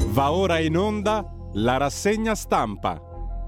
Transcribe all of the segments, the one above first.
Va ora in onda la rassegna stampa.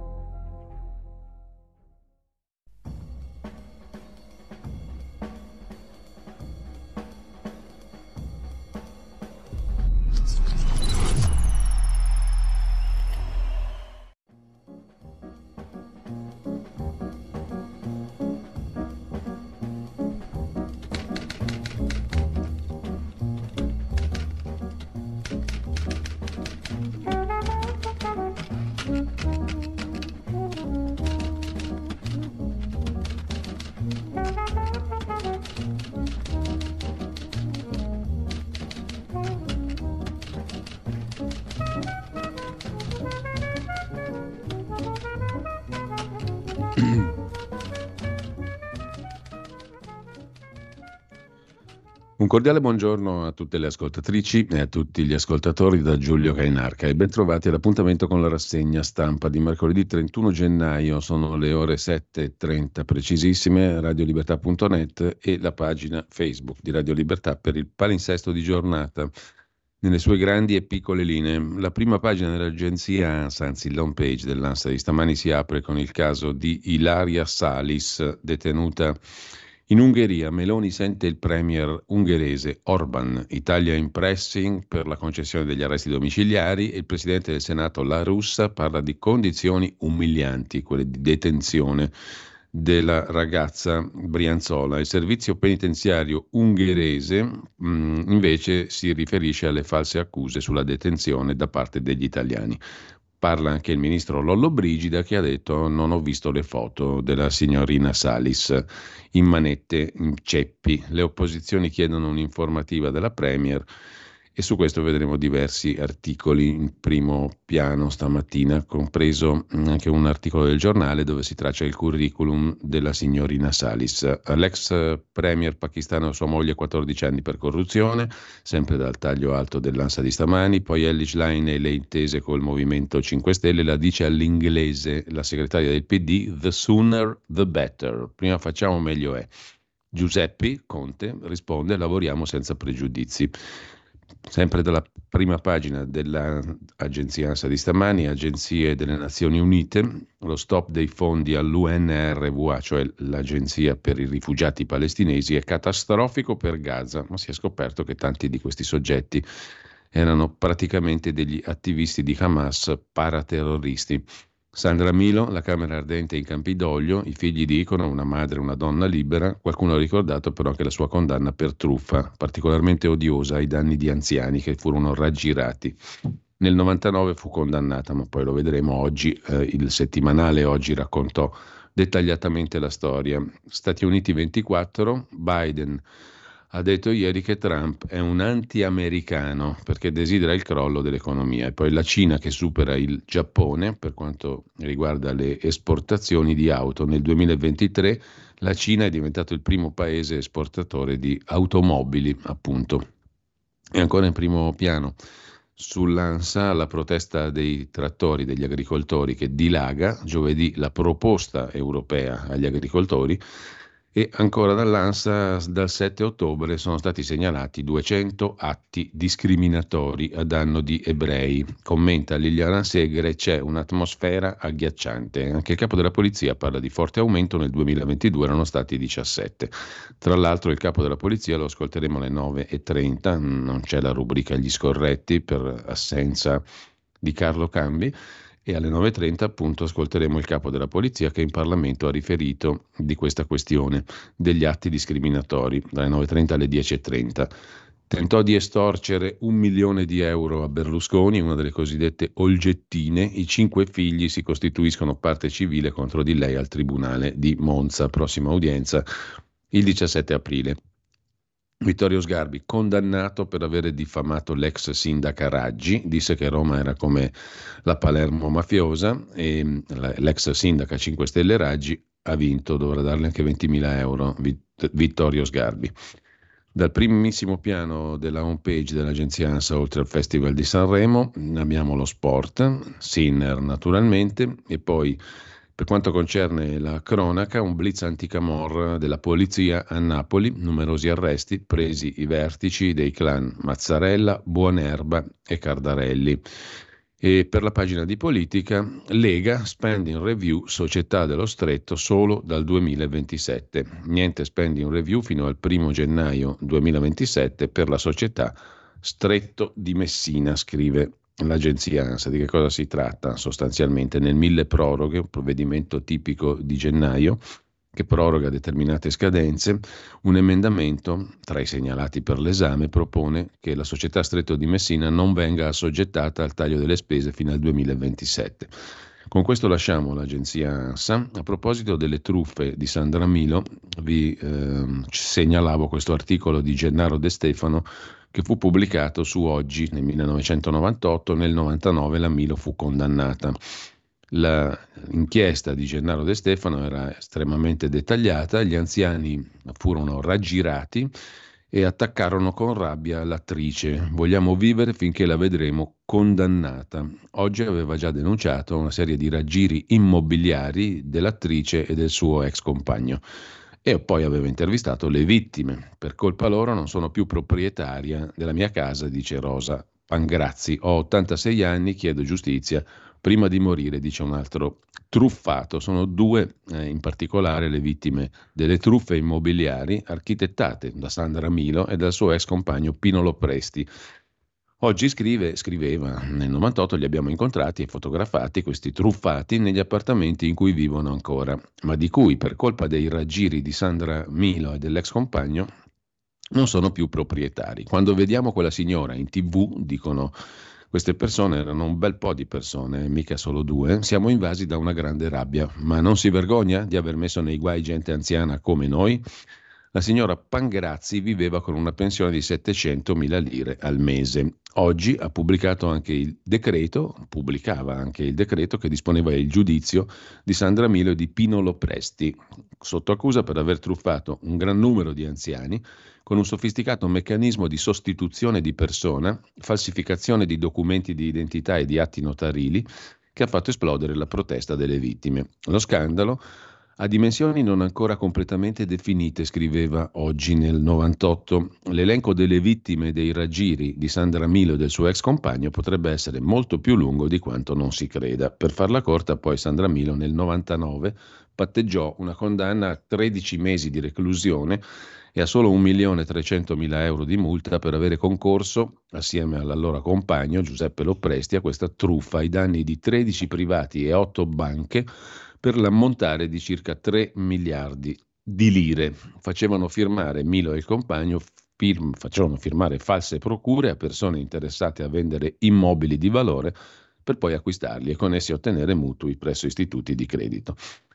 Un cordiale buongiorno a tutte le ascoltatrici e a tutti gli ascoltatori da Giulio Cainarca e bentrovati all'appuntamento con la rassegna stampa di mercoledì 31 gennaio. Sono le ore 7:30 precisissime, radiolibertà.net e la pagina Facebook di Radio Libertà per il palinsesto di giornata nelle sue grandi e piccole linee. La prima pagina dell'agenzia ANSA, anzi l'home page dell'ANSA di stamani, si apre con il caso di Ilaria Salis, detenuta in Ungheria. Meloni sente il premier ungherese Orban. Italia in pressing per la concessione degli arresti domiciliari e il presidente del Senato La Russa parla di condizioni umilianti, quelle di detenzione della ragazza brianzola. Il servizio penitenziario ungherese invece si riferisce alle false accuse sulla detenzione da parte degli italiani. Parla anche il ministro Lollobrigida, che ha detto: non ho visto le foto della signorina Salis in manette, in ceppi. Le opposizioni chiedono un'informativa della Premier e su questo vedremo diversi articoli in primo piano stamattina, compreso anche un articolo del Giornale dove si traccia il curriculum della signorina Salis. L'ex premier pakistano e sua moglie 14 anni per corruzione, sempre dal taglio alto dell'ANSA di stamani. Poi Elly Schlein e le intese col Movimento 5 Stelle, la dice all'inglese la segretaria del PD: the sooner the better, prima facciamo meglio è. Giuseppe Conte risponde: lavoriamo senza pregiudizi. Sempre dalla prima pagina dell'agenzia ANSA di stamani, agenzie delle Nazioni Unite, lo stop dei fondi all'UNRWA, cioè l'agenzia per i rifugiati palestinesi, è catastrofico per Gaza, ma si è scoperto che tanti di questi soggetti erano praticamente degli attivisti di Hamas paraterroristi. Sandra Milo, la Camera ardente in Campidoglio, i figli dicono: una madre, una donna libera. Qualcuno ha ricordato però anche la sua condanna per truffa, particolarmente odiosa ai danni di anziani che furono raggirati. Nel 99 fu condannata, ma poi lo vedremo oggi. Il settimanale Oggi raccontò dettagliatamente la storia. Stati Uniti 24, Biden ha detto ieri che Trump è un anti-americano perché desidera il crollo dell'economia. E poi la Cina che supera il Giappone per quanto riguarda le esportazioni di auto. Nel 2023 la Cina è diventato il primo paese esportatore di automobili, appunto. E ancora in primo piano sull'ANSA la protesta dei trattori, degli agricoltori, che dilaga. Giovedì la proposta europea agli agricoltori. E ancora dall'ANSA, dal 7 ottobre sono stati segnalati 200 atti discriminatori a danno di ebrei. Commenta Liliana Segre: c'è un'atmosfera agghiacciante. Anche il capo della polizia parla di forte aumento, nel 2022 erano stati 17. Tra l'altro il capo della polizia lo ascolteremo alle 9:30, non c'è la rubrica Gli scorretti per assenza di Carlo Cambi. E alle 9:30 appunto ascolteremo il capo della polizia che in Parlamento ha riferito di questa questione degli atti discriminatori, dalle 9:30 alle 10:30. Tentò di estorcere 1 milione di euro a Berlusconi, una delle cosiddette olgettine. I 5 figli si costituiscono parte civile contro di lei al Tribunale di Monza. Prossima udienza il 17 aprile. Vittorio Sgarbi, condannato per avere diffamato l'ex sindaca Raggi, disse che Roma era come la Palermo mafiosa e l'ex sindaca 5 Stelle Raggi ha vinto, dovrà darle anche 20.000 euro Vittorio Sgarbi. Dal primissimo piano della homepage dell'agenzia ANSA, oltre al Festival di Sanremo, abbiamo lo sport, Sinner naturalmente, e poi Per quanto concerne la cronaca, un blitz anticamorra della polizia a Napoli, numerosi arresti, presi i vertici dei clan Mazzarella, Buonerba e Cardarelli. E per la pagina di politica, Lega, spending review, società dello Stretto solo dal 2027. Niente spending review fino al 1 gennaio 2027 per la società Stretto di Messina, scrive l'agenzia ANSA. Di che cosa si tratta sostanzialmente? Nel mille proroghe, un provvedimento tipico di gennaio che proroga determinate scadenze, un emendamento tra i segnalati per l'esame propone che la società Stretto di Messina non venga assoggettata al taglio delle spese fino al 2027. Con questo lasciamo l'agenzia ANSA. A proposito delle truffe di Sandra Milo, vi segnalavo questo articolo di Gennaro De Stefano che fu pubblicato su Oggi nel 1998. Nel 99 la Milo fu condannata. L'inchiesta di Gennaro De Stefano era estremamente dettagliata, gli anziani furono raggirati e attaccarono con rabbia l'attrice. Vogliamo vivere finché la vedremo condannata. Oggi aveva già denunciato una serie di raggiri immobiliari dell'attrice e del suo ex compagno. E poi aveva intervistato le vittime. Per colpa loro non sono più proprietaria della mia casa, dice Rosa Pangrazzi. Ho 86 anni, chiedo giustizia prima di morire, dice un altro truffato. Sono due in particolare le vittime delle truffe immobiliari architettate da Sandra Milo e dal suo ex compagno Pino Lopresti. Oggi scriveva, nel 98 li abbiamo incontrati e fotografati questi truffati negli appartamenti in cui vivono ancora, ma di cui per colpa dei raggiri di Sandra Milo e dell'ex compagno non sono più proprietari. Quando vediamo quella signora in TV, dicono queste persone, erano un bel po' di persone, mica solo due, siamo invasi da una grande rabbia. Ma non si vergogna di aver messo nei guai gente anziana come noi? La signora Pangrazzi viveva con una pensione di 700.000 lire al mese. Oggi ha pubblicato anche il decreto, pubblicava anche il decreto che disponeva il giudizio di Sandra Milo e di Pino Lopresti, sotto accusa per aver truffato un gran numero di anziani con un sofisticato meccanismo di sostituzione di persona, falsificazione di documenti di identità e di atti notarili, che ha fatto esplodere la protesta delle vittime. Lo scandalo ha dimensioni non ancora completamente definite, scriveva Oggi nel 98. L'elenco delle vittime dei raggiri di Sandra Milo e del suo ex compagno potrebbe essere molto più lungo di quanto non si creda. Per farla corta, poi Sandra Milo nel 99 patteggiò una condanna a 13 mesi di reclusione e a solo 1.300.000 euro di multa per avere concorso, assieme all'allora compagno Giuseppe Lopresti, a questa truffa ai danni di 13 privati e 8 banche per l'ammontare di circa 3 miliardi di lire. Facevano firmare Milo e il compagno, facevano firmare false procure a persone interessate a vendere immobili di valore per poi acquistarli e con essi ottenere mutui presso istituti di credito.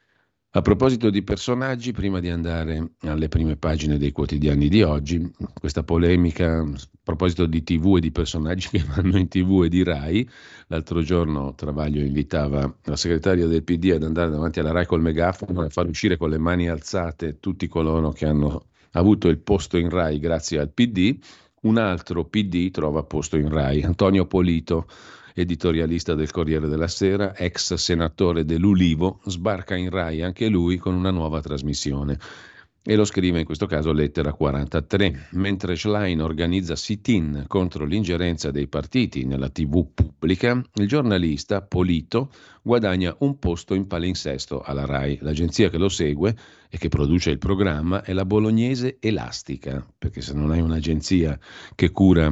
A proposito di personaggi, prima di andare alle prime pagine dei quotidiani di oggi, questa polemica a proposito di TV e di personaggi che vanno in TV e di Rai. L'altro giorno Travaglio invitava la segretaria del PD ad andare davanti alla Rai col megafono e far uscire con le mani alzate tutti coloro che hanno avuto il posto in Rai grazie al PD. Un altro PD trova posto in Rai, Antonio Polito, editorialista del Corriere della Sera, ex senatore dell'Ulivo, sbarca in Rai anche lui con una nuova trasmissione. E lo scrive in questo caso Lettera 43. Mentre Schlein organizza sit-in contro l'ingerenza dei partiti nella TV pubblica, il giornalista Polito guadagna un posto in palinsesto alla Rai. L'agenzia che lo segue e che produce il programma è la bolognese Elastica, perché se non hai un'agenzia che cura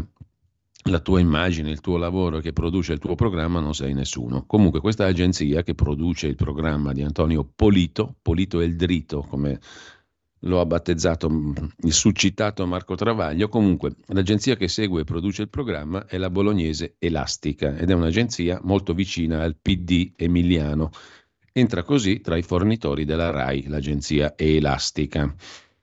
la tua immagine, il tuo lavoro, che produce il tuo programma, non sei nessuno. Comunque questa agenzia che produce il programma di Antonio Polito, Polito è il dritto, come lo ha battezzato il succitato Marco Travaglio, comunque l'agenzia che segue e produce il programma è la bolognese Elastica ed è un'agenzia molto vicina al PD emiliano. Entra così tra i fornitori della Rai, l'agenzia Elastica.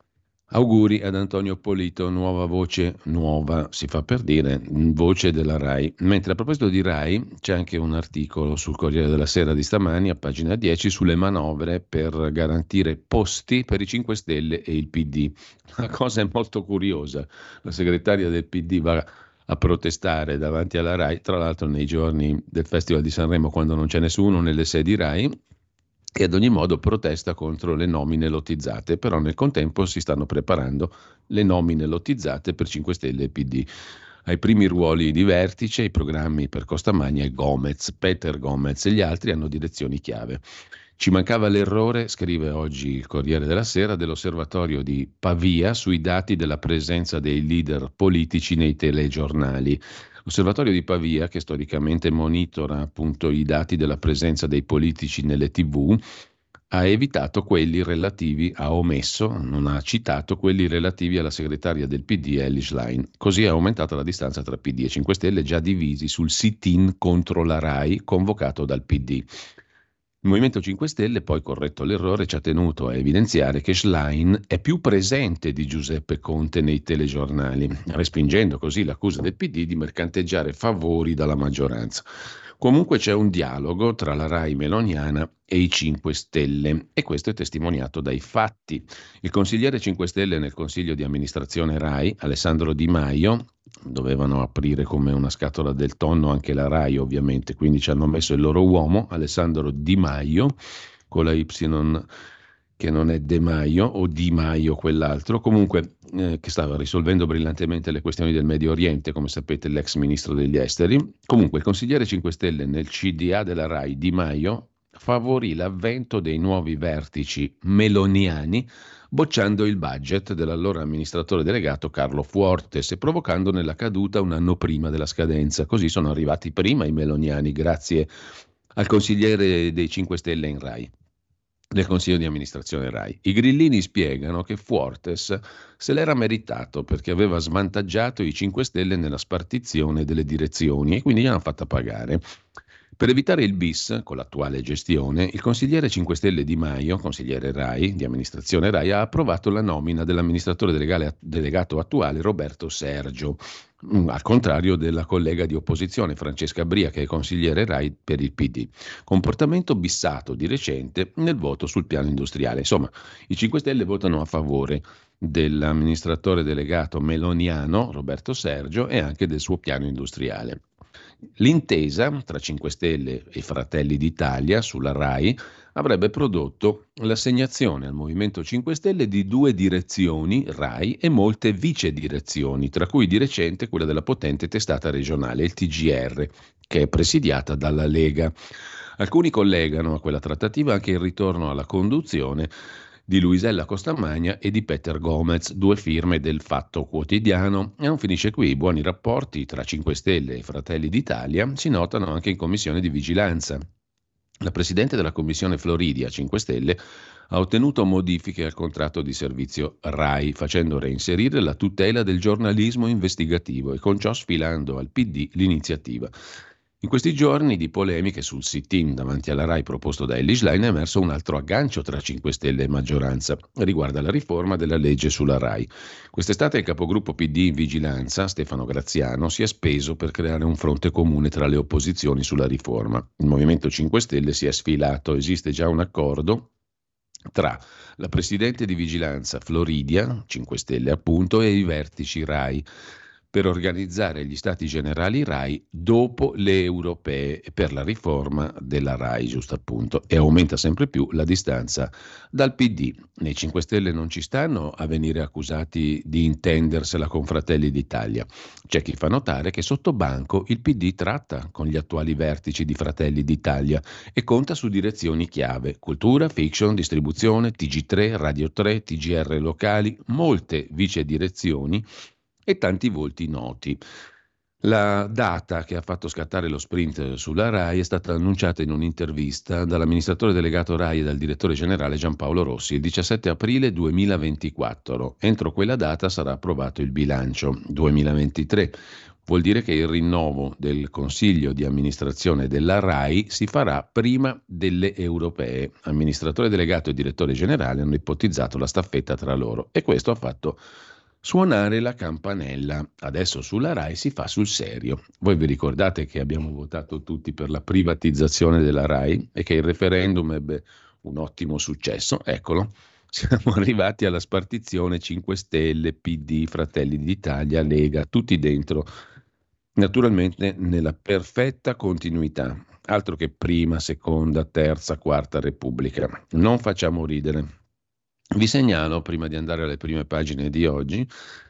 Auguri ad Antonio Polito, nuova voce, nuova si fa per dire, voce della Rai. Mentre a proposito di Rai c'è anche un articolo sul Corriere della Sera di stamani a pagina 10 sulle manovre per garantire posti per i 5 Stelle e il PD. La cosa è molto curiosa, la segretaria del PD va a protestare davanti alla Rai, tra l'altro nei giorni del Festival di Sanremo quando non c'è nessuno nelle sedi Rai, e ad ogni modo protesta contro le nomine lottizzate, però nel contempo si stanno preparando le nomine lottizzate per 5 Stelle e PD. Ai primi ruoli di vertice, i programmi per Costamagna e Gomez, Peter Gomez e gli altri hanno direzioni chiave. Ci mancava l'errore, scrive oggi il Corriere della Sera, dell'osservatorio di Pavia sui dati della presenza dei leader politici nei telegiornali. L'osservatorio di Pavia, che storicamente monitora appunto i dati della presenza dei politici nelle TV, ha evitato quelli relativi, ha omesso, non ha citato quelli relativi alla segretaria del PD Elly Schlein. Così è aumentata la distanza tra PD e 5 Stelle, già divisi sul sit-in contro la RAI convocato dal PD. Il Movimento 5 Stelle, poi corretto l'errore, ci ha tenuto a evidenziare che Schlein è più presente di Giuseppe Conte nei telegiornali, respingendo così l'accusa del PD di mercanteggiare favori dalla maggioranza. Comunque c'è un dialogo tra la RAI meloniana e i 5 Stelle e questo è testimoniato dai fatti. Il consigliere 5 Stelle nel consiglio di amministrazione RAI, Alessandro Di Maio, dovevano aprire come una scatola del tonno anche la RAI ovviamente, quindi ci hanno messo il loro uomo, Alessandro Di Maio, con la Y che non è De Maio o Di Maio quell'altro, comunque che stava risolvendo brillantemente le questioni del Medio Oriente, come sapete l'ex ministro degli esteri. Comunque il consigliere 5 Stelle nel CDA della RAI Di Maio favorì l'avvento dei nuovi vertici meloniani bocciando il budget dell'allora amministratore delegato Carlo Fuortes e provocandone la caduta un anno prima della scadenza. Così sono arrivati prima i meloniani grazie al consigliere dei 5 Stelle in RAI, del consiglio di amministrazione RAI. I grillini spiegano che Fuortes se l'era meritato perché aveva svantaggiato i 5 Stelle nella spartizione delle direzioni e quindi gli hanno fatta pagare. Per evitare il bis con l'attuale gestione, il consigliere 5 Stelle Di Maio, consigliere RAI, di amministrazione RAI, ha approvato la nomina dell'amministratore delegato attuale Roberto Sergio, al contrario della collega di opposizione Francesca Bria, che è consigliere RAI per il PD. Comportamento bissato di recente nel voto sul piano industriale. Insomma, i 5 Stelle votano a favore dell'amministratore delegato meloniano Roberto Sergio e anche del suo piano industriale. L'intesa tra 5 Stelle e Fratelli d'Italia sulla RAI avrebbe prodotto l'assegnazione al Movimento 5 Stelle di 2 direzioni RAI e molte vice direzioni, tra cui di recente quella della potente testata regionale, il TGR, che è presidiata dalla Lega. Alcuni collegano a quella trattativa anche il ritorno alla conduzione di Luisella Costamagna e di Peter Gomez, 2 firme del Fatto Quotidiano. E non finisce qui, i buoni rapporti tra 5 Stelle e Fratelli d'Italia si notano anche in Commissione di Vigilanza. La Presidente della Commissione Floridia, 5 Stelle, ha ottenuto modifiche al contratto di servizio RAI, facendo reinserire la tutela del giornalismo investigativo e con ciò sfilando al PD l'iniziativa. In questi giorni di polemiche sul sit-in davanti alla RAI proposto da Elly Schlein è emerso un altro aggancio tra 5 Stelle e maggioranza. Riguarda la riforma della legge sulla RAI. Quest'estate il capogruppo PD in vigilanza, Stefano Graziano, si è speso per creare un fronte comune tra le opposizioni sulla riforma. Il Movimento 5 Stelle si è sfilato, esiste già un accordo tra la Presidente di Vigilanza Floridia, 5 Stelle appunto, e i vertici RAI, per organizzare gli stati generali RAI dopo le europee per la riforma della RAI, giusto appunto, e aumenta sempre più la distanza dal PD. Nei 5 Stelle non ci stanno a venire accusati di intendersela con Fratelli d'Italia. C'è chi fa notare che sotto banco il PD tratta con gli attuali vertici di Fratelli d'Italia e conta su direzioni chiave: cultura, fiction, distribuzione, TG3, Radio 3, TGR locali, molte vice direzioni e tanti volti noti. La data che ha fatto scattare lo sprint sulla RAI è stata annunciata in un'intervista dall'amministratore delegato RAI e dal direttore generale Giampaolo Rossi il 17 aprile 2024. Entro quella data sarà approvato il bilancio 2023. Vuol dire che il rinnovo del consiglio di amministrazione della RAI si farà prima delle europee. Amministratore delegato e direttore generale hanno ipotizzato la staffetta tra loro e questo ha fatto suonare la campanella. Adesso sulla RAI si fa sul serio. Voi vi ricordate che abbiamo votato tutti per la privatizzazione della RAI e che il referendum ebbe un ottimo successo? Eccolo, siamo arrivati alla spartizione 5 Stelle, PD, Fratelli d'Italia, Lega, tutti dentro naturalmente nella perfetta continuità, altro che prima, seconda, terza, quarta Repubblica. Non facciamo ridere. Vi segnalo, prima di andare alle prime pagine di oggi,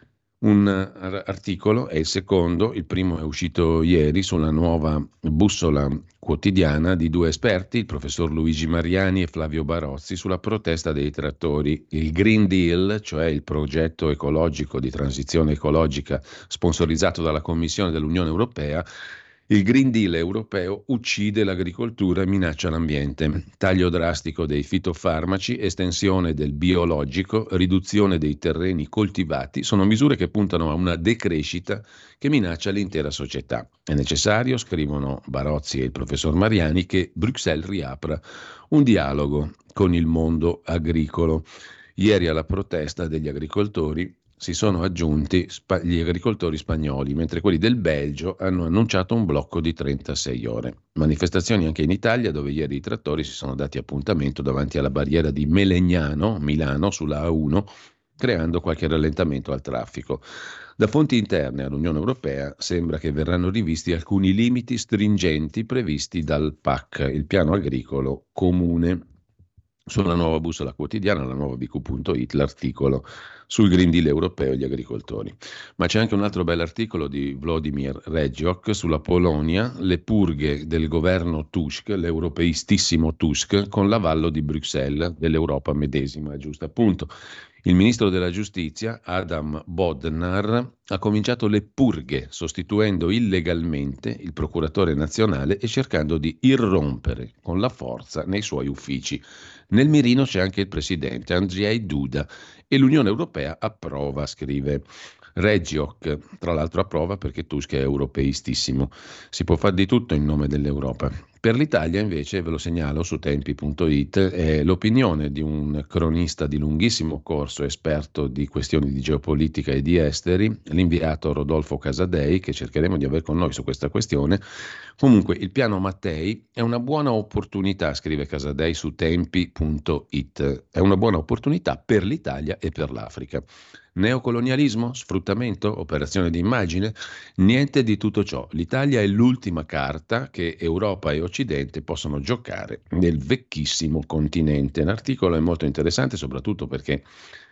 un articolo, è il secondo, il primo è uscito ieri sulla nuova bussola quotidiana di due esperti, il professor Luigi Mariani e Flavio Barozzi, sulla protesta dei trattori. Il Green Deal, cioè il progetto ecologico di transizione ecologica sponsorizzato dalla Commissione dell'Unione Europea, il Green Deal europeo uccide l'agricoltura e minaccia l'ambiente. Taglio drastico dei fitofarmaci, estensione del biologico, riduzione dei terreni coltivati sono misure che puntano a una decrescita che minaccia l'intera società. È necessario, scrivono Barozzi e il professor Mariani, che Bruxelles riapra un dialogo con il mondo agricolo. Ieri alla protesta degli agricoltori si sono aggiunti gli agricoltori spagnoli, mentre quelli del Belgio hanno annunciato un blocco di 36 ore. Manifestazioni anche in Italia, dove ieri i trattori si sono dati appuntamento davanti alla barriera di Melegnano, Milano, sulla A1, creando qualche rallentamento al traffico. Da fonti interne all'Unione Europea sembra che verranno rivisti alcuni limiti stringenti previsti dal PAC, il piano agricolo comune. Sulla nuova bussola quotidiana, la nuova BQ.it, l'articolo sul Green Deal europeo e gli agricoltori. Ma c'è anche un altro bell'articolo di Włodzimir Regiok sulla Polonia, le purghe del governo Tusk, l'europeistissimo Tusk, con l'avallo di Bruxelles, dell'Europa medesima, giusto appunto. Il ministro della giustizia, Adam Bodnar, ha cominciato le purghe, sostituendo illegalmente il procuratore nazionale e cercando di irrompere con la forza nei suoi uffici. Nel mirino c'è anche il presidente Andrzej Duda e l'Unione Europea approva, scrive Regiok. Tra l'altro approva perché Tusk è europeistissimo. Si può fare di tutto in nome dell'Europa. Per l'Italia invece, ve lo segnalo su tempi.it, è l'opinione di un cronista di lunghissimo corso, esperto di questioni di geopolitica e di esteri, l'inviato Rodolfo Casadei, che cercheremo di avere con noi su questa questione. Comunque, il piano Mattei è una buona opportunità, scrive Casadei su tempi.it, è una buona opportunità per l'Italia e per l'Africa. Neocolonialismo? Sfruttamento? Operazione di immagine? Niente di tutto ciò. L'Italia è l'ultima carta che Europa e Occidente possono giocare nel vecchissimo continente. L'articolo è molto interessante soprattutto perché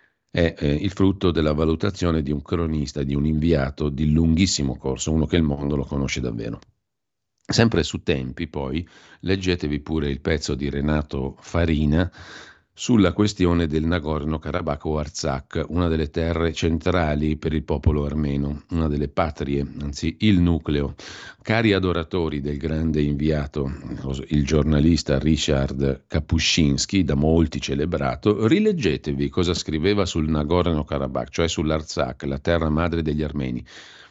è il frutto della valutazione di un cronista, di un inviato di lunghissimo corso, uno che il mondo lo conosce davvero. Sempre su Tempi, poi, leggetevi pure il pezzo di Renato Farina sulla questione del Nagorno-Karabakh o Artsakh, una delle terre centrali per il popolo armeno, una delle patrie, anzi il nucleo. Cari adoratori del grande inviato, il giornalista Richard Kapuscinski, da molti celebrato, rileggetevi cosa scriveva sul Nagorno-Karabakh, cioè sull'Artsakh, la terra madre degli armeni.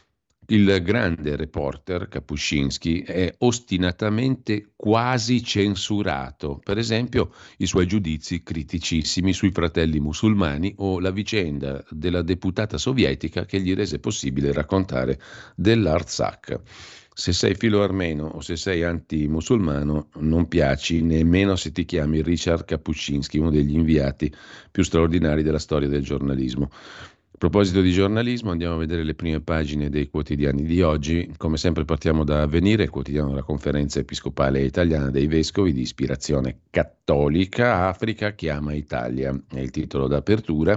Il grande reporter Kapuscinski è ostinatamente quasi censurato, per esempio i suoi giudizi criticissimi sui fratelli musulmani o la vicenda della deputata sovietica che gli rese possibile raccontare dell'Artsakh. Se sei filo armeno o se sei anti-musulmano non piaci nemmeno se ti chiami Richard Kapuscinski, uno degli inviati più straordinari della storia del giornalismo. A proposito di giornalismo, andiamo a vedere le prime pagine dei quotidiani di oggi. Come sempre partiamo da Avvenire, il quotidiano della Conferenza Episcopale Italiana dei Vescovi di ispirazione cattolica. Africa chiama Italia, è il titolo d'apertura.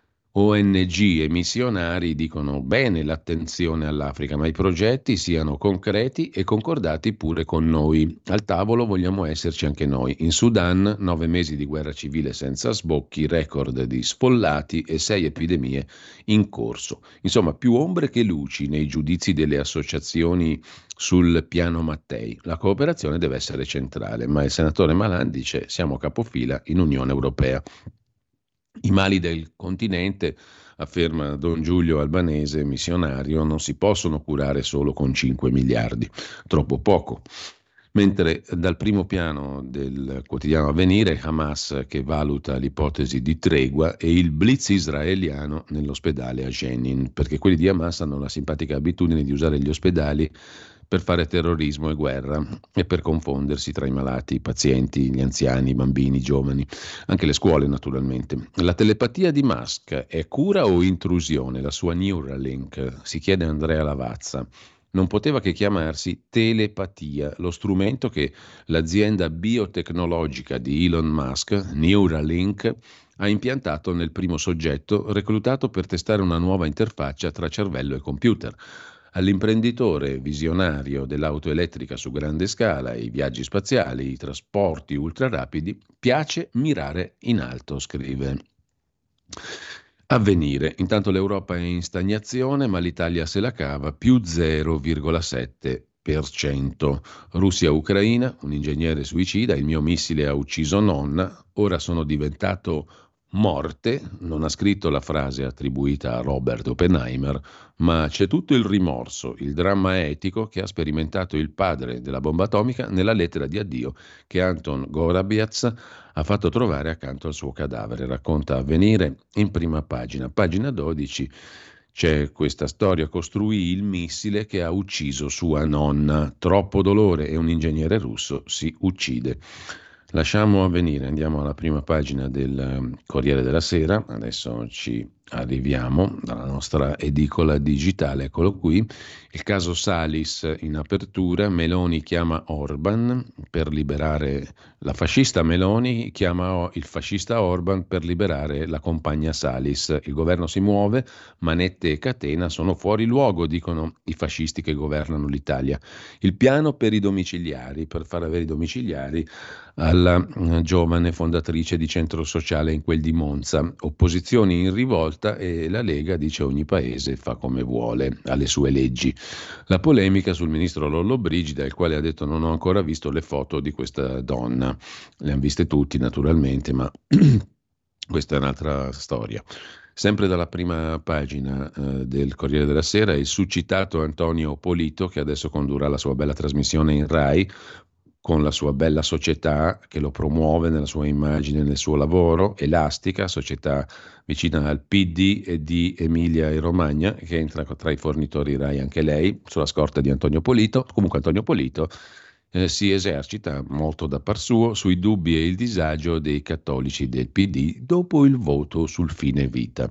ONG e missionari dicono bene l'attenzione all'Africa, ma i progetti siano concreti e concordati pure con noi. Al tavolo vogliamo esserci anche noi. In Sudan, 9 mesi di guerra civile senza sbocchi, record di sfollati e 6 epidemie in corso. Insomma, più ombre che luci nei giudizi delle associazioni sul piano Mattei. La cooperazione deve essere centrale, ma il senatore Malan dice siamo capofila in Unione Europea. I mali del continente, afferma Don Giulio Albanese, missionario, non si possono curare solo con 5 miliardi, troppo poco. Mentre dal primo piano del quotidiano Avvenire, Hamas che valuta l'ipotesi di tregua e il blitz israeliano nell'ospedale a Jenin, perché quelli di Hamas hanno la simpatica abitudine di usare gli ospedali per fare terrorismo e guerra e per confondersi tra i malati, i pazienti, gli anziani, i bambini, i giovani, anche le scuole naturalmente. La telepatia di Musk è cura o intrusione? La sua Neuralink, si chiede Andrea Lavazza. non poteva che chiamarsi telepatia, lo strumento che l'azienda biotecnologica di Elon Musk, Neuralink, ha impiantato nel primo soggetto reclutato per testare una nuova interfaccia tra cervello e computer. All'imprenditore visionario dell'auto elettrica su grande scala, i viaggi spaziali, i trasporti ultrarapidi, piace mirare in alto, scrive. Avvenire. Intanto l'Europa è in stagnazione, ma l'Italia se la cava, più 0,7%. Russia-Ucraina, un ingegnere suicida, il mio missile ha ucciso nonna, ora sono diventato morte, non ha scritto la frase attribuita a Robert Oppenheimer, ma c'è tutto il rimorso, il dramma etico che ha sperimentato il padre della bomba atomica nella lettera di addio che Anton Gorabiaz ha fatto trovare accanto al suo cadavere. Racconta Avvenire in prima pagina. Pagina 12 c'è questa storia: costruì il missile che ha ucciso sua nonna. Troppo dolore e un ingegnere russo si uccide. Lasciamo Avvenire, andiamo alla prima pagina del Corriere della Sera. Adesso ci arriviamo dalla nostra edicola digitale, eccolo qui. Il caso Salis in apertura, Meloni chiama Orban per liberare la fascista Meloni, chiama il fascista Orban per liberare la compagna Salis. Il governo si muove, manette e catena sono fuori luogo, dicono i fascisti che governano l'Italia. Il piano per i domiciliari, per far avere i domiciliari alla giovane fondatrice di centro sociale in quel di Monza. Opposizioni in rivolta e la Lega dice ogni paese fa come vuole alle sue leggi. La polemica sul ministro Lollobrigida, il quale ha detto non ho ancora visto le foto di questa donna. Le hanno viste tutti naturalmente, ma questa è un'altra storia. Sempre dalla prima pagina del Corriere della Sera, il succitato Antonio Polito, che adesso condurrà la sua bella trasmissione in Rai, con la sua bella società che lo promuove nella sua immagine, nel suo lavoro, Elastica, società vicina al PD e di Emilia e Romagna, che entra tra i fornitori Rai anche lei, sulla scorta di Antonio Polito. Comunque Antonio Polito si esercita molto da par suo sui dubbi e il disagio dei cattolici del PD dopo il voto sul fine vita.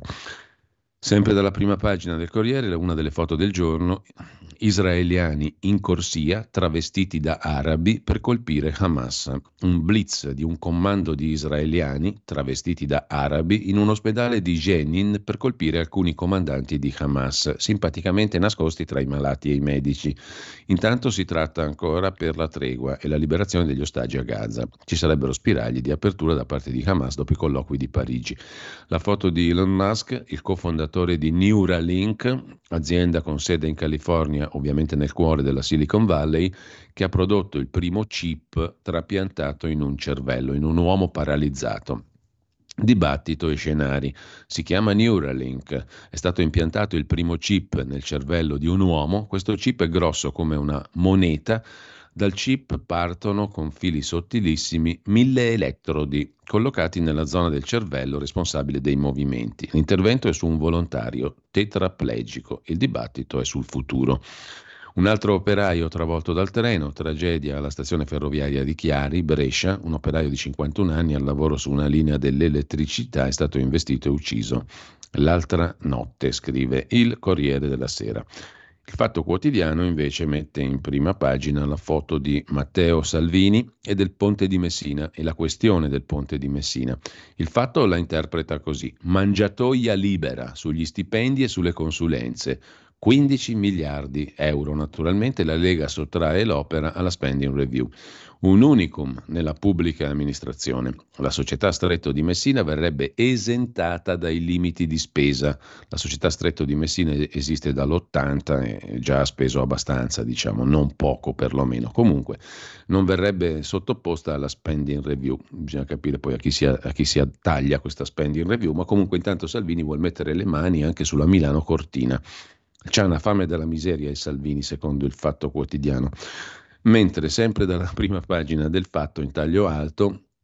Sempre dalla prima pagina del Corriere, una delle foto del giorno: israeliani in corsia travestiti da arabi per colpire Hamas. Un blitz di un comando di israeliani travestiti da arabi in un ospedale di Jenin per colpire alcuni comandanti di Hamas, simpaticamente nascosti tra i malati e i medici. Intanto si tratta ancora per la tregua e la liberazione degli ostaggi a Gaza. Ci sarebbero spiragli di apertura da parte di Hamas dopo i colloqui di Parigi. La foto di Elon Musk, il cofondatore di Neuralink, azienda con sede in California, ovviamente nel cuore della Silicon Valley, che ha prodotto il primo chip trapiantato in un cervello, in un uomo paralizzato. Dibattito e scenari. Si chiama Neuralink. È stato impiantato il primo chip nel cervello di un uomo. Questo chip è grosso come una moneta. Dal chip partono con fili sottilissimi 1000 elettrodi collocati nella zona del cervello responsabile dei movimenti. L'intervento è su un volontario tetraplegico. Il dibattito è sul futuro. Un altro operaio travolto dal treno, tragedia alla stazione ferroviaria di Chiari, Brescia. Un operaio di 51 anni al lavoro su una linea dell'elettricità è stato investito e ucciso l'altra notte, scrive il Corriere della Sera. Il Fatto Quotidiano invece mette in prima pagina la foto di Matteo Salvini e del Ponte di Messina e la questione del Ponte di Messina. Il Fatto la interpreta così: mangiatoia libera sugli stipendi e sulle consulenze. 15 miliardi euro. Naturalmente la Lega sottrae l'opera alla spending review. Un unicum nella pubblica amministrazione. La società Stretto di Messina verrebbe esentata dai limiti di spesa. La società Stretto di Messina esiste dall'80 e già ha speso abbastanza, diciamo, non poco perlomeno. Comunque non verrebbe sottoposta alla spending review. Bisogna capire poi a chi si attaglia questa spending review, ma comunque intanto Salvini vuol mettere le mani anche sulla Milano Cortina. C'ha una fame della miseria il Salvini, secondo il Fatto Quotidiano. Mentre sempre dalla prima pagina del Fatto in taglio alto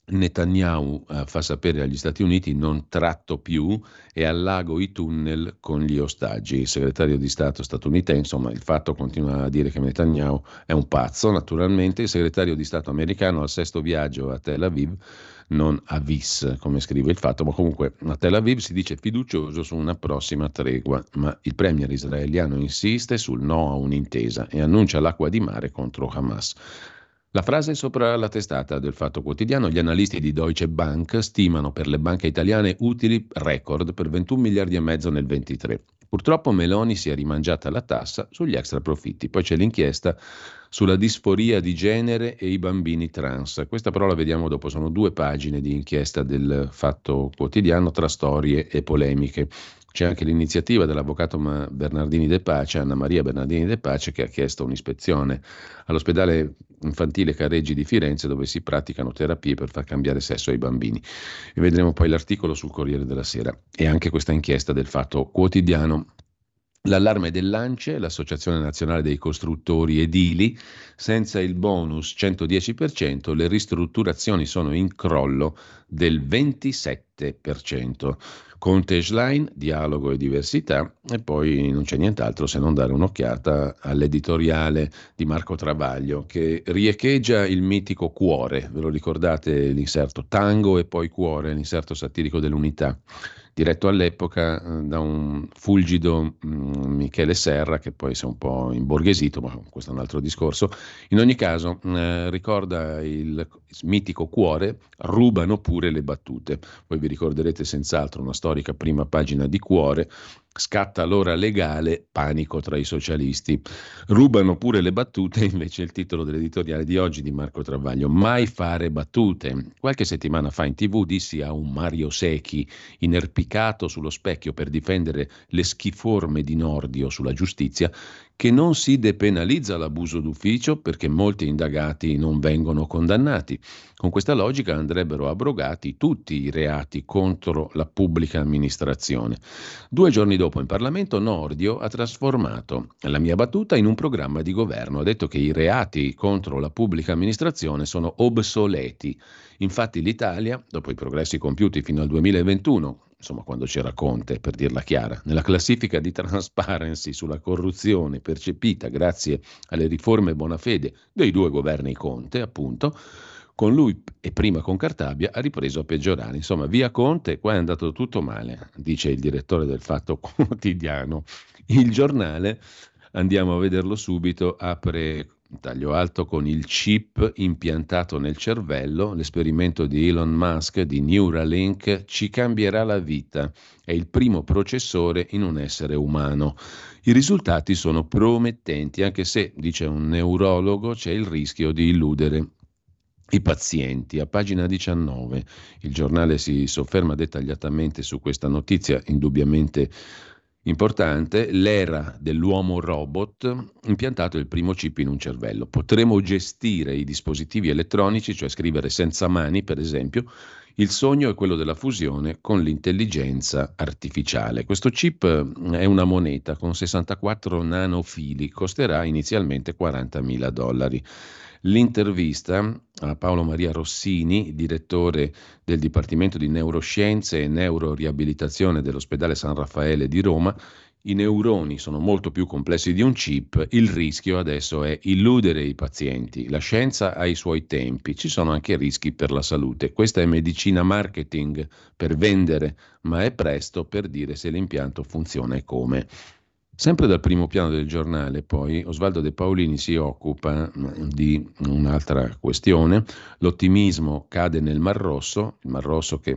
Netanyahu fa sapere agli Stati Uniti non tratto più e allago i tunnel con gli ostaggi. Il segretario di Stato statunitense, insomma, il fatto continua a dire che Netanyahu è un pazzo, naturalmente. Il segretario di Stato americano al sesto viaggio a Tel Aviv, non a Vis, come scrive il fatto, ma comunque a Tel Aviv si dice fiducioso su una prossima tregua, ma il premier israeliano insiste sul no a un'intesa e annuncia l'acqua di mare contro Hamas. La frase sopra la testata del Fatto Quotidiano: gli analisti di Deutsche Bank stimano per le banche italiane utili record per 21 miliardi e mezzo nel 23. Purtroppo Meloni si è rimangiata la tassa sugli extra profitti. Poi c'è l'inchiesta sulla disforia di genere e i bambini trans. Questa però la vediamo dopo, sono 2 pagine di inchiesta del Fatto Quotidiano tra storie e polemiche. C'è anche l'iniziativa dell'avvocato Bernardini De Pace, Anna Maria Bernardini De Pace, che ha chiesto un'ispezione all'ospedale infantile Careggi di Firenze, dove si praticano terapie per far cambiare sesso ai bambini. E vedremo poi l'articolo sul Corriere della Sera e anche questa inchiesta del Fatto Quotidiano. L'allarme dell'ANCE, l'Associazione Nazionale dei Costruttori Edili: senza il bonus 110% le ristrutturazioni sono in crollo del 27%. Conte Schlein, dialogo e diversità, e poi non c'è nient'altro se non dare un'occhiata all'editoriale di Marco Travaglio, che riecheggia il mitico Cuore. Ve lo ricordate l'inserto Tango e poi Cuore, l'inserto satirico dell'Unità, diretto all'epoca da un fulgido Michele Serra, che poi si è un po' imborghesito, ma questo è un altro discorso. In ogni caso, ricorda il mitico Cuore: rubano pure le battute. Voi vi ricorderete senz'altro una storica prima pagina di Cuore: scatta l'ora legale, panico tra i socialisti. Rubano pure le battute, invece, il titolo dell'editoriale di oggi di Marco Travaglio: mai fare battute. Qualche settimana fa in TV dissi a un Mario Secchi, inerpicato sullo specchio per difendere le schiforme di Nordio sulla giustizia, che non si depenalizza l'abuso d'ufficio perché molti indagati non vengono condannati. Con questa logica andrebbero abrogati tutti i reati contro la pubblica amministrazione. 2 giorni dopo in Parlamento Nordio ha trasformato la mia battuta in un programma di governo. Ha detto che i reati contro la pubblica amministrazione sono obsoleti. Infatti l'Italia, dopo i progressi compiuti fino al 2021, insomma quando c'era Conte, per dirla chiara, nella classifica di Transparency sulla corruzione percepita grazie alle riforme bona fede dei 2 governi Conte, appunto, con lui e prima con Cartabia ha ripreso a peggiorare. Insomma, via Conte, qua è andato tutto male, dice il direttore del Fatto Quotidiano. Il Giornale, andiamo a vederlo subito, apre taglio alto con il chip impiantato nel cervello: l'esperimento di Elon Musk di Neuralink ci cambierà la vita, è il primo processore in un essere umano. I risultati sono promettenti, anche se, dice un neurologo, c'è il rischio di illudere i pazienti. A pagina 19 il giornale si sofferma dettagliatamente su questa notizia indubbiamente importante: l'era dell'uomo robot, impiantato il primo chip in un cervello. Potremo gestire i dispositivi elettronici, cioè scrivere senza mani, per esempio. Il sogno è quello della fusione con l'intelligenza artificiale. Questo chip è una moneta con 64 nanofili, costerà inizialmente $40.000. L'intervista a Paolo Maria Rossini, direttore del Dipartimento di Neuroscienze e Neuroriabilitazione dell'Ospedale San Raffaele di Roma: i neuroni sono molto più complessi di un chip, il rischio adesso è illudere i pazienti. La scienza ha i suoi tempi, ci sono anche rischi per la salute. Questa è medicina marketing per vendere, ma è presto per dire se l'impianto funziona e come. Sempre dal primo piano del giornale, poi, Osvaldo De Paolini si occupa di un'altra questione: l'ottimismo cade nel Mar Rosso, il Mar Rosso che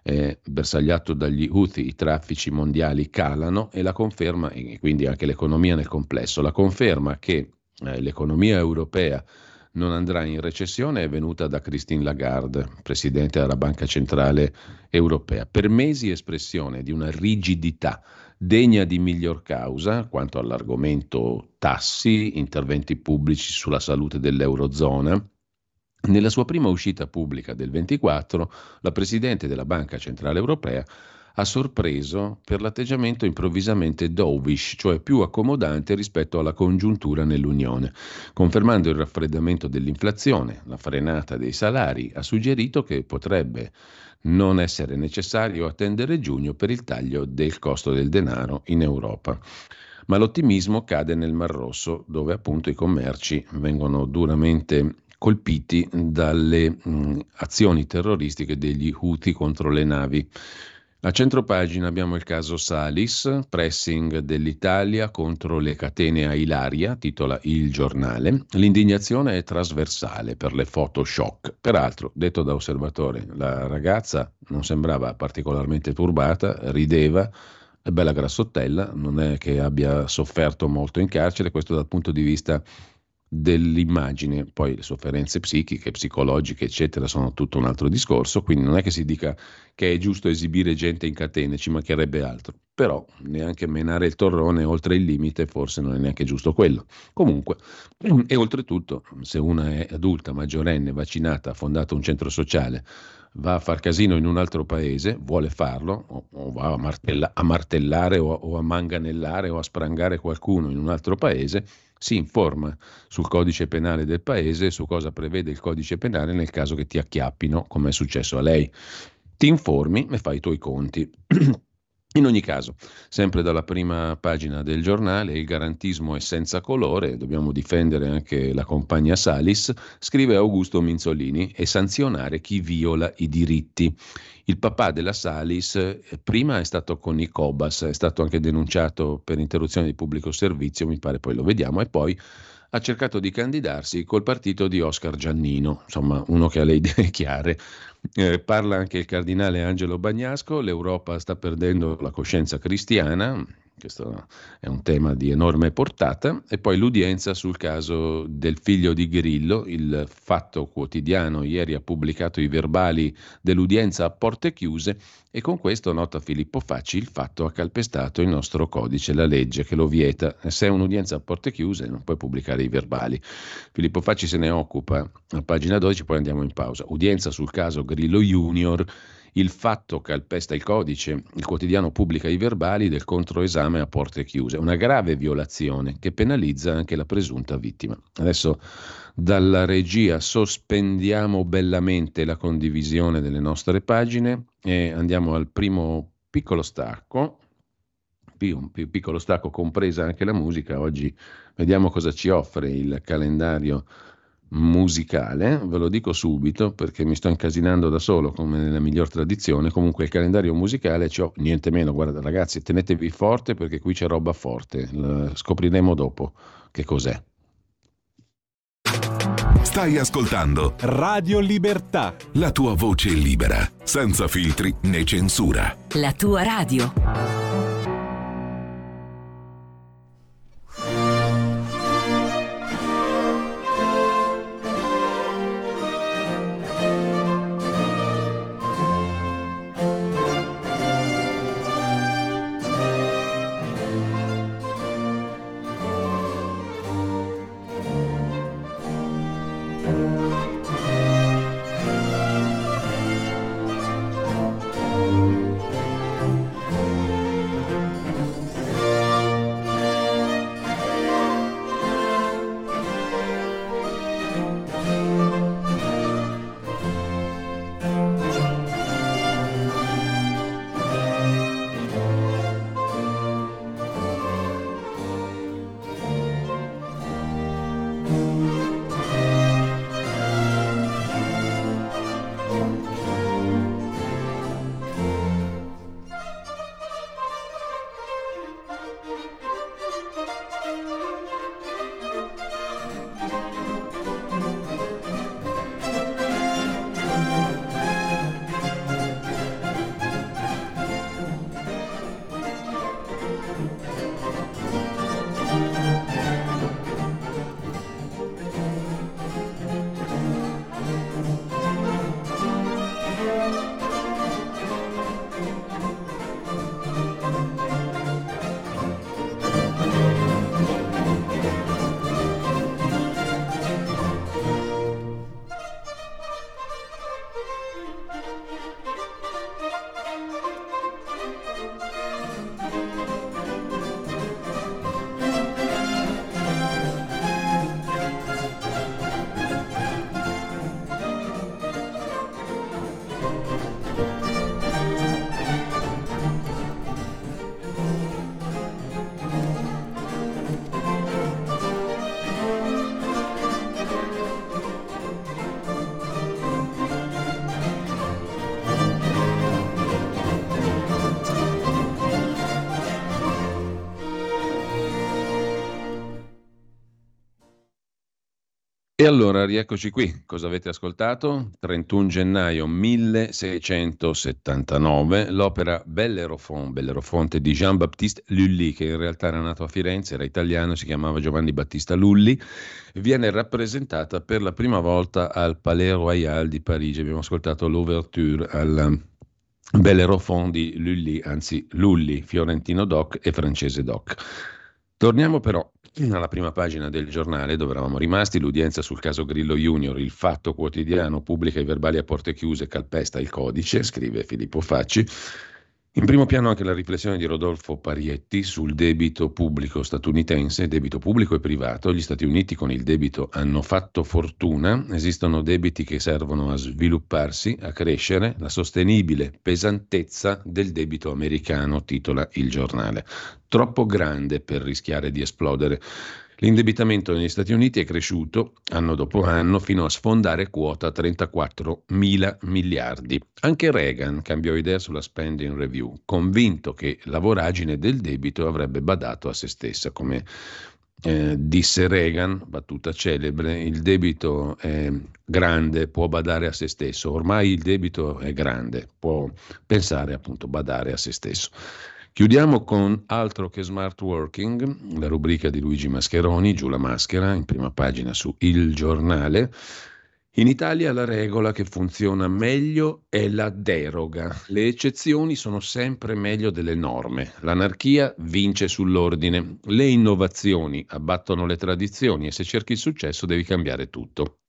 è bersagliato dagli Houthi, i traffici mondiali calano, e la conferma, e quindi anche l'economia nel complesso, la conferma che l'economia europea non andrà in recessione è venuta da Christine Lagarde, presidente della Banca Centrale Europea. Per mesi espressione di una rigidità degna di miglior causa quanto all'argomento tassi, interventi pubblici sulla salute dell'Eurozona. Nella sua prima uscita pubblica del 24, la Presidente della Banca Centrale Europea ha sorpreso per l'atteggiamento improvvisamente dovish, cioè più accomodante rispetto alla congiuntura nell'Unione. Confermando il raffreddamento dell'inflazione, la frenata dei salari, ha suggerito che potrebbe non essere necessario attendere giugno per il taglio del costo del denaro in Europa. Ma l'ottimismo cade nel Mar Rosso, dove appunto i commerci vengono duramente colpiti dalle azioni terroristiche degli Houthi contro le navi. A centropagina abbiamo il caso Salis, pressing dell'Italia contro le catene a Ilaria, titola Il Giornale. L'indignazione è trasversale per le foto shock. Peraltro, detto da osservatore, la ragazza non sembrava particolarmente turbata, rideva, è bella grassottella, non è che abbia sofferto molto in carcere, questo dal punto di vista dell'immagine. Poi le sofferenze psichiche, psicologiche, eccetera, sono tutto un altro discorso, quindi non è che si dica che è giusto esibire gente in catene, ci mancherebbe altro, però neanche menare il torrone oltre il limite forse non è neanche giusto quello. Comunque, e oltretutto, se una è adulta, maggiorenne, vaccinata, ha fondato un centro sociale, va a far casino in un altro paese, vuole farlo, o va a martellare o a manganellare o a sprangare qualcuno in un altro paese, si informa sul codice penale del paese, su cosa prevede il codice penale nel caso che ti acchiappino, come è successo a lei. Ti informi e fai i tuoi conti. In ogni caso, sempre dalla prima pagina del giornale, il garantismo è senza colore, dobbiamo difendere anche la compagnia Salis, scrive Augusto Minzolini, e sanzionare chi viola i diritti. Il papà della Salis prima è stato con i Cobas, è stato anche denunciato per interruzione di pubblico servizio, mi pare, poi lo vediamo, e poi ha cercato di candidarsi col partito di Oscar Giannino, insomma uno che ha le idee chiare. Parla anche il cardinale Angelo Bagnasco, l'Europa sta perdendo la coscienza cristiana, questo è un tema di enorme portata, e poi l'udienza sul caso del figlio di Grillo. Il Fatto Quotidiano ieri ha pubblicato i verbali dell'udienza a porte chiuse e con questo, nota Filippo Facci, il fatto ha calpestato il nostro codice, la legge che lo vieta. Se è un'udienza a porte chiuse non puoi pubblicare i verbali. Filippo Facci se ne occupa a pagina 12, poi andiamo in pausa. Udienza sul caso Grillo Junior. Il Fatto calpesta il codice, il quotidiano pubblica i verbali del controesame a porte chiuse, una grave violazione che penalizza anche la presunta vittima. Adesso dalla regia sospendiamo bellamente la condivisione delle nostre pagine e andiamo al primo piccolo stacco, piccolo stacco compresa anche la musica. Oggi vediamo cosa ci offre il calendario musicale, ve lo dico subito perché mi sto incasinando da solo come nella miglior tradizione. Comunque il calendario musicale c'ho niente meno, guarda ragazzi, tenetevi forte perché qui c'è roba forte, scopriremo dopo che cos'è. Stai ascoltando Radio Libertà, la tua voce libera, senza filtri né censura. La tua radio. E allora, rieccoci qui. Cosa avete ascoltato? 31 gennaio 1679, l'opera Bellerofonte di Jean-Baptiste Lully, che in realtà era nato a Firenze, era italiano, si chiamava Giovanni Battista Lully, viene rappresentata per la prima volta al Palais Royal di Parigi. Abbiamo ascoltato l'ouverture al Bellerofonte di Lully, anzi Lully, fiorentino doc e francese doc. Torniamo però alla prima pagina del giornale dove eravamo rimasti, l'udienza sul caso Grillo Junior, il Fatto Quotidiano pubblica i verbali a porte chiuse, calpesta il codice, scrive Filippo Facci. In primo piano anche la riflessione di Rodolfo Parietti sul debito pubblico statunitense, debito pubblico e privato. Gli Stati Uniti con il debito hanno fatto fortuna, esistono debiti che servono a svilupparsi, a crescere, la sostenibile pesantezza del debito americano, titola il giornale. Troppo grande per rischiare di esplodere. L'indebitamento negli Stati Uniti è cresciuto anno dopo anno fino a sfondare quota 34 mila miliardi. Anche Reagan cambiò idea sulla spending review, convinto che la voragine del debito avrebbe badato a se stessa. Come disse Reagan, battuta celebre, il debito è grande, può badare a se stesso. Ormai il debito è grande, può pensare appunto badare a se stesso. Chiudiamo con altro che smart working, la rubrica di Luigi Mascheroni, giù la maschera, in prima pagina su Il Giornale. In Italia la regola che funziona meglio è la deroga. Le eccezioni sono sempre meglio delle norme. L'anarchia vince sull'ordine. Le innovazioni abbattono le tradizioni e se cerchi il successo devi cambiare tutto.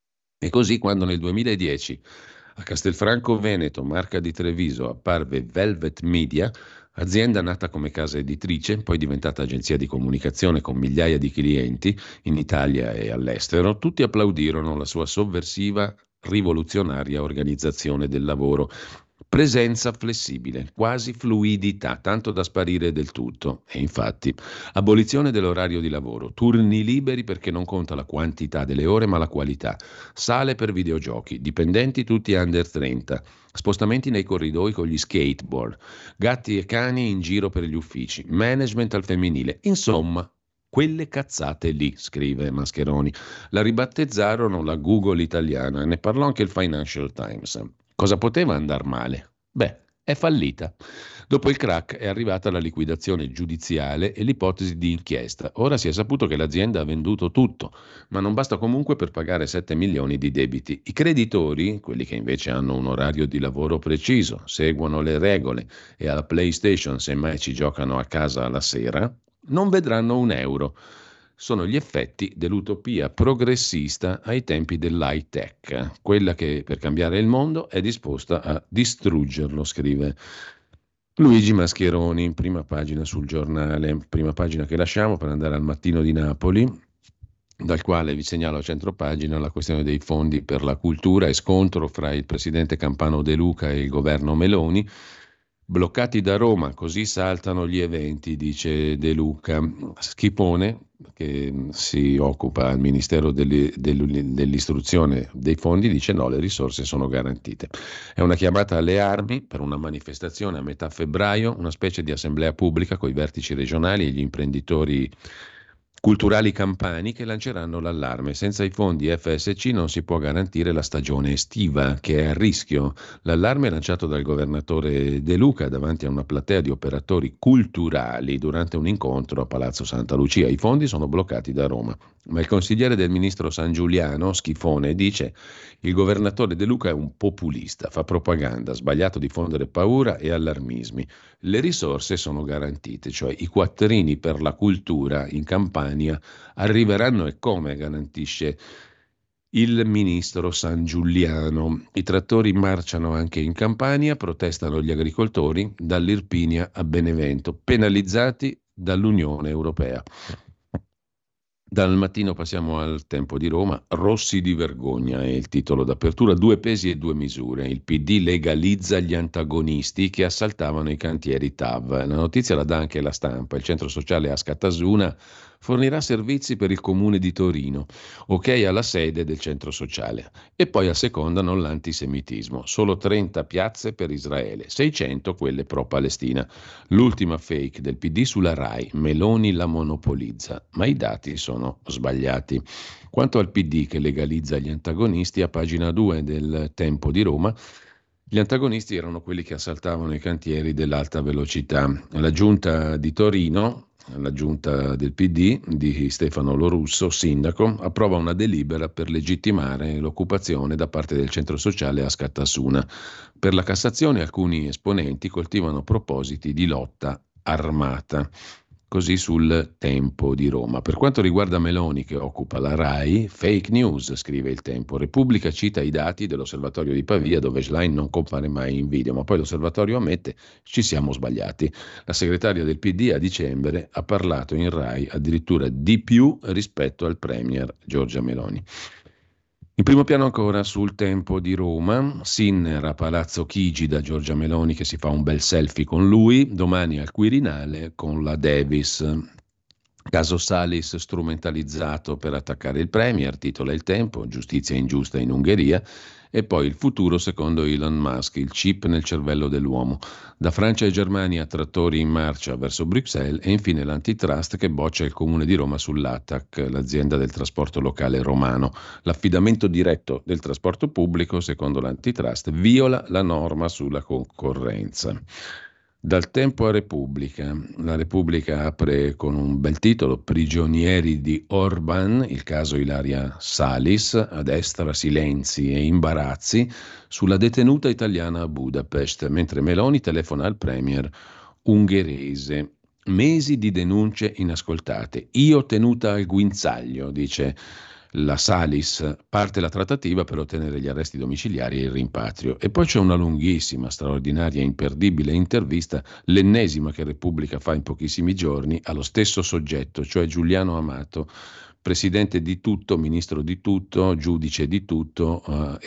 E così quando nel 2010 a Castelfranco Veneto, Marca di Treviso, apparve Velvet Media, azienda nata come casa editrice, poi diventata agenzia di comunicazione con migliaia di clienti in Italia e all'estero, tutti applaudirono la sua sovversiva, rivoluzionaria organizzazione del lavoro. Presenza flessibile, quasi fluidità, tanto da sparire del tutto. E infatti, abolizione dell'orario di lavoro, turni liberi perché non conta la quantità delle ore ma la qualità, sale per videogiochi, dipendenti tutti under 30, spostamenti nei corridoi con gli skateboard, gatti e cani in giro per gli uffici, management al femminile, insomma, quelle cazzate lì, scrive Mascheroni. La ribattezzarono la Google italiana e ne parlò anche il Financial Times. Cosa poteva andar male? Beh, è fallita. Dopo il crack è arrivata la liquidazione giudiziale e l'ipotesi di inchiesta. Ora si è saputo che l'azienda ha venduto tutto, ma non basta comunque per pagare 7 milioni di debiti. I creditori, quelli che invece hanno un orario di lavoro preciso, seguono le regole e alla PlayStation semmai ci giocano a casa alla sera, non vedranno un euro. Sono gli effetti dell'utopia progressista ai tempi dell'high tech, quella che per cambiare il mondo è disposta a distruggerlo, scrive Luigi Mascheroni, prima pagina sul giornale, prima pagina che lasciamo per andare al Mattino di Napoli, dal quale vi segnalo a centropagina la questione dei fondi per la cultura e scontro fra il presidente Campano De Luca e il governo Meloni. Bloccati da Roma, così saltano gli eventi, dice De Luca. Schifone, che si occupa al Ministero dell'Istruzione dei fondi, dice no, le risorse sono garantite. È una chiamata alle armi per una manifestazione a metà febbraio, una specie di assemblea pubblica con i vertici regionali e gli imprenditori culturali campani che lanceranno l'allarme. Senza i fondi FSC non si può garantire la stagione estiva, che è a rischio. L'allarme è lanciato dal governatore De Luca davanti a una platea di operatori culturali durante un incontro a Palazzo Santa Lucia. I fondi sono bloccati da Roma. Ma il consigliere del ministro San Giuliano, Schifone, dice: il governatore De Luca è un populista, fa propaganda, sbagliato diffondere paura e allarmismi. Le risorse sono garantite, cioè i quattrini per la cultura in Campania arriveranno, e come garantisce il ministro San Giuliano. I trattori marciano anche in Campania, protestano gli agricoltori dall'Irpinia a Benevento, penalizzati dall'Unione Europea. Dal Mattino passiamo al Tempo di Roma. Rossi di vergogna è il titolo d'apertura. 2 pesi e 2 misure. Il PD legalizza gli antagonisti che assaltavano i cantieri TAV. La notizia la dà anche La Stampa. Il centro sociale Ascatasuna fornirà servizi per il comune di Torino, ok alla sede del centro sociale. E poi assecondano l'antisemitismo, solo 30 piazze per Israele, 600 quelle pro-Palestina. L'ultima fake del PD sulla RAI, Meloni la monopolizza, ma i dati sono sbagliati. Quanto al PD che legalizza gli antagonisti, a pagina 2 del Tempo di Roma, gli antagonisti erano quelli che assaltavano i cantieri dell'alta velocità. La giunta di Torino, la giunta del PD di Stefano Lorusso, sindaco, approva una delibera per legittimare l'occupazione da parte del centro sociale a Scattassuna. Per la Cassazione alcuni esponenti coltivano propositi di lotta armata. Così sul Tempo di Roma. Per quanto riguarda Meloni, che occupa la RAI, fake news, scrive il Tempo. Repubblica cita i dati dell'osservatorio di Pavia, dove Schlein non compare mai in video, ma poi l'osservatorio ammette ci siamo sbagliati. La segretaria del PD a dicembre ha parlato in RAI addirittura di più rispetto al premier Giorgia Meloni. In primo piano ancora sul Tempo di Roma, Sinner a Palazzo Chigi da Giorgia Meloni che si fa un bel selfie con lui, domani al Quirinale con la Davis. Caso Salis strumentalizzato per attaccare il premier, titola il Tempo, giustizia ingiusta in Ungheria, e poi il futuro secondo Elon Musk, il chip nel cervello dell'uomo. Da Francia e Germania trattori in marcia verso Bruxelles e infine l'antitrust che boccia il comune di Roma sull'ATAC, l'azienda del trasporto locale romano. L'affidamento diretto del trasporto pubblico, secondo l'antitrust, viola la norma sulla concorrenza. Dal Tempo a Repubblica. La Repubblica apre con un bel titolo, Prigionieri di Orban, il caso Ilaria Salis, a destra silenzi e imbarazzi sulla detenuta italiana a Budapest, mentre Meloni telefona al premier ungherese. Mesi di denunce inascoltate. Io tenuta al guinzaglio, dice la Salis, parte la trattativa per ottenere gli arresti domiciliari e il rimpatrio. E poi c'è una lunghissima, straordinaria, imperdibile intervista, l'ennesima che Repubblica fa in pochissimi giorni, allo stesso soggetto, cioè Giuliano Amato, presidente di tutto, ministro di tutto, giudice di tutto,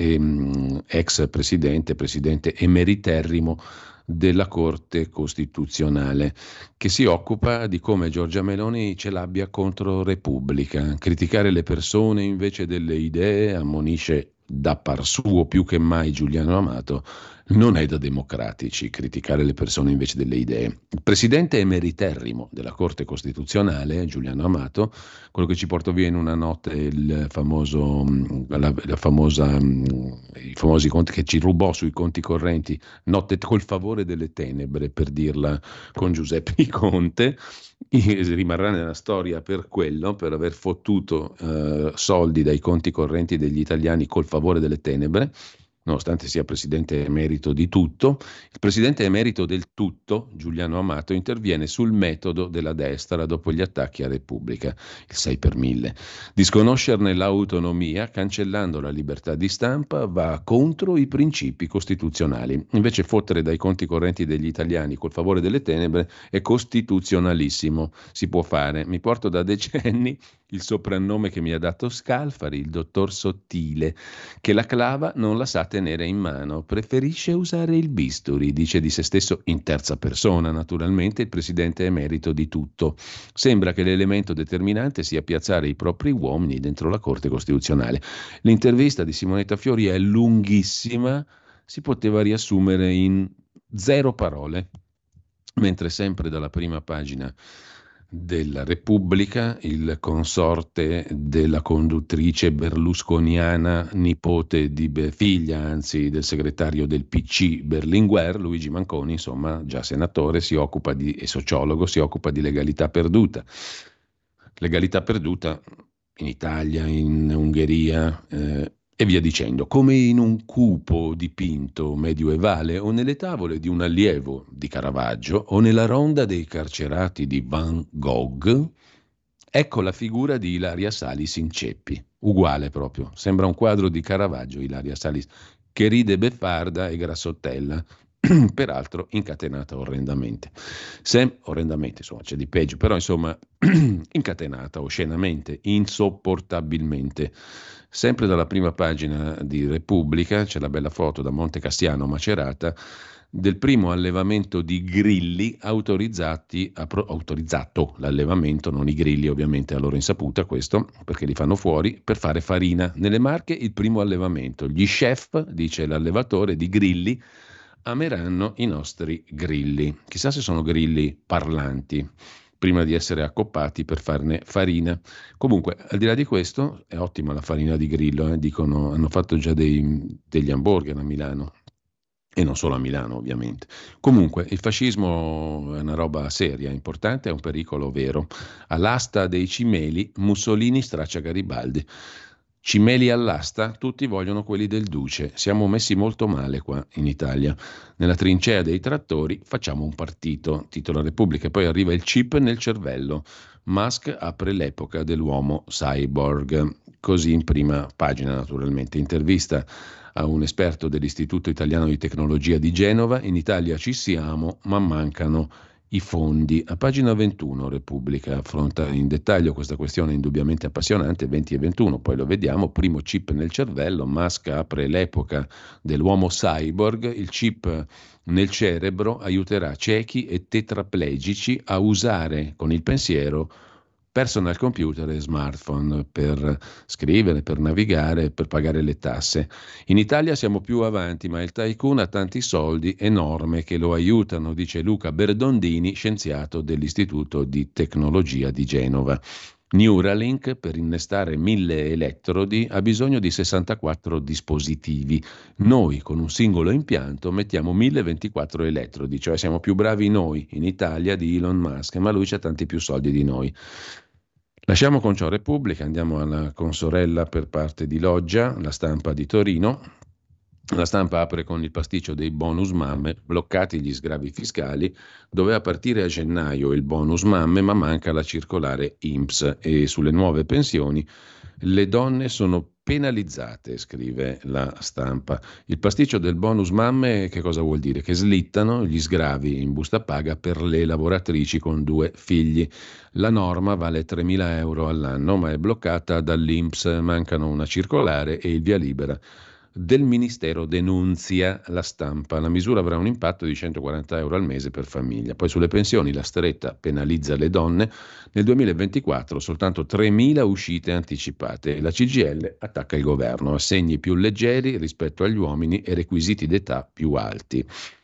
ex presidente emeriterrimo della Corte Costituzionale, che si occupa di come Giorgia Meloni ce l'abbia contro Repubblica. Criticare le persone invece delle idee, ammonisce da par suo più che mai Giuliano Amato, non è da democratici criticare le persone invece delle idee. Il presidente emeriterrimo della Corte Costituzionale, Giuliano Amato, quello che ci portò via in una notte i famosi conti che ci rubò sui conti correnti, notte col favore delle tenebre, per dirla con Giuseppe Conte, rimarrà nella storia per quello, per aver fottuto soldi dai conti correnti degli italiani col favore delle tenebre, nonostante sia presidente emerito di tutto. Il presidente emerito del tutto, Giuliano Amato, interviene sul metodo della destra dopo gli attacchi a Repubblica, il 6 per 1000. Disconoscerne l'autonomia, cancellando la libertà di stampa, va contro i principi costituzionali. Invece fottere dai conti correnti degli italiani col favore delle tenebre è costituzionalissimo, si può fare. Mi porto da decenni il soprannome che mi ha dato Scalfari, il dottor Sottile, che la clava non la sa tenere in mano, preferisce usare il bisturi, dice di se stesso in terza persona, naturalmente, il presidente emerito di tutto. Sembra che l'elemento determinante sia piazzare i propri uomini dentro la Corte Costituzionale. L'intervista di Simonetta Fiori è lunghissima, si poteva riassumere in 0 parole, mentre sempre dalla prima pagina della Repubblica, il consorte della conduttrice berlusconiana, nipote di figlia, anzi, del segretario del PC Berlinguer, Luigi Manconi, insomma, già senatore, e sociologo, si occupa di legalità perduta. Legalità perduta in Italia, in Ungheria, e via dicendo, come in un cupo dipinto medioevale o nelle tavole di un allievo di Caravaggio o nella ronda dei carcerati di Van Gogh, ecco la figura di Ilaria Salis in ceppi, uguale proprio, sembra un quadro di Caravaggio, Ilaria Salis, che ride beffarda e grassottella, peraltro incatenata orrendamente. Orrendamente, insomma, c'è di peggio, però insomma, incatenata oscenamente, insopportabilmente. Sempre dalla prima pagina di Repubblica c'è la bella foto da Monte Cassiano Macerata del primo allevamento di grilli autorizzato l'allevamento, non i grilli ovviamente a loro insaputa, questo perché li fanno fuori, per fare farina. Nelle Marche il primo allevamento. Gli chef, dice l'allevatore, di grilli ameranno i nostri grilli. Chissà se sono grilli parlanti, prima di essere accoppati per farne farina. Comunque, al di là di questo, è ottima la farina di grillo, dicono, hanno fatto già degli hamburger a Milano. E non solo a Milano, ovviamente. Comunque, il fascismo è una roba seria, importante, è un pericolo vero. All'asta dei cimeli, Mussolini straccia Garibaldi. Cimeli all'asta, tutti vogliono quelli del Duce. Siamo messi molto male qua in Italia. Nella trincea dei trattori facciamo un partito, titola Repubblica, e poi arriva il chip nel cervello. Musk apre l'epoca dell'uomo cyborg. Così in prima pagina, naturalmente. Intervista a un esperto dell'Istituto Italiano di Tecnologia di Genova. In Italia ci siamo, ma mancano i fondi. A pagina 21 Repubblica affronta in dettaglio questa questione indubbiamente appassionante, 20 e 21, poi lo vediamo. Primo chip nel cervello, Musk apre l'epoca dell'uomo cyborg. Il chip nel cerebro aiuterà ciechi e tetraplegici a usare con il pensiero personal computer e smartphone per scrivere, per navigare, per pagare le tasse. In Italia siamo più avanti, ma il tycoon ha tanti soldi e norme che lo aiutano, dice Luca Berdondini, scienziato dell'Istituto di Tecnologia di Genova. Neuralink, per innestare 1000 elettrodi, ha bisogno di 64 dispositivi. Noi, con un singolo impianto, mettiamo 1024 elettrodi, cioè siamo più bravi noi in Italia di Elon Musk, ma lui c'ha tanti più soldi di noi. Lasciamo con ciò Repubblica, andiamo alla consorella per parte di Loggia, La Stampa di Torino. La Stampa apre con il pasticcio dei bonus mamme, bloccati gli sgravi fiscali, doveva partire a gennaio il bonus mamme, ma manca la circolare INPS e sulle nuove pensioni le donne sono penalizzate, scrive La Stampa. Il pasticcio del bonus mamme che cosa vuol dire? Che slittano gli sgravi in busta paga per le lavoratrici con 2 figli. La norma vale 3.000 euro all'anno, ma è bloccata dall'INPS, mancano una circolare e il via libera del Ministero, denunzia La Stampa. La misura avrà un impatto di 140 euro al mese per famiglia. Poi sulle pensioni la stretta penalizza le donne. Nel 2024 soltanto 3.000 uscite anticipate. La CGIL attacca il governo, assegni più leggeri rispetto agli uomini e requisiti d'età più alti.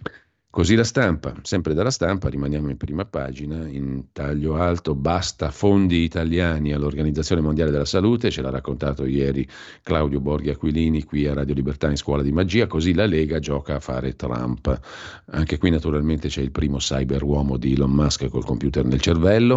Così La Stampa, sempre dalla Stampa, rimaniamo in prima pagina, in taglio alto, basta fondi italiani all'Organizzazione Mondiale della Salute, ce l'ha raccontato ieri Claudio Borghi Aquilini qui a Radio Libertà in Scuola di Magia, così la Lega gioca a fare Trump. Anche qui naturalmente c'è il primo cyber uomo di Elon Musk col computer nel cervello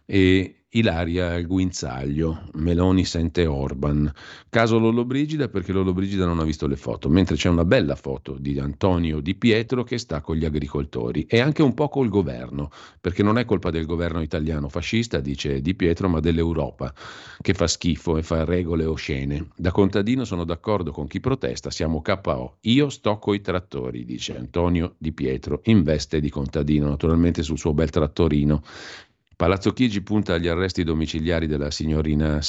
e Ilaria al guinzaglio, Meloni sente Orban. Caso Lollobrigida perché Lollobrigida non ha visto le foto, mentre c'è una bella foto di Antonio Di Pietro che sta con gli agricoltori e anche un po' col governo, perché non è colpa del governo italiano fascista, dice Di Pietro, ma dell'Europa che fa schifo e fa regole oscene. Da contadino sono d'accordo con chi protesta, siamo KO. Io sto coi trattori, dice Antonio Di Pietro, in veste di contadino, naturalmente sul suo bel trattorino. Palazzo Chigi punta agli arresti domiciliari della signora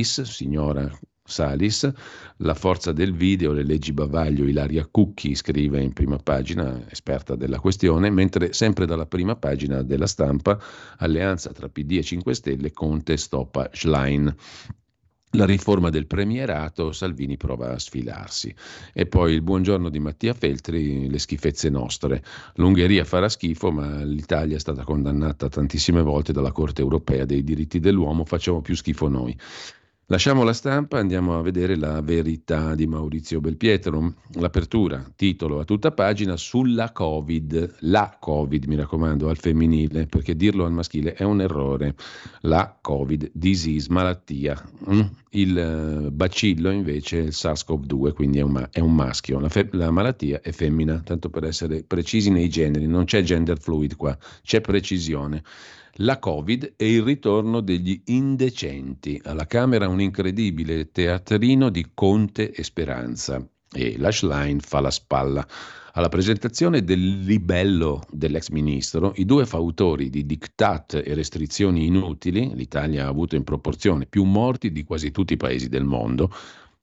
Salis, la forza del video, le leggi bavaglio, Ilaria Cucchi scrive in prima pagina, esperta della questione, mentre sempre dalla prima pagina della Stampa, alleanza tra PD e 5 Stelle, Conte stoppa Schlein. La riforma del premierato, Salvini prova a sfilarsi. E poi il buongiorno di Mattia Feltri, le schifezze nostre. L'Ungheria farà schifo, ma l'Italia è stata condannata tantissime volte dalla Corte Europea dei diritti dell'uomo, facciamo più schifo noi. Lasciamo La Stampa, andiamo a vedere La Verità di Maurizio Belpietro. L'apertura, titolo a tutta pagina sulla Covid. La Covid, mi raccomando, al femminile, perché dirlo al maschile è un errore. La Covid, disease, malattia. Il bacillo invece è il SARS-CoV-2, quindi è un maschio. La malattia è femmina, tanto per essere precisi nei generi. Non c'è gender fluid qua, c'è precisione. La Covid e il ritorno degli indecenti. Alla Camera un incredibile teatrino di Conte e Speranza. E la Schlein fa la spalla. Alla presentazione del libello dell'ex ministro, i 2 fautori di diktat e restrizioni inutili, l'Italia ha avuto in proporzione più morti di quasi tutti i paesi del mondo,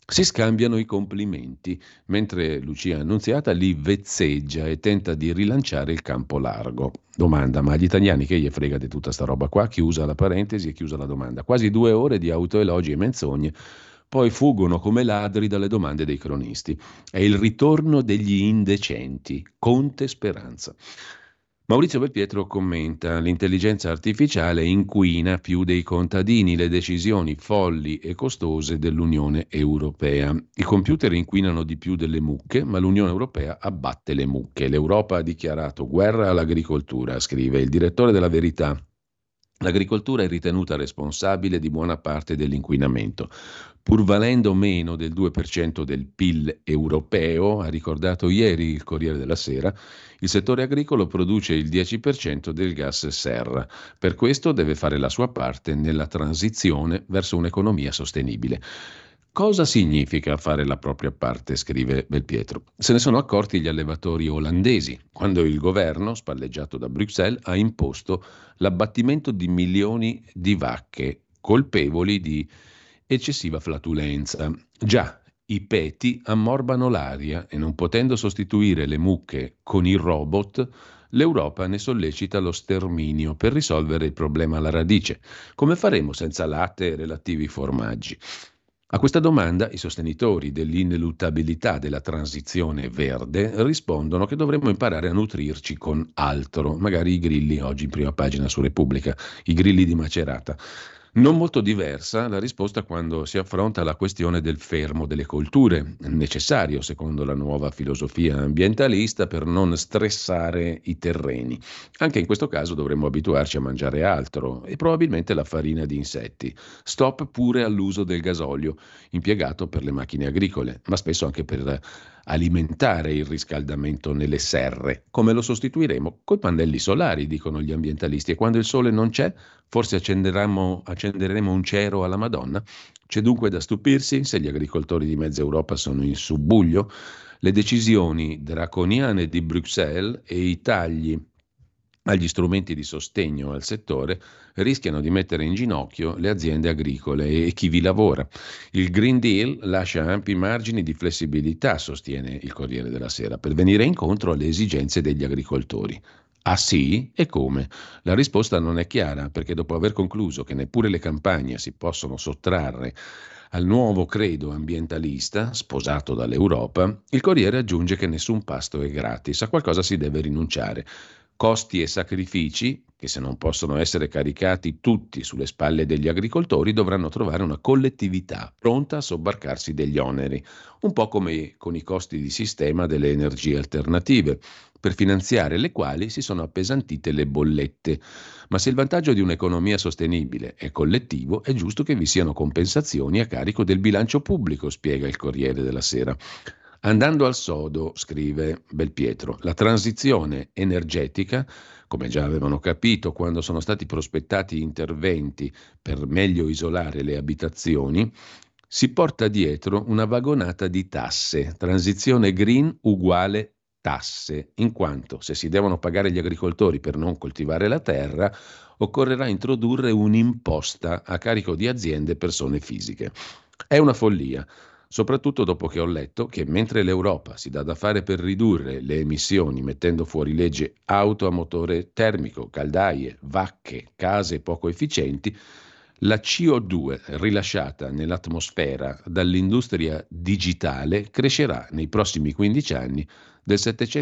Si scambiano i complimenti, mentre Lucia Annunziata li vezzeggia e tenta di rilanciare il campo largo. Domanda, ma agli italiani che gli frega di tutta sta roba qua? Chiusa la parentesi e chiusa la domanda. Quasi 2 ore di autoelogi e menzogne, poi fuggono come ladri dalle domande dei cronisti. È il ritorno degli indecenti, Conte Speranza. Maurizio Belpietro commenta: l'intelligenza artificiale inquina più dei contadini, le decisioni folli e costose dell'Unione Europea. I computer inquinano di più delle mucche, ma l'Unione Europea abbatte le mucche. L'Europa ha dichiarato guerra all'agricoltura, scrive il direttore della Verità. L'agricoltura è ritenuta responsabile di buona parte dell'inquinamento. Pur valendo meno del 2% del PIL europeo, ha ricordato ieri il Corriere della Sera, il settore agricolo produce il 10% del gas serra. Per questo deve fare la sua parte nella transizione verso un'economia sostenibile. Cosa significa fare la propria parte, scrive Belpietro. Se ne sono accorti gli allevatori olandesi, quando il governo, spalleggiato da Bruxelles, ha imposto l'abbattimento di milioni di vacche colpevoli di eccessiva flatulenza. Già, i peti ammorbano l'aria e non potendo sostituire le mucche con i robot, l'Europa ne sollecita lo sterminio per risolvere il problema alla radice. Come faremo senza latte e relativi formaggi? A questa domanda i sostenitori dell'ineluttabilità della transizione verde rispondono che dovremmo imparare a nutrirci con altro, magari i grilli oggi in prima pagina su Repubblica, i grilli di Macerata. Non molto diversa la risposta quando si affronta la questione del fermo delle colture, necessario secondo la nuova filosofia ambientalista per non stressare i terreni. Anche in questo caso dovremmo abituarci a mangiare altro e probabilmente la farina di insetti. Stop pure all'uso del gasolio, impiegato per le macchine agricole, ma spesso anche per alimentare il riscaldamento nelle serre. Come lo sostituiremo? Coi pannelli solari, dicono gli ambientalisti, e quando il sole non c'è, forse accenderemo un cero alla Madonna? C'è dunque da stupirsi se gli agricoltori di mezza Europa sono in subbuglio? Le decisioni draconiane di Bruxelles e i tagli agli strumenti di sostegno al settore rischiano di mettere in ginocchio le aziende agricole e chi vi lavora. Il Green Deal lascia ampi margini di flessibilità, sostiene il Corriere della Sera, per venire incontro alle esigenze degli agricoltori. Ah sì? E come? La risposta non è chiara, perché dopo aver concluso che neppure le campagne si possono sottrarre al nuovo credo ambientalista, sposato dall'Europa, il Corriere aggiunge che nessun pasto è gratis, a qualcosa si deve rinunciare. Costi e sacrifici, che se non possono essere caricati tutti sulle spalle degli agricoltori, dovranno trovare una collettività pronta a sobbarcarsi degli oneri, un po' come con i costi di sistema delle energie alternative, per finanziare le quali si sono appesantite le bollette. Ma se il vantaggio di un'economia sostenibile è collettivo, è giusto che vi siano compensazioni a carico del bilancio pubblico, spiega il Corriere della Sera. Andando al sodo, scrive Belpietro, la transizione energetica, come già avevano capito quando sono stati prospettati interventi per meglio isolare le abitazioni, si porta dietro una vagonata di tasse. Transizione green uguale tasse, in quanto se si devono pagare gli agricoltori per non coltivare la terra, occorrerà introdurre un'imposta a carico di aziende e persone fisiche. È una follia. Soprattutto dopo che ho letto che mentre l'Europa si dà da fare per ridurre le emissioni mettendo fuori legge auto a motore termico, caldaie, vacche, case poco efficienti, la CO2 rilasciata nell'atmosfera dall'industria digitale crescerà nei prossimi 15 anni del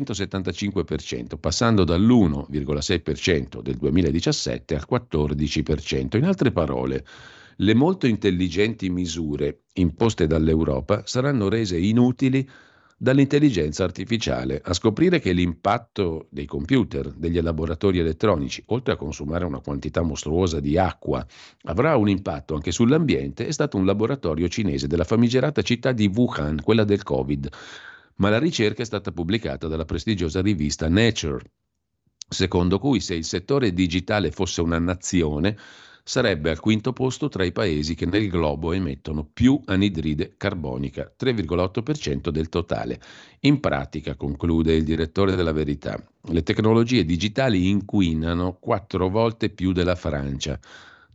775%, passando dall'1,6% del 2017 al 14%. In altre parole, le molto intelligenti misure imposte dall'Europa saranno rese inutili dall'intelligenza artificiale, a scoprire che l'impatto dei computer, degli elaboratori elettronici, oltre a consumare una quantità mostruosa di acqua, avrà un impatto anche sull'ambiente, è stato un laboratorio cinese della famigerata città di Wuhan, quella del Covid. Ma la ricerca è stata pubblicata dalla prestigiosa rivista Nature, secondo cui se il settore digitale fosse una nazione, sarebbe al quinto posto tra i paesi che nel globo emettono più anidride carbonica, 3,8% del totale. In pratica, conclude il direttore della Verità, le tecnologie digitali inquinano 4 volte più della Francia.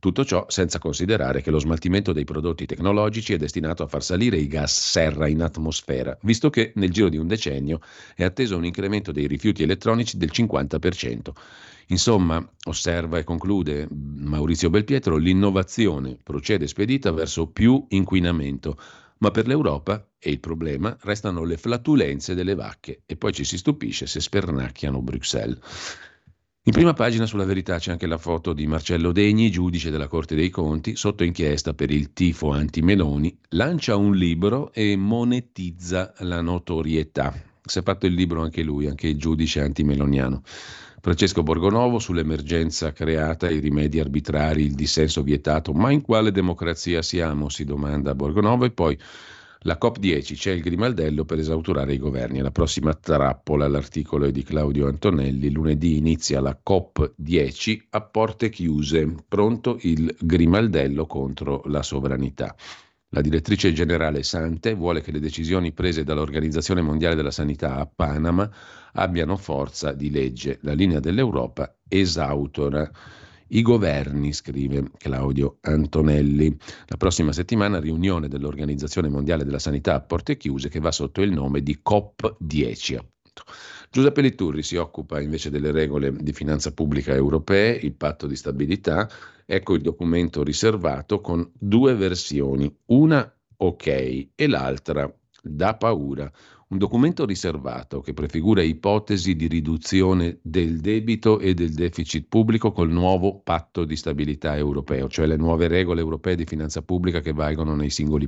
Tutto ciò senza considerare che lo smaltimento dei prodotti tecnologici è destinato a far salire i gas serra in atmosfera, visto che nel giro di un decennio è atteso un incremento dei rifiuti elettronici del 50%. Insomma, osserva e conclude Maurizio Belpietro, l'innovazione procede spedita verso più inquinamento, ma per l'Europa e il problema restano le flatulenze delle vacche e poi ci si stupisce se spernacchiano Bruxelles. In prima pagina sulla Verità c'è anche la foto di Marcello Degni, giudice della Corte dei Conti, sotto inchiesta per il tifo anti-Meloni, lancia un libro e monetizza la notorietà. Si è fatto il libro anche lui, anche il giudice anti-meloniano. Francesco Borgonovo sull'emergenza creata, i rimedi arbitrari, il dissenso vietato, ma in quale democrazia siamo? Si domanda Borgonovo. E poi la COP10, c'è il grimaldello per esautorare i governi. La prossima trappola, l'articolo è di Claudio Antonelli. Lunedì inizia la COP10 a porte chiuse, pronto il grimaldello contro la sovranità. La direttrice generale Sante vuole che le decisioni prese dall'Organizzazione Mondiale della Sanità a Panama abbiano forza di legge. La linea dell'Europa esautora i governi, scrive Claudio Antonelli. La prossima settimana riunione dell'Organizzazione Mondiale della Sanità a porte chiuse che va sotto il nome di COP10. Giuseppe Liturri si occupa invece delle regole di finanza pubblica europee, il patto di stabilità. Ecco il documento riservato con due versioni, una ok e l'altra dà paura. Un documento riservato che prefigura ipotesi di riduzione del debito e del deficit pubblico col nuovo patto di stabilità europeo, cioè le nuove regole europee di finanza pubblica che valgono nei singoli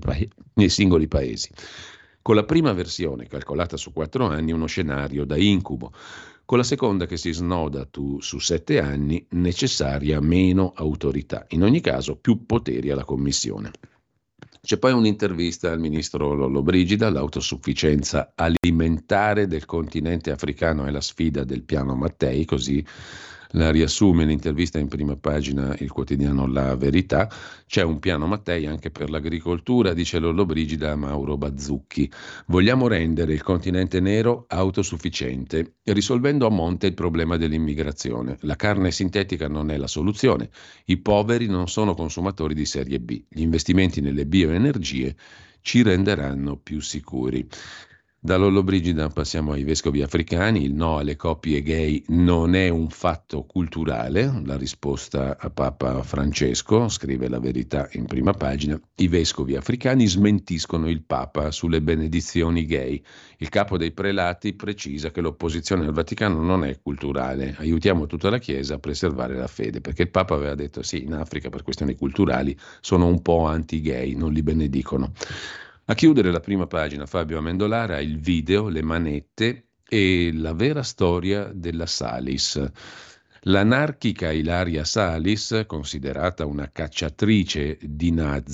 paesi. Con la prima versione, calcolata su 4 anni, uno scenario da incubo. Con la seconda, che si snoda su 7 anni, necessaria meno autorità. In ogni caso, più poteri alla Commissione. C'è poi un'intervista al ministro Lollobrigida, l'autosufficienza alimentare del continente africano è la sfida del piano Mattei, così la riassume l'intervista in prima pagina il quotidiano La Verità. C'è un piano Mattei anche per l'agricoltura, dice Lollobrigida a Mauro Bazzucchi. Vogliamo rendere il continente nero autosufficiente, risolvendo a monte il problema dell'immigrazione. La carne sintetica non è la soluzione. I poveri non sono consumatori di serie B. Gli investimenti nelle bioenergie ci renderanno più sicuri. Da Lollobrigida passiamo ai vescovi africani. Il no alle coppie gay non è un fatto culturale, la risposta a Papa Francesco, scrive La Verità in prima pagina. I vescovi africani smentiscono il Papa sulle benedizioni gay. Il capo dei prelati precisa che l'opposizione al Vaticano non è culturale. Aiutiamo tutta la Chiesa a preservare la fede, perché il Papa aveva detto sì, in Africa per questioni culturali sono un po' anti-gay, non li benedicono. A chiudere la prima pagina Fabio Amendolara, il video, le manette e la vera storia della Salis. L'anarchica Ilaria Salis, considerata una cacciatrice di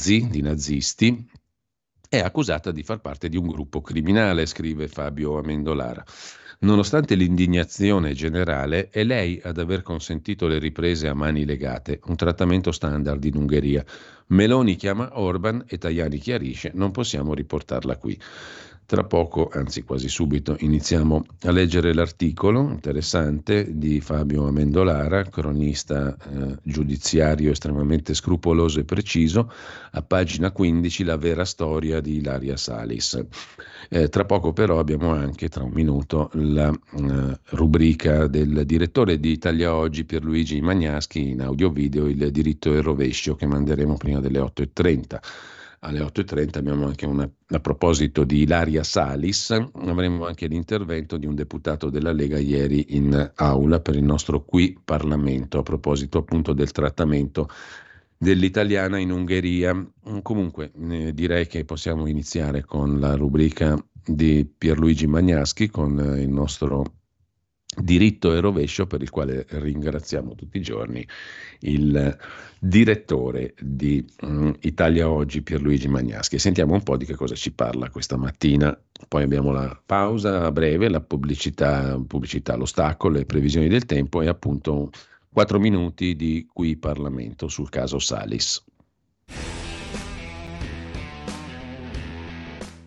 nazisti, è accusata di far parte di un gruppo criminale, scrive Fabio Amendolara. Nonostante l'indignazione generale, è lei ad aver consentito le riprese a mani legate, un trattamento standard in Ungheria. Meloni chiama Orban e Tajani chiarisce: non possiamo riportarla qui. Tra poco, anzi quasi subito, iniziamo a leggere l'articolo interessante di Fabio Amendolara, cronista giudiziario estremamente scrupoloso e preciso, a pagina 15, la vera storia di Ilaria Salis. Tra poco però abbiamo anche, tra un minuto, la rubrica del direttore di Italia Oggi, Pierluigi Magnaschi, in audio-video, il diritto e il rovescio, che manderemo prima delle 8.30. Alle 8.30 abbiamo anche a proposito di Ilaria Salis, avremo anche l'intervento di un deputato della Lega ieri in aula per il nostro qui Parlamento, a proposito appunto del trattamento dell'italiana in Ungheria. Comunque direi che possiamo iniziare con la rubrica di Pierluigi Magnaschi, con il nostro diritto e rovescio, per il quale ringraziamo tutti i giorni il direttore di Italia Oggi, Pierluigi Magnaschi. Sentiamo un po' di che cosa ci parla questa mattina. Poi abbiamo la pausa breve, la pubblicità, lo stacco, le previsioni del tempo e appunto 4 minuti di qui Parlamento sul caso Salis.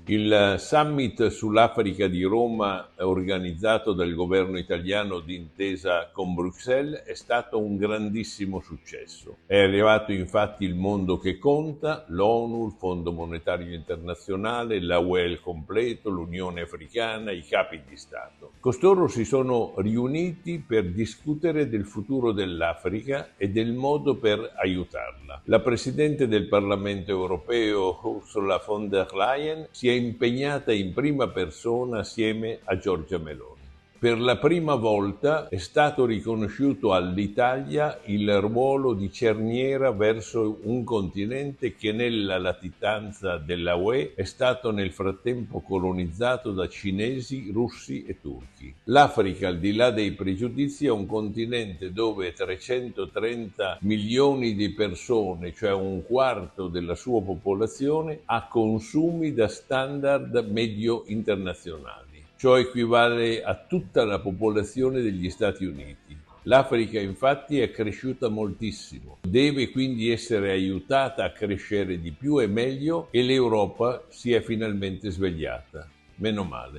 Il summit sull'Africa di Roma, organizzato dal governo italiano d'intesa con Bruxelles, è stato un grandissimo successo. È arrivato infatti il mondo che conta, l'ONU, il Fondo Monetario Internazionale, la UE al completo, l'Unione Africana, i capi di Stato. Costoro si sono riuniti per discutere del futuro dell'Africa e del modo per aiutarla. La Presidente del Parlamento europeo, Ursula von der Leyen, si è impegnata in prima persona assieme a Giorgia Meloni. Per la prima volta è stato riconosciuto all'Italia il ruolo di cerniera verso un continente che nella latitanza della UE è stato nel frattempo colonizzato da cinesi, russi e turchi. L'Africa, al di là dei pregiudizi, è un continente dove 330 milioni di persone, cioè un quarto della sua popolazione, ha consumi da standard medio internazionali. Ciò equivale a tutta la popolazione degli Stati Uniti. L'Africa infatti è cresciuta moltissimo, deve quindi essere aiutata a crescere di più e meglio e l'Europa si è finalmente svegliata. Meno male.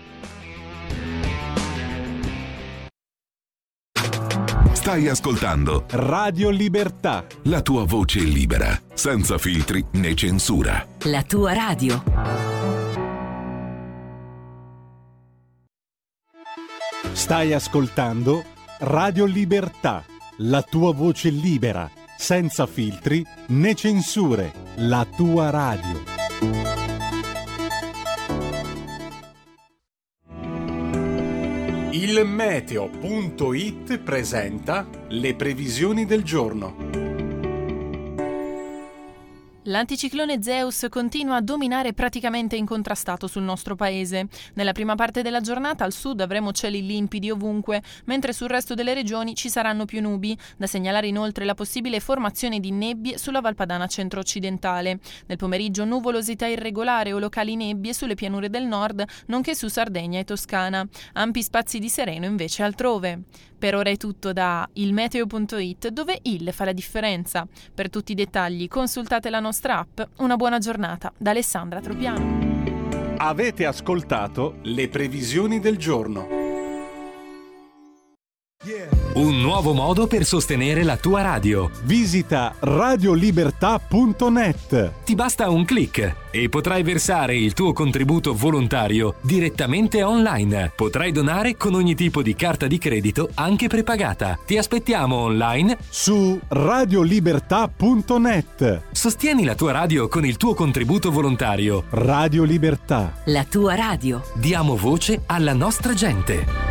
Stai ascoltando Radio Libertà. la tua voce libera, senza filtri né censura. La tua radio. Stai ascoltando Radio Libertà, la tua voce libera, senza filtri né censure, la tua radio. Il meteo.it presenta le previsioni del giorno. L'anticiclone Zeus continua a dominare praticamente incontrastato sul nostro paese. Nella prima parte della giornata al sud avremo cieli limpidi ovunque, mentre sul resto delle regioni ci saranno più nubi. Da segnalare inoltre la possibile formazione di nebbie sulla Valpadana centro-occidentale. Nel pomeriggio nuvolosità irregolare o locali nebbie sulle pianure del nord, nonché su Sardegna e Toscana. Ampi spazi di sereno invece altrove. Per ora è tutto da ilmeteo.it, dove il fa la differenza. Per tutti i dettagli consultate la nostra app. Una buona giornata da Alessandra Tropiano. Avete ascoltato le previsioni del giorno. Un nuovo modo per sostenere la tua radio. Visita radiolibertà.net. Ti basta un click e potrai versare il tuo contributo volontario direttamente online. Potrai donare con ogni tipo di carta di credito, anche prepagata. Ti aspettiamo online su radiolibertà.net. Sostieni la tua radio con il tuo contributo volontario. Radio Libertà. La tua radio. Diamo voce alla nostra gente.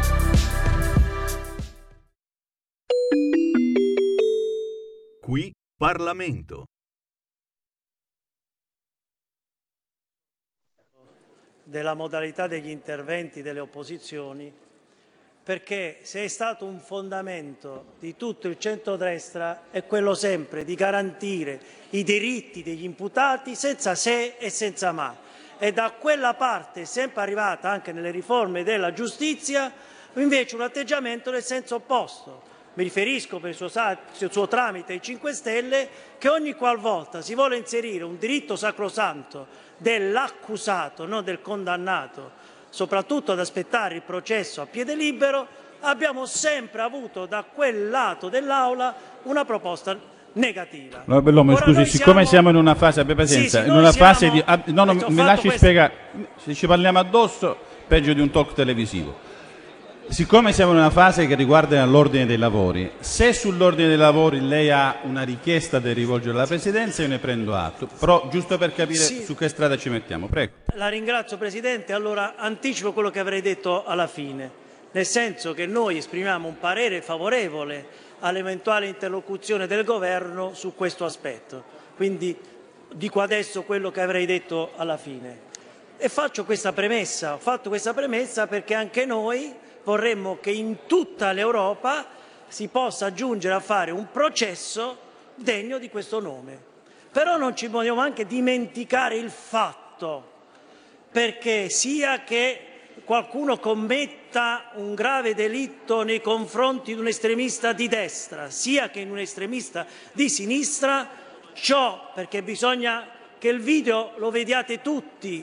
Qui Parlamento. Della modalità degli interventi delle opposizioni, perché se è stato un fondamento di tutto il centrodestra è quello sempre di garantire i diritti degli imputati senza se e senza ma. E da quella parte è sempre arrivata anche nelle riforme della giustizia invece un atteggiamento nel senso opposto. Mi riferisco per il suo tramite ai 5 Stelle che ogni qualvolta si vuole inserire un diritto sacrosanto dell'accusato, non del condannato, soprattutto ad aspettare il processo a piede libero, abbiamo sempre avuto da quel lato dell'Aula una proposta negativa. No, Bellomo, scusi, siccome siamo in una fase, abbia pazienza, in una fase di... No, mi lasci spiegare, se ci parliamo addosso, peggio di un talk televisivo. Siccome siamo in una fase che riguarda l'ordine dei lavori, se sull'ordine dei lavori lei ha una richiesta da rivolgere alla Presidenza, io ne prendo atto, però giusto per capire su che strada ci mettiamo, prego. La ringrazio Presidente, allora anticipo quello che avrei detto alla fine, nel senso che noi esprimiamo un parere favorevole all'eventuale interlocuzione del Governo su questo aspetto, quindi dico adesso quello che avrei detto alla fine. E faccio questa premessa, ho fatto questa premessa perché anche noi vorremmo che in tutta l'Europa si possa giungere a fare un processo degno di questo nome. Però non ci vogliamo anche dimenticare il fatto, perché sia che qualcuno commetta un grave delitto nei confronti di un estremista di destra, sia che in un estremista di sinistra, ciò perché bisogna che il video lo vediate tutti,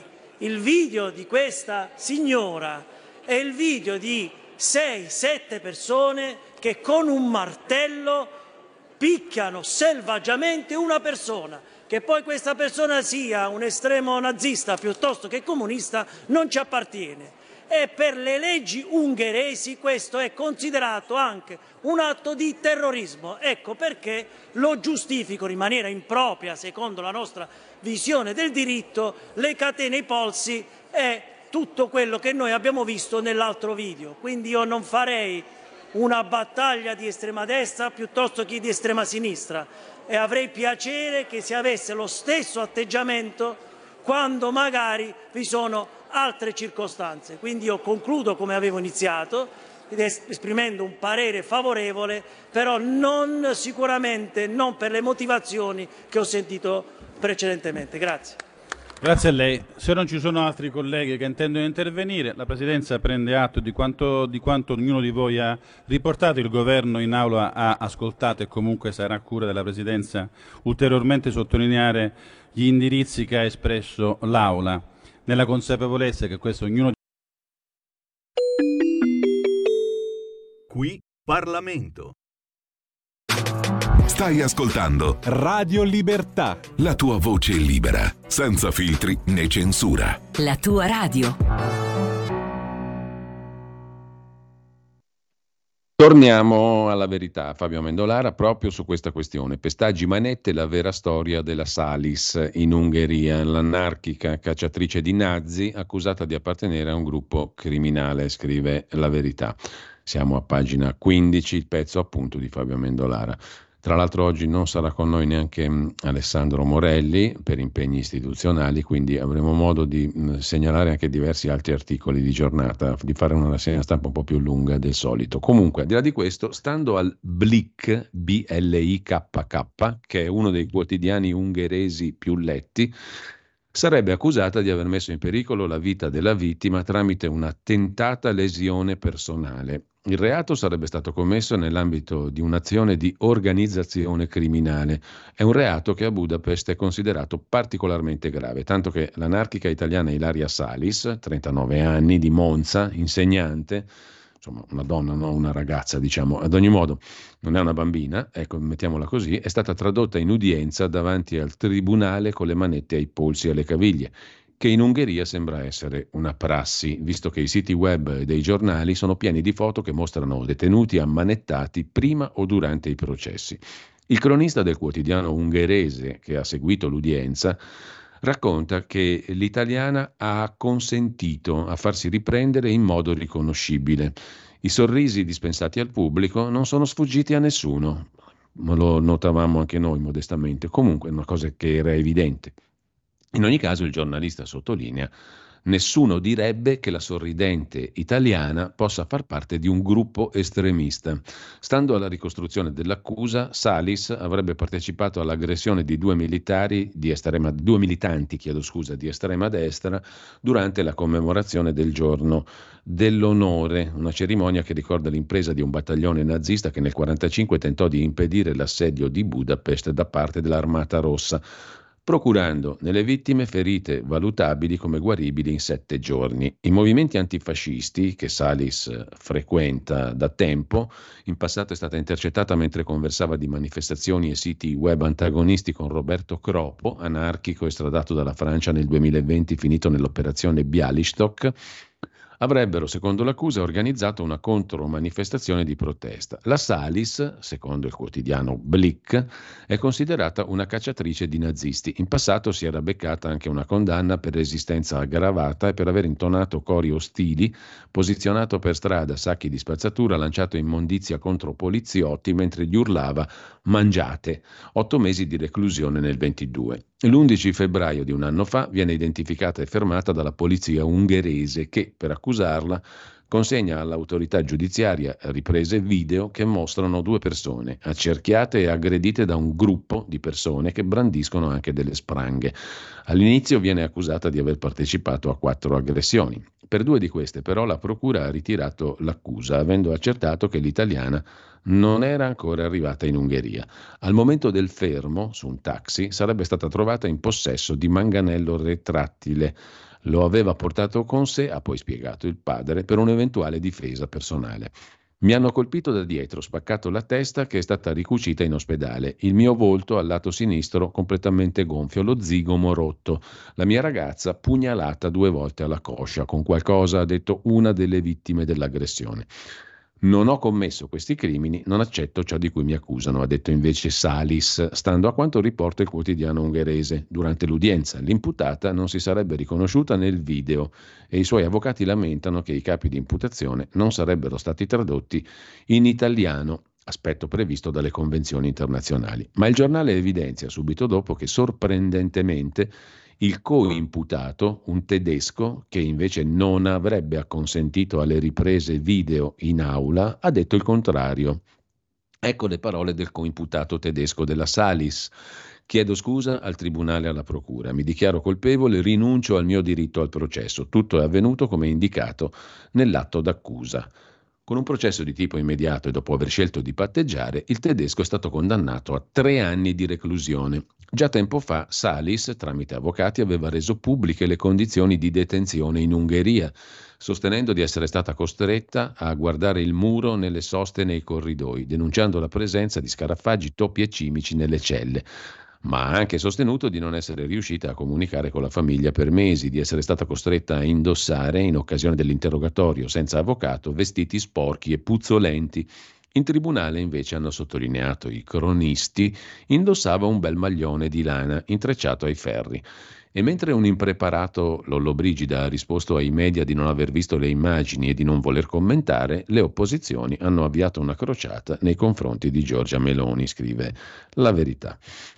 il video di questa signora è il video di 6-7 persone che con un martello picchiano selvaggiamente una persona. Che poi questa persona sia un estremo nazista piuttosto che comunista non ci appartiene. E per le leggi ungheresi questo è considerato anche un atto di terrorismo. Ecco perché lo giustifico in maniera impropria, secondo la nostra visione del diritto, le catene ai polsi e tutto quello che noi abbiamo visto nell'altro video. Quindi io non farei una battaglia di estrema destra piuttosto che di estrema sinistra e avrei piacere che si avesse lo stesso atteggiamento quando magari vi sono altre circostanze. Quindi io concludo come avevo iniziato, esprimendo un parere favorevole, però sicuramente non per le motivazioni che ho sentito precedentemente. Grazie. Grazie a lei. Se non ci sono altri colleghi che intendono intervenire, la Presidenza prende atto di quanto ognuno di voi ha riportato. Il Governo in aula ha ascoltato e comunque sarà a cura della Presidenza ulteriormente sottolineare gli indirizzi che ha espresso l'Aula, nella consapevolezza che questo ognuno. Qui Parlamento. Stai ascoltando Radio Libertà. la tua voce libera, senza filtri né censura. La tua radio. Torniamo alla verità, Fabio Amendolara, proprio su questa questione. Pestaggi manette, la vera storia della Salis in Ungheria, l'anarchica cacciatrice di nazi accusata di appartenere a un gruppo criminale, scrive La Verità. Siamo a pagina 15, il pezzo appunto di Fabio Amendolara. Tra l'altro oggi non sarà con noi neanche Alessandro Morelli per impegni istituzionali, quindi avremo modo di segnalare anche diversi altri articoli di giornata, di fare una rassegna stampa un po' più lunga del solito. Comunque, al di là di questo, stando al Blick, BLIKK, che è uno dei quotidiani ungheresi più letti, sarebbe accusata di aver messo in pericolo la vita della vittima tramite una tentata lesione personale. Il reato sarebbe stato commesso nell'ambito di un'azione di organizzazione criminale. È un reato che a Budapest è considerato particolarmente grave, tanto che l'anarchica italiana Ilaria Salis, 39 anni, di Monza, insegnante, insomma una donna, no? Una ragazza, diciamo, ad ogni modo non è una bambina, ecco, mettiamola così, è stata tradotta in udienza davanti al tribunale con le manette ai polsi e alle caviglie, che in Ungheria sembra essere una prassi, visto che i siti web dei giornali sono pieni di foto che mostrano detenuti ammanettati prima o durante i processi. Il cronista del quotidiano ungherese che ha seguito l'udienza racconta che l'italiana ha acconsentito a farsi riprendere in modo riconoscibile. I sorrisi dispensati al pubblico non sono sfuggiti a nessuno, ma lo notavamo anche noi modestamente. Comunque è una cosa che era evidente. In ogni caso il giornalista sottolinea: nessuno direbbe che la sorridente italiana possa far parte di un gruppo estremista. Stando alla ricostruzione dell'accusa, Salis avrebbe partecipato all'aggressione di due militanti di estrema destra durante la commemorazione del Giorno dell'Onore, una cerimonia che ricorda l'impresa di un battaglione nazista che nel 1945 tentò di impedire l'assedio di Budapest da parte dell'Armata Rossa, procurando nelle vittime ferite valutabili come guaribili in 7 giorni. I movimenti antifascisti, che Salis frequenta da tempo, in passato è stata intercettata mentre conversava di manifestazioni e siti web antagonisti con Roberto Cropo, anarchico estradato dalla Francia nel 2020, finito nell'operazione Bialystok, avrebbero, secondo l'accusa, organizzato una contromanifestazione di protesta. La Salis, secondo il quotidiano Blick, è considerata una cacciatrice di nazisti. In passato si era beccata anche una condanna per resistenza aggravata e per aver intonato cori ostili, posizionato per strada sacchi di spazzatura, lanciato immondizia contro poliziotti mentre gli urlava "mangiate". 8 mesi di reclusione nel 22. L'11 febbraio di un anno fa viene identificata e fermata dalla polizia ungherese che, per accusarla, consegna all'autorità giudiziaria riprese video che mostrano 2 persone accerchiate e aggredite da un gruppo di persone che brandiscono anche delle spranghe. All'inizio viene accusata di aver partecipato a 4 aggressioni. Per 2 di queste, però, la procura ha ritirato l'accusa, avendo accertato che l'italiana non era ancora arrivata in Ungheria. Al momento del fermo, su un taxi, sarebbe stata trovata in possesso di manganello retrattile. Lo aveva portato con sé, ha poi spiegato il padre, per un'eventuale difesa personale. Mi hanno colpito da dietro, spaccato la testa che è stata ricucita in ospedale, il mio volto al lato sinistro completamente gonfio, lo zigomo rotto, la mia ragazza pugnalata 2 volte alla coscia con qualcosa, ha detto una delle vittime dell'aggressione. Non ho commesso questi crimini, non accetto ciò di cui mi accusano, ha detto invece Salis, stando a quanto riporta il quotidiano ungherese. Durante l'udienza l'imputata non si sarebbe riconosciuta nel video e i suoi avvocati lamentano che i capi di imputazione non sarebbero stati tradotti in italiano, aspetto previsto dalle convenzioni internazionali. Ma il giornale evidenzia subito dopo che sorprendentemente il co-imputato, un tedesco che invece non avrebbe acconsentito alle riprese video in aula, ha detto il contrario. Ecco le parole del co-imputato tedesco della Salis. Chiedo scusa al tribunale e alla procura, mi dichiaro colpevole, rinuncio al mio diritto al processo. Tutto è avvenuto come indicato nell'atto d'accusa. Con un processo di tipo immediato e dopo aver scelto di patteggiare, il tedesco è stato condannato a 3 anni di reclusione. Già tempo fa Salis, tramite avvocati, aveva reso pubbliche le condizioni di detenzione in Ungheria, sostenendo di essere stata costretta a guardare il muro nelle soste e nei corridoi, denunciando la presenza di scarafaggi, topi e cimici nelle celle. Ma ha anche sostenuto di non essere riuscita a comunicare con la famiglia per mesi, di essere stata costretta a indossare, in occasione dell'interrogatorio senza avvocato, vestiti sporchi e puzzolenti. In tribunale invece, hanno sottolineato i cronisti, indossava un bel maglione di lana intrecciato ai ferri. E mentre un impreparato Lollobrigida ha risposto ai media di non aver visto le immagini e di non voler commentare, le opposizioni hanno avviato una crociata nei confronti di Giorgia Meloni, scrive La Verità.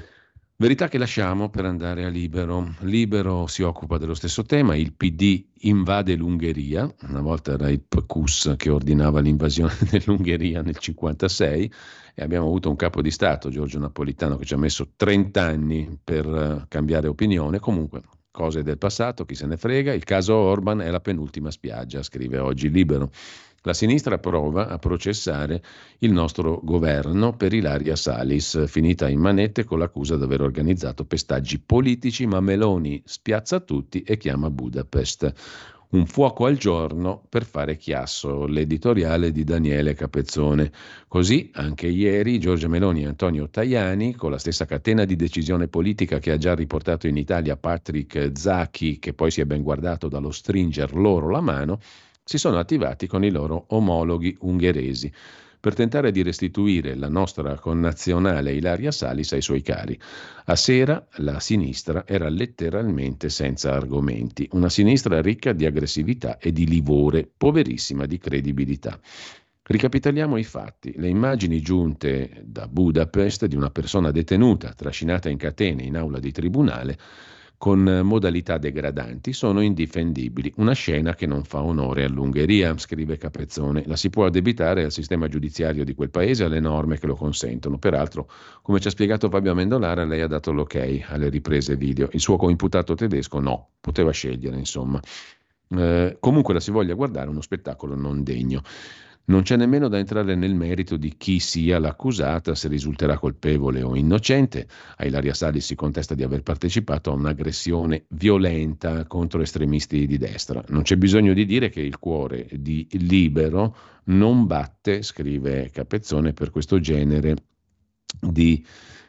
Verità che lasciamo per andare a Libero. Libero si occupa dello stesso tema, il PD invade l'Ungheria, una volta era il PQS che ordinava l'invasione dell'Ungheria nel 1956 e abbiamo avuto un capo di Stato, Giorgio Napolitano, che ci ha messo 30 anni per cambiare opinione. Comunque, cose del passato, chi se ne frega, il caso Orban è la penultima spiaggia, scrive oggi Libero. La sinistra prova a processare il nostro governo per Ilaria Salis, finita in manette con l'accusa di aver organizzato pestaggi politici, ma Meloni spiazza tutti e chiama Budapest. Un fuoco al giorno per fare chiasso, l'editoriale di Daniele Capezzone. Così anche ieri Giorgia Meloni e Antonio Tajani, con la stessa catena di decisione politica che ha già riportato in Italia Patrick Zaki, che poi si è ben guardato dallo stringer loro la mano, si sono attivati con i loro omologhi ungheresi per tentare di restituire la nostra connazionale Ilaria Salis ai suoi cari. A sera la sinistra era letteralmente senza argomenti, una sinistra ricca di aggressività e di livore, poverissima di credibilità. Ricapitoliamo i fatti. Le immagini giunte da Budapest di una persona detenuta, trascinata in catene in aula di tribunale, con modalità degradanti, sono indifendibili. Una scena che non fa onore all'Ungheria, scrive Capezzone. La si può addebitare al sistema giudiziario di quel paese e alle norme che lo consentono. Peraltro, come ci ha spiegato Fabio Amendolara, lei ha dato l'ok alle riprese video. Il suo coimputato tedesco no, poteva scegliere, insomma. Comunque la si voglia guardare, uno spettacolo non degno. Non c'è nemmeno da entrare nel merito di chi sia l'accusata, se risulterà colpevole o innocente. A Ilaria Salis si contesta di aver partecipato a un'aggressione violenta contro estremisti di destra. Non c'è bisogno di dire che il cuore di Libero non batte, scrive Capezzone, per questo genere di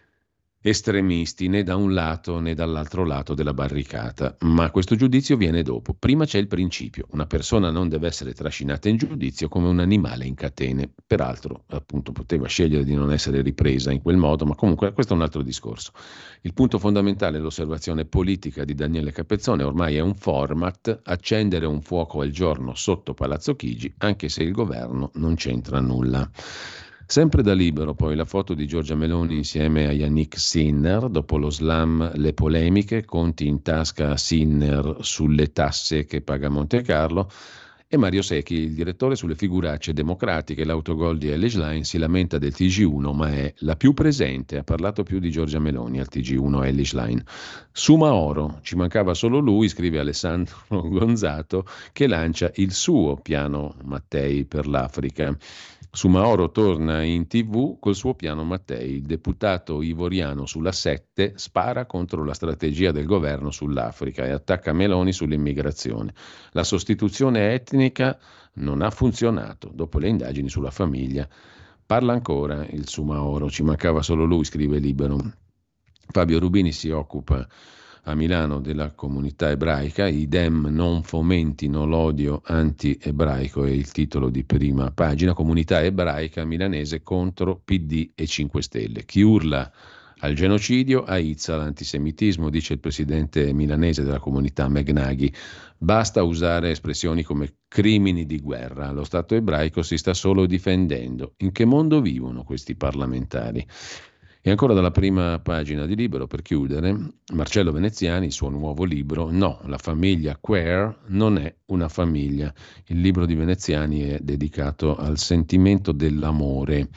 estremisti né da un lato né dall'altro lato della barricata, ma questo giudizio viene dopo. Prima c'è il principio: una persona non deve essere trascinata in giudizio come un animale in catene. Peraltro, appunto, poteva scegliere di non essere ripresa in quel modo, ma comunque questo è un altro discorso. Il punto fondamentale è l'osservazione politica di Daniele Capezzone. Ormai è un format: accendere un fuoco al giorno sotto Palazzo Chigi, anche se il governo non c'entra nulla. Sempre da Libero poi la foto di Giorgia Meloni insieme a Yannick Sinner, dopo lo slam le polemiche, conti in tasca a Sinner sulle tasse che paga Monte Carlo, e Mario Secchi, il direttore sulle figuracce democratiche. L'autogol di Elly Schlein si lamenta del TG1, ma è la più presente, ha parlato più di Giorgia Meloni al TG1 Elly Schlein. Suma oro, ci mancava solo lui, scrive Alessandro Gonzato, che lancia il suo piano Mattei per l'Africa. Soumahoro torna in TV col suo piano Mattei. Il deputato ivoriano sulla 7 spara contro la strategia del governo sull'Africa e attacca Meloni sull'immigrazione. La sostituzione etnica non ha funzionato dopo le indagini sulla famiglia. Parla ancora il Soumahoro, ci mancava solo lui, scrive Libero. Fabio Rubini si occupa a Milano della comunità ebraica, i Dem non fomentino l'odio anti-ebraico è il titolo di prima pagina, comunità ebraica milanese contro PD e 5 Stelle. Chi urla al genocidio aizza l'antisemitismo, dice il presidente milanese della comunità Megnaghi. Basta usare espressioni come crimini di guerra, lo Stato ebraico si sta solo difendendo. In che mondo vivono questi parlamentari? E ancora dalla prima pagina di Libero, per chiudere, Marcello Veneziani, il suo nuovo libro, No, la famiglia queer non è una famiglia. Il libro di Veneziani è dedicato al sentimento dell'amore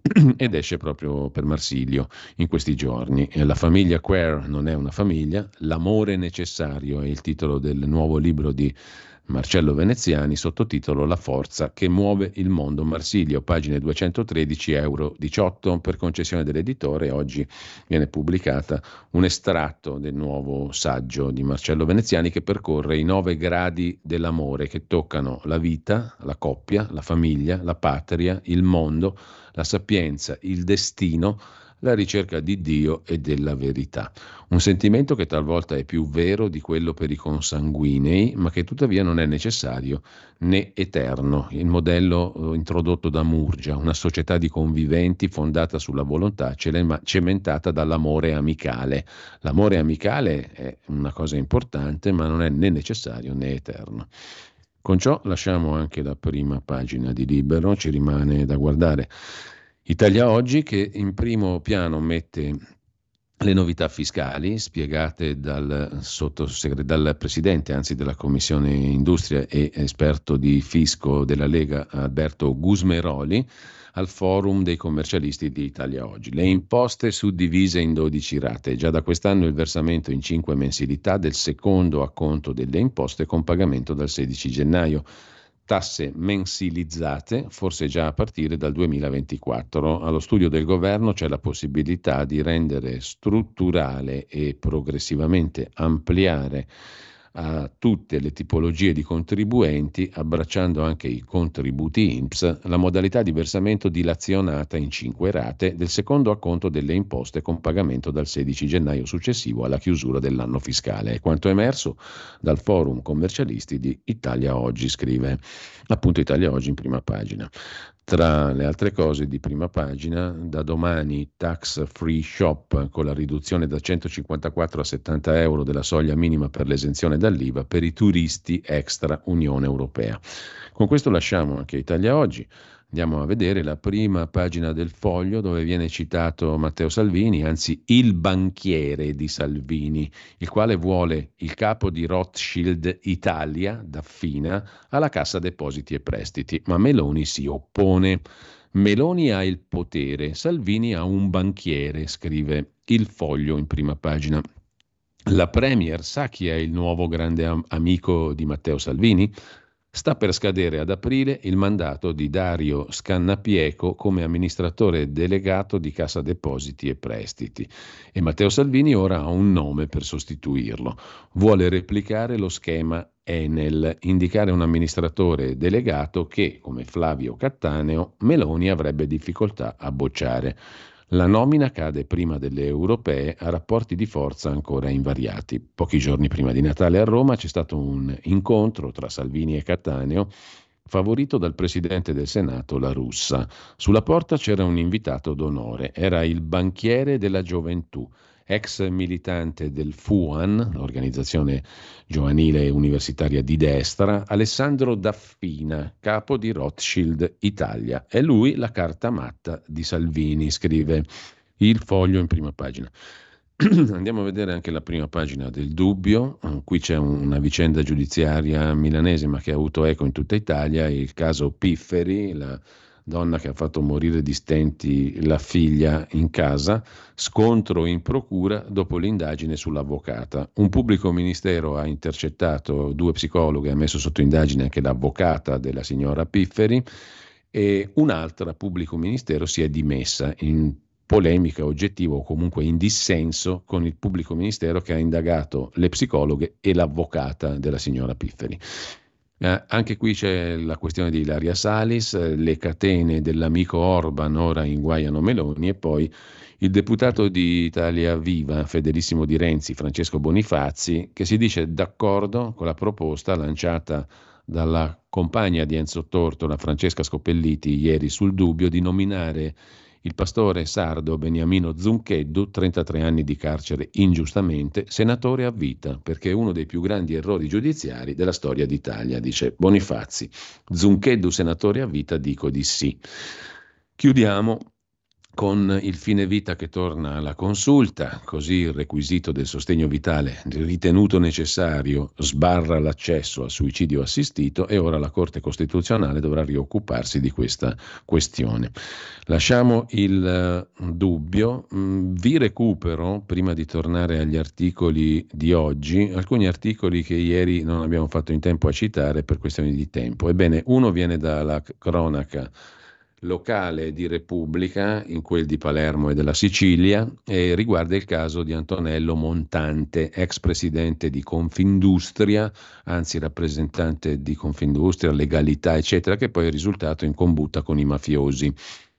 ed esce proprio per Marsilio in questi giorni. La famiglia queer non è una famiglia, l'amore necessario è il titolo del nuovo libro di Marcello Veneziani, sottotitolo La forza che muove il mondo. Marsilio, pagine 213, euro 18 per concessione dell'editore. Oggi viene pubblicata un estratto del nuovo saggio di Marcello Veneziani che percorre i 9 gradi dell'amore che toccano la vita, la coppia, la famiglia, la patria, il mondo, la sapienza, il destino, la ricerca di Dio e della verità. Un sentimento che talvolta è più vero di quello per i consanguinei, ma che tuttavia non è necessario né eterno. Il modello introdotto da Murgia, una società di conviventi fondata sulla volontà cementata dall'amore amicale. L'amore amicale è una cosa importante, ma non è né necessario né eterno. Con ciò lasciamo anche la prima pagina di Libero, ci rimane da guardare Italia Oggi, che in primo piano mette le novità fiscali spiegate dal presidente, anzi della Commissione Industria e esperto di fisco della Lega, Alberto Gusmeroli, al forum dei commercialisti di Italia Oggi. Le imposte suddivise in 12 rate. Già da quest'anno il versamento in 5 mensilità del secondo acconto delle imposte con pagamento dal 16 gennaio. Tasse mensilizzate, forse già a partire dal 2024. Allo studio del governo c'è la possibilità di rendere strutturale e progressivamente ampliare a tutte le tipologie di contribuenti, abbracciando anche i contributi INPS, la modalità di versamento dilazionata in 5 rate del secondo acconto delle imposte con pagamento dal 16 gennaio successivo alla chiusura dell'anno fiscale. È quanto emerso dal forum commercialisti di Italia Oggi, scrive appunto Italia Oggi in prima pagina. Tra le altre cose di prima pagina, da domani tax free shop con la riduzione da 154 a 70 euro della soglia minima per l'esenzione dall'IVA per i turisti extra Unione Europea. Con questo lasciamo anche Italia Oggi. Andiamo a vedere la prima pagina del Foglio, dove viene citato Matteo Salvini, anzi il banchiere di Salvini, il quale vuole il capo di Rothschild Italia, Daffina, alla Cassa Depositi e Prestiti, ma Meloni si oppone. Meloni ha il potere, Salvini ha un banchiere, scrive il Foglio in prima pagina. La Premier sa chi è il nuovo grande amico di Matteo Salvini? Sta per scadere ad aprile il mandato di Dario Scannapieco come amministratore delegato di Cassa Depositi e Prestiti e Matteo Salvini ora ha un nome per sostituirlo. Vuole replicare lo schema Enel, indicare un amministratore delegato che, come Flavio Cattaneo, Meloni avrebbe difficoltà a bocciare. La nomina cade prima delle europee a rapporti di forza ancora invariati. Pochi giorni prima di Natale a Roma c'è stato un incontro tra Salvini e Cattaneo, favorito dal presidente del Senato La Russa. Sulla porta c'era un invitato d'onore, era il banchiere della gioventù, ex militante del FUAN, l'organizzazione giovanile universitaria di destra, Alessandro Daffina, capo di Rothschild Italia. È lui la carta matta di Salvini, scrive il Foglio in prima pagina. Andiamo a vedere anche la prima pagina del Dubbio. Qui c'è una vicenda giudiziaria milanese ma che ha avuto eco in tutta Italia, il caso Pifferi, la donna che ha fatto morire di stenti la figlia in casa, scontro in procura dopo l'indagine sull'avvocata. Un pubblico ministero ha intercettato 2 psicologhe, ha messo sotto indagine anche l'avvocata della signora Pifferi e un'altra pubblico ministero si è dimessa in polemica oggettiva o comunque in dissenso con il pubblico ministero che ha indagato le psicologhe e l'avvocata della signora Pifferi. Anche qui c'è la questione di Ilaria Salis, le catene dell'amico Orban ora inguaiano Meloni, e poi il deputato di Italia Viva, fedelissimo di Renzi, Francesco Bonifazi, che si dice d'accordo con la proposta lanciata dalla compagna di Enzo Tortora, Francesca Scopelliti, ieri sul Dubbio, di nominare il pastore sardo Beniamino Zuncheddu, 33 anni di carcere ingiustamente, senatore a vita, perché è uno dei più grandi errori giudiziari della storia d'Italia, dice Bonifazi. Zuncheddu senatore a vita, dico di sì. Chiudiamo con il fine vita che torna alla consulta, così il requisito del sostegno vitale ritenuto necessario sbarra l'accesso al suicidio assistito e ora la Corte Costituzionale dovrà rioccuparsi di questa questione. Lasciamo il dubbio, vi recupero, prima di tornare agli articoli di oggi, alcuni articoli che ieri non abbiamo fatto in tempo a citare per questioni di tempo. Ebbene, uno viene dalla cronaca locale di Repubblica, in quel di Palermo e della Sicilia, e riguarda il caso di Antonello Montante, ex presidente di Confindustria, anzi rappresentante di Confindustria, legalità eccetera, che poi è risultato in combutta con i mafiosi.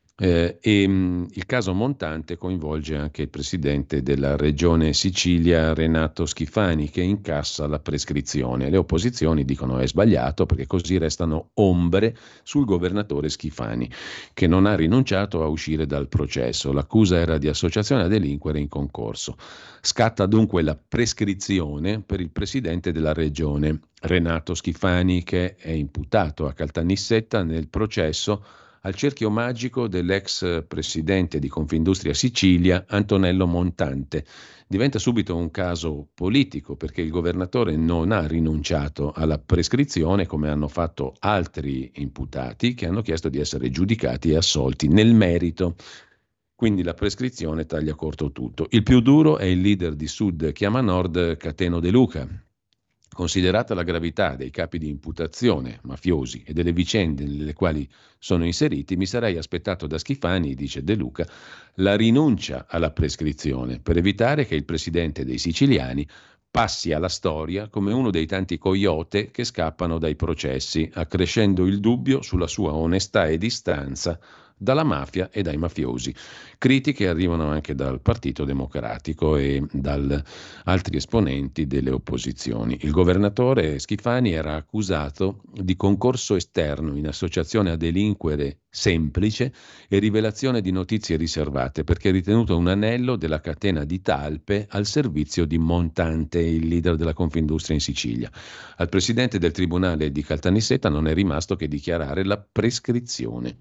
Il caso Montante coinvolge anche il presidente della regione Sicilia, Renato Schifani, che incassa la prescrizione. Le opposizioni dicono è sbagliato perché così restano ombre sul governatore Schifani, che non ha rinunciato a uscire dal processo. L'accusa era di associazione a delinquere in concorso. Scatta dunque la prescrizione per il presidente della regione, Renato Schifani, che è imputato a Caltanissetta nel processo al cerchio magico dell'ex presidente di Confindustria Sicilia, Antonello Montante. Diventa subito un caso politico perché il governatore non ha rinunciato alla prescrizione come hanno fatto altri imputati che hanno chiesto di essere giudicati e assolti nel merito. Quindi la prescrizione taglia corto tutto. Il più duro è il leader di Sud Chiama Nord, Cateno De Luca. Considerata la gravità dei capi di imputazione mafiosi e delle vicende nelle quali sono inseriti, mi sarei aspettato da Schifani, dice De Luca, la rinuncia alla prescrizione per evitare che il presidente dei siciliani passi alla storia come uno dei tanti coyote che scappano dai processi, accrescendo il dubbio sulla sua onestà e distanza dalla mafia e dai mafiosi. Critiche arrivano anche dal Partito Democratico e da altri esponenti delle opposizioni. Il governatore Schifani era accusato di concorso esterno in associazione a delinquere semplice e rivelazione di notizie riservate perché è ritenuto un anello della catena di talpe al servizio di Montante, il leader della Confindustria in Sicilia. Al presidente del tribunale di Caltanissetta non è rimasto che dichiarare la prescrizione.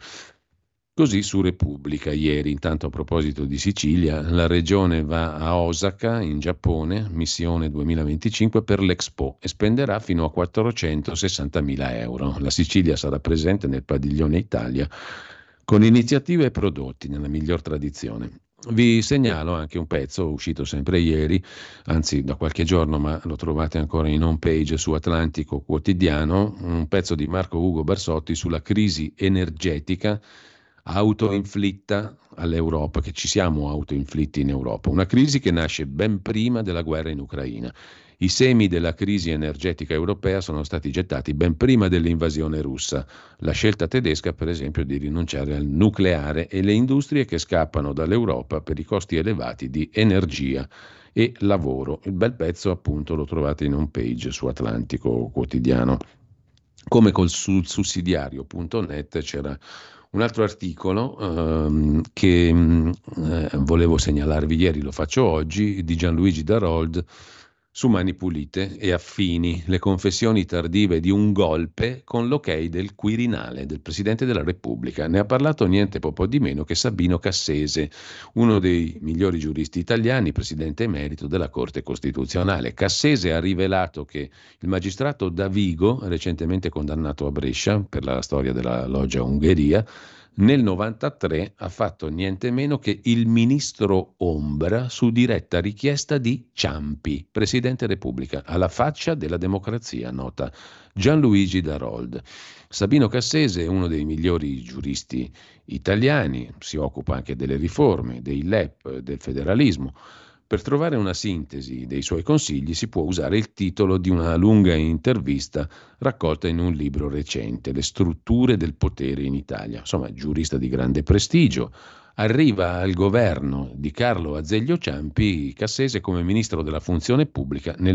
Così su Repubblica ieri. Intanto, a proposito di Sicilia, la regione va a Osaka in Giappone, missione 2025 per l'Expo, e spenderà fino a 460.000 euro. La Sicilia sarà presente nel padiglione Italia con iniziative e prodotti nella miglior tradizione. Vi segnalo anche un pezzo uscito sempre ieri, anzi da qualche giorno, ma lo trovate ancora in home page su Atlantico Quotidiano, un pezzo di Marco Ugo Barsotti sulla crisi energetica autoinflitta all'Europa, che ci siamo autoinflitti in Europa, una crisi che nasce ben prima della guerra in Ucraina. I semi della crisi energetica europea sono stati gettati ben prima dell'invasione russa. La scelta tedesca, per esempio, di rinunciare al nucleare e le industrie che scappano dall'Europa per i costi elevati di energia e lavoro. Il bel pezzo, appunto, lo trovate in home page su Atlantico Quotidiano. Come sul sussidiario.net c'era un altro articolo che volevo segnalarvi ieri, lo faccio oggi, di Gianluigi Darold su Mani Pulite e Affini, le confessioni tardive di un golpe con l'ok del Quirinale, del Presidente della Repubblica. Ne ha parlato niente po' di meno che Sabino Cassese, uno dei migliori giuristi italiani, Presidente emerito della Corte Costituzionale. Cassese ha rivelato che il magistrato Davigo, recentemente condannato a Brescia per la storia della loggia Ungheria, Nel 93 ha fatto niente meno che il ministro ombra su diretta richiesta di Ciampi, Presidente Repubblica, alla faccia della democrazia, nota Gianluigi Darold. Sabino Cassese è uno dei migliori giuristi italiani, si occupa anche delle riforme, dei LEP, del federalismo. Per trovare una sintesi dei suoi consigli si può usare il titolo di una lunga intervista raccolta in un libro recente, Le strutture del potere in Italia. Insomma, giurista di grande prestigio. Arriva al governo di Carlo Azeglio Ciampi Cassese come ministro della funzione pubblica nel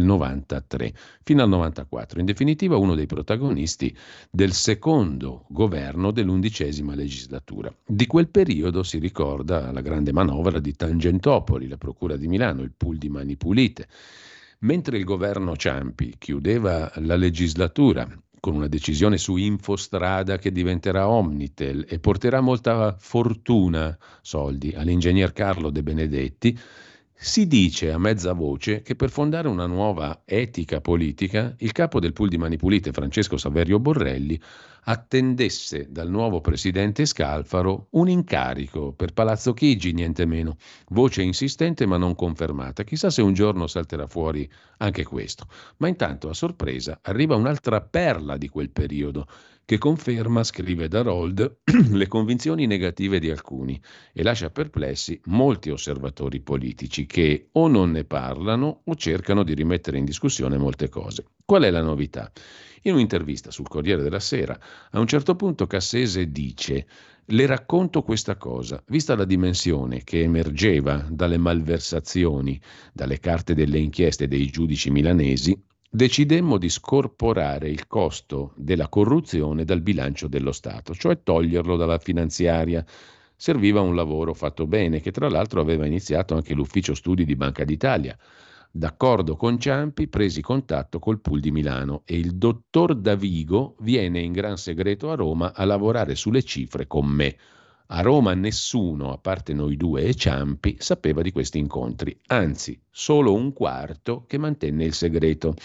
93 fino al 94. In definitiva, uno dei protagonisti del secondo governo dell'11ª legislatura. Di quel periodo si ricorda la grande manovra di Tangentopoli, la procura di Milano, il pool di Mani Pulite. Mentre il governo Ciampi chiudeva la legislatura con una decisione su Infostrada che diventerà Omnitel e porterà molta fortuna, soldi, all'ingegner Carlo De Benedetti, si dice a mezza voce che per fondare una nuova etica politica il capo del pool di Mani Pulite, Francesco Saverio Borrelli, attendesse dal nuovo presidente Scalfaro un incarico per Palazzo Chigi, niente meno. Voce insistente ma non confermata. Chissà se un giorno salterà fuori anche questo. Ma intanto, a sorpresa, arriva un'altra perla di quel periodo che conferma, scrive Darold, le convinzioni negative di alcuni e lascia perplessi molti osservatori politici che o non ne parlano o cercano di rimettere in discussione molte cose. Qual è la novità? In un'intervista sul Corriere della Sera, a un certo punto Cassese dice: le racconto questa cosa, vista la dimensione che emergeva dalle malversazioni, dalle carte delle inchieste dei giudici milanesi, decidemmo di scorporare il costo della corruzione dal bilancio dello Stato, cioè toglierlo dalla finanziaria. Serviva un lavoro fatto bene, che tra l'altro aveva iniziato anche l'ufficio studi di Banca d'Italia. D'accordo con Ciampi, presi contatto col pool di Milano e il dottor Davigo viene in gran segreto a Roma a lavorare sulle cifre con me. A Roma nessuno, a parte noi due e Ciampi, sapeva di questi incontri, anzi solo un quarto che mantenne il segreto.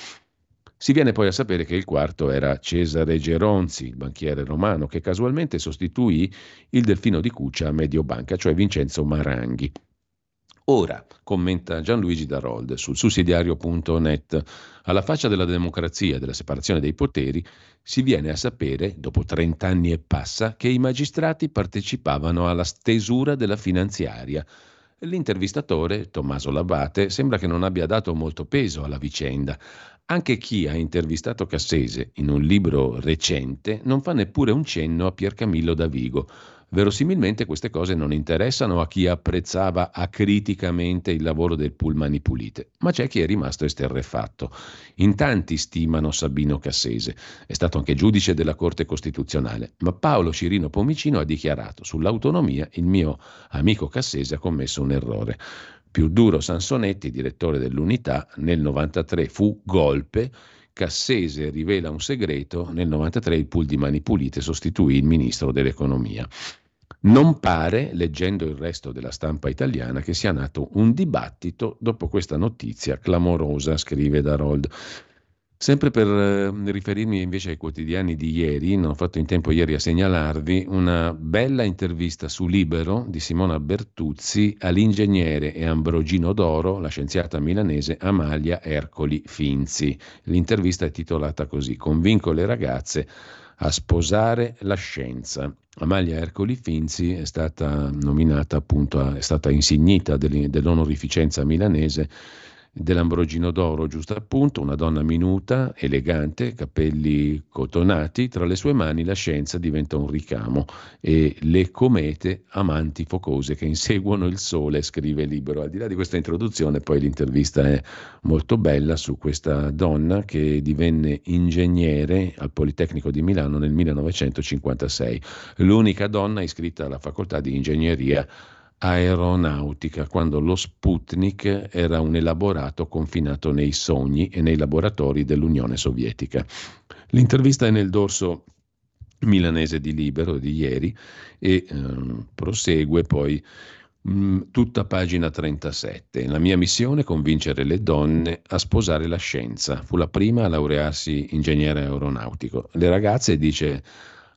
Si viene poi a sapere che il quarto era Cesare Geronzi, il banchiere romano, che casualmente sostituì il delfino di Cuccia a Mediobanca, cioè Vincenzo Maranghi. Ora, commenta Gianluigi Darold sul sussidiario.net, alla faccia della democrazia e della separazione dei poteri, si viene a sapere, dopo 30 anni e passa, che i magistrati partecipavano alla stesura della finanziaria. L'intervistatore, Tommaso Labate, sembra che non abbia dato molto peso alla vicenda. Anche chi ha intervistato Cassese in un libro recente non fa neppure un cenno a Piercamillo Davigo. Verosimilmente queste cose non interessano a chi apprezzava acriticamente il lavoro del pool Mani Pulite, ma c'è chi è rimasto esterrefatto. In tanti stimano Sabino Cassese, è stato anche giudice della Corte Costituzionale, ma Paolo Cirino Pomicino ha dichiarato: sull'autonomia il mio amico Cassese ha commesso un errore. Più duro Sansonetti, direttore dell'Unità, nel 93 fu golpe. Cassese rivela un segreto, nel 93 il pool di Mani Pulite sostituì il ministro dell'economia. Non pare, leggendo il resto della stampa italiana, che sia nato un dibattito dopo questa notizia clamorosa, scrive Darold. Sempre per riferirmi invece ai quotidiani di ieri, non ho fatto in tempo ieri a segnalarvi una bella intervista su Libero di Simona Bertuzzi all'ingegnere e Ambrogino d'Oro, la scienziata milanese Amalia Ercoli Finzi. L'intervista è titolata così: Convinco le ragazze a sposare la scienza. Amalia Ercoli Finzi è stata nominata appunto, è stata insignita dell'onorificenza milanese dell'Ambrogino d'Oro, giusto appunto, una donna minuta, elegante, capelli cotonati, tra le sue mani la scienza diventa un ricamo e le comete amanti focose che inseguono il sole, scrive Libero. Al di là di questa introduzione, poi l'intervista è molto bella su questa donna che divenne ingegnere al Politecnico di Milano nel 1956, l'unica donna iscritta alla facoltà di ingegneria aeronautica, quando lo Sputnik era un elaborato confinato nei sogni e nei laboratori dell'Unione Sovietica. L'intervista è nel dorso milanese di Libero di ieri e prosegue poi tutta pagina 37. La mia missione è convincere le donne a sposare la scienza. Fu la prima a laurearsi ingegnere aeronautico. Le ragazze, dice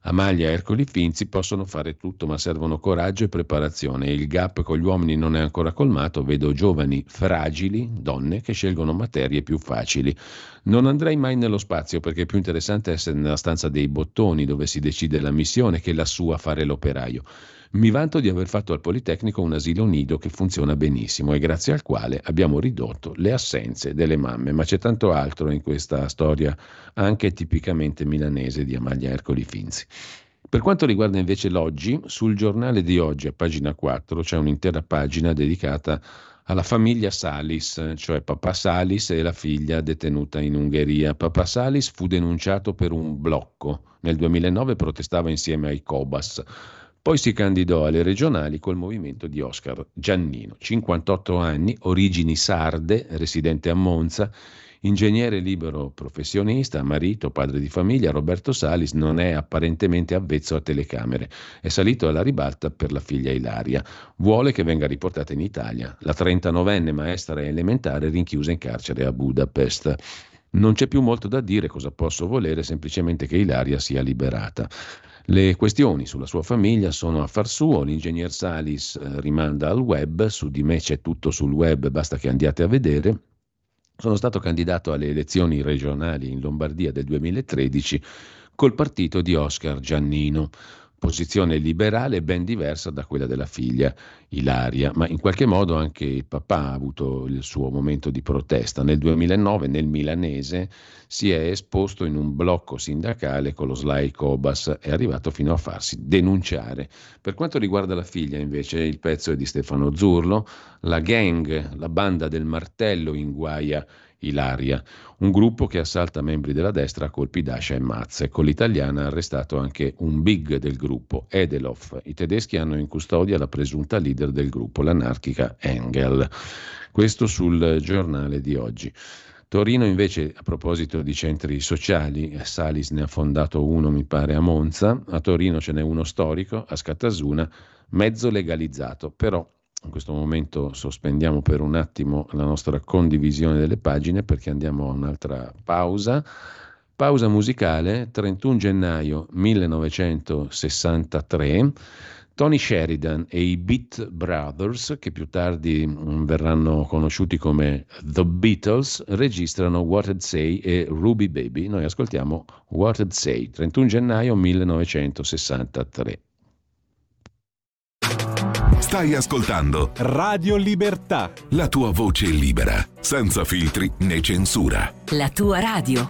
Amalia e Ercoli Finzi possono fare tutto, ma servono coraggio e preparazione. Il gap con gli uomini non è ancora colmato, vedo giovani fragili, donne che scelgono materie più facili. Non andrei mai nello spazio perché è più interessante essere nella stanza dei bottoni dove si decide la missione che lassù a fare l'operaio. Mi vanto di aver fatto al Politecnico un asilo nido che funziona benissimo e grazie al quale abbiamo ridotto le assenze delle mamme, ma c'è tanto altro in questa storia anche tipicamente milanese di Amalia Ercoli Finzi. Per quanto riguarda invece l'Oggi, sul giornale di oggi a pagina 4 c'è un'intera pagina dedicata alla famiglia Salis, cioè papà Salis e la figlia detenuta in Ungheria. Papà Salis fu denunciato per un blocco. Nel 2009 protestava insieme ai Cobas. Poi si candidò alle regionali col movimento di Oscar Giannino, 58 anni, origini sarde, residente a Monza, ingegnere libero professionista, marito, padre di famiglia. Roberto Salis non è apparentemente avvezzo a telecamere, è salito alla ribalta per la figlia Ilaria, vuole che venga riportata in Italia. La 39enne maestra elementare rinchiusa in carcere a Budapest. Non c'è più molto da dire, cosa posso volere, semplicemente che Ilaria sia liberata. Le questioni sulla sua famiglia sono affar suo, l'ingegner Salis rimanda al web, su di me c'è tutto sul web, basta che andiate a vedere. Sono stato candidato alle elezioni regionali in Lombardia del 2013 col partito di Oscar Giannino. Posizione liberale ben diversa da quella della figlia Ilaria, ma in qualche modo anche il papà ha avuto il suo momento di protesta. Nel 2009 nel Milanese si è esposto in un blocco sindacale con lo SLAI Cobas, è arrivato fino a farsi denunciare. Per quanto riguarda la figlia invece il pezzo è di Stefano Zurlo, la gang, la banda del martello inguaia Ilaria, un gruppo che assalta membri della destra a colpi d'ascia e mazze. Con l'italiana ha arrestato anche un big del gruppo, Edelhoff. I tedeschi hanno in custodia la presunta leader del gruppo, l'anarchica Engel. Questo sul giornale di oggi. Torino invece, a proposito di centri sociali, Salis ne ha fondato uno mi pare a Monza, a Torino ce n'è uno storico, a Scattasuna, mezzo legalizzato, però in questo momento sospendiamo per un attimo la nostra condivisione delle pagine perché andiamo a un'altra pausa musicale. 31 gennaio 1963, Tony Sheridan e i Beat Brothers, che più tardi verranno conosciuti come The Beatles, registrano What I'd Say e Ruby Baby. Noi ascoltiamo What I'd Say, 31 gennaio 1963. Stai ascoltando Radio Libertà, la tua voce libera, senza filtri né censura. La tua radio.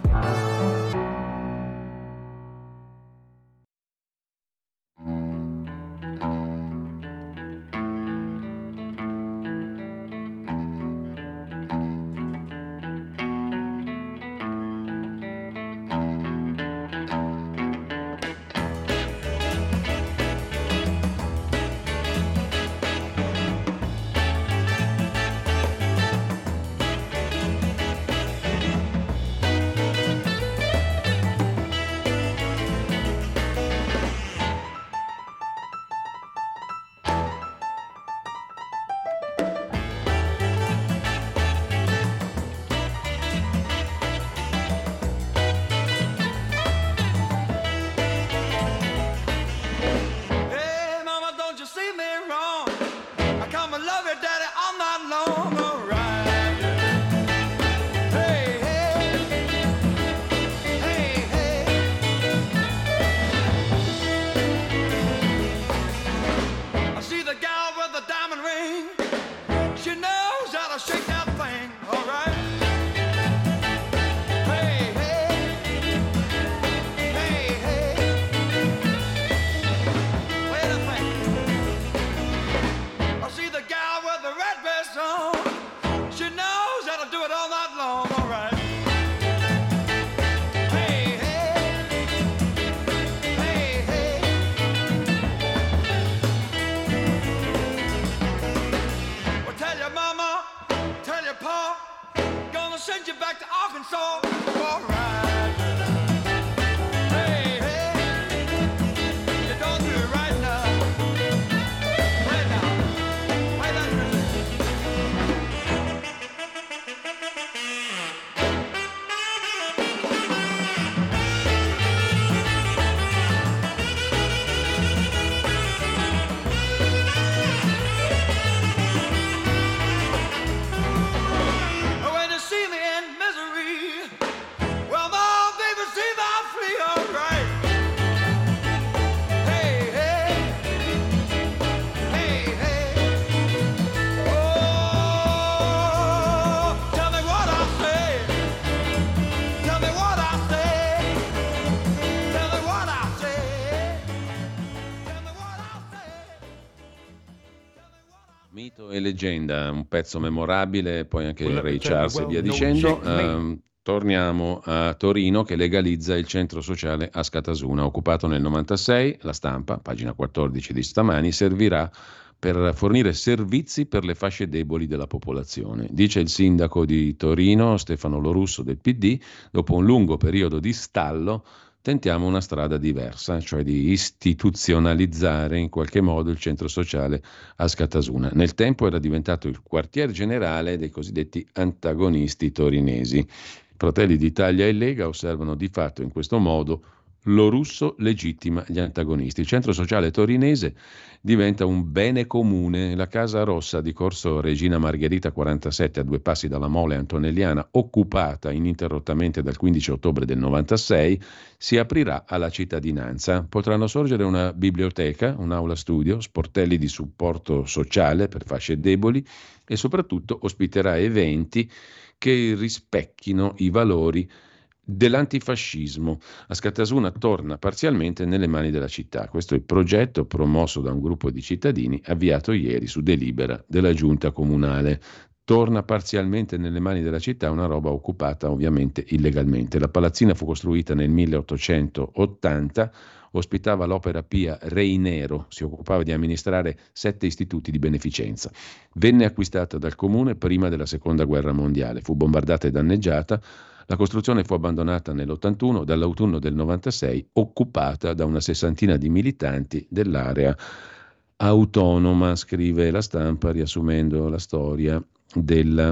Mito e leggenda, un pezzo memorabile, poi anche Ray Charles e via dicendo. Torniamo a Torino che legalizza il centro sociale Askatasuna, occupato nel 96. La Stampa, pagina 14 di stamani, servirà per fornire servizi per le fasce deboli della popolazione. Dice il sindaco di Torino, Stefano Lorusso del PD, dopo un lungo periodo di stallo tentiamo una strada diversa, cioè di istituzionalizzare in qualche modo il centro sociale Askatasuna. Nel tempo era diventato il quartier generale dei cosiddetti antagonisti torinesi. Fratelli d'Italia e Lega osservano di fatto in questo modo Lorusso legittima gli antagonisti. Il centro sociale torinese diventa un bene comune. La Casa Rossa di Corso Regina Margherita 47, a 2 passi dalla Mole Antonelliana, occupata ininterrottamente dal 15 ottobre del 96, si aprirà alla cittadinanza. Potranno sorgere una biblioteca, un'aula studio, sportelli di supporto sociale per fasce deboli e soprattutto ospiterà eventi che rispecchino i valori dell'antifascismo. Askatasuna torna parzialmente nelle mani della città. Questo è il progetto promosso da un gruppo di cittadini avviato ieri su delibera della giunta comunale. Torna parzialmente nelle mani della città, una roba occupata ovviamente illegalmente. La palazzina fu costruita nel 1880, ospitava l'Opera Pia Reinero, si occupava di amministrare 7 istituti di beneficenza. Venne acquistata dal comune prima della Seconda Guerra Mondiale, fu bombardata e danneggiata. La costruzione fu abbandonata nell'81, dall'autunno del 96 occupata da una 60ina di militanti dell'area autonoma, scrive la Stampa riassumendo la storia della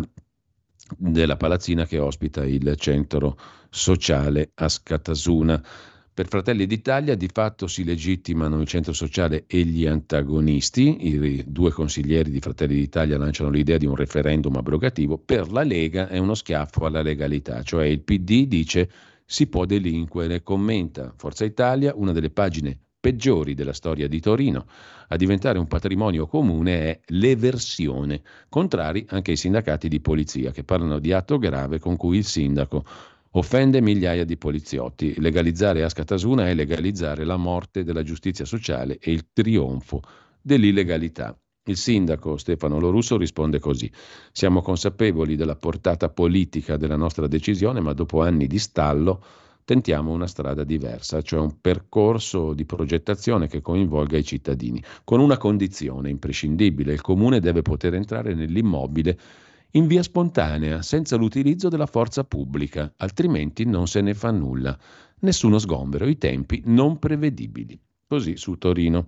palazzina che ospita il centro sociale Askatasuna. Per Fratelli d'Italia di fatto si legittimano il centro sociale e gli antagonisti. I 2 consiglieri di Fratelli d'Italia lanciano l'idea di un referendum abrogativo. Per la Lega è uno schiaffo alla legalità, cioè il PD dice si può delinquere. Commenta Forza Italia, una delle pagine peggiori della storia di Torino. A diventare un patrimonio comune è l'eversione. Contrari anche i sindacati di polizia che parlano di atto grave con cui il sindaco offende migliaia di poliziotti. Legalizzare Askatasuna è legalizzare la morte della giustizia sociale e il trionfo dell'illegalità. Il sindaco Stefano Lorusso risponde così: siamo consapevoli della portata politica della nostra decisione, ma dopo anni di stallo tentiamo una strada diversa, cioè un percorso di progettazione che coinvolga i cittadini, con una condizione imprescindibile: il comune deve poter entrare nell'immobile in via spontanea, senza l'utilizzo della forza pubblica, altrimenti non se ne fa nulla. Nessuno sgombero, i tempi non prevedibili. Così su Torino.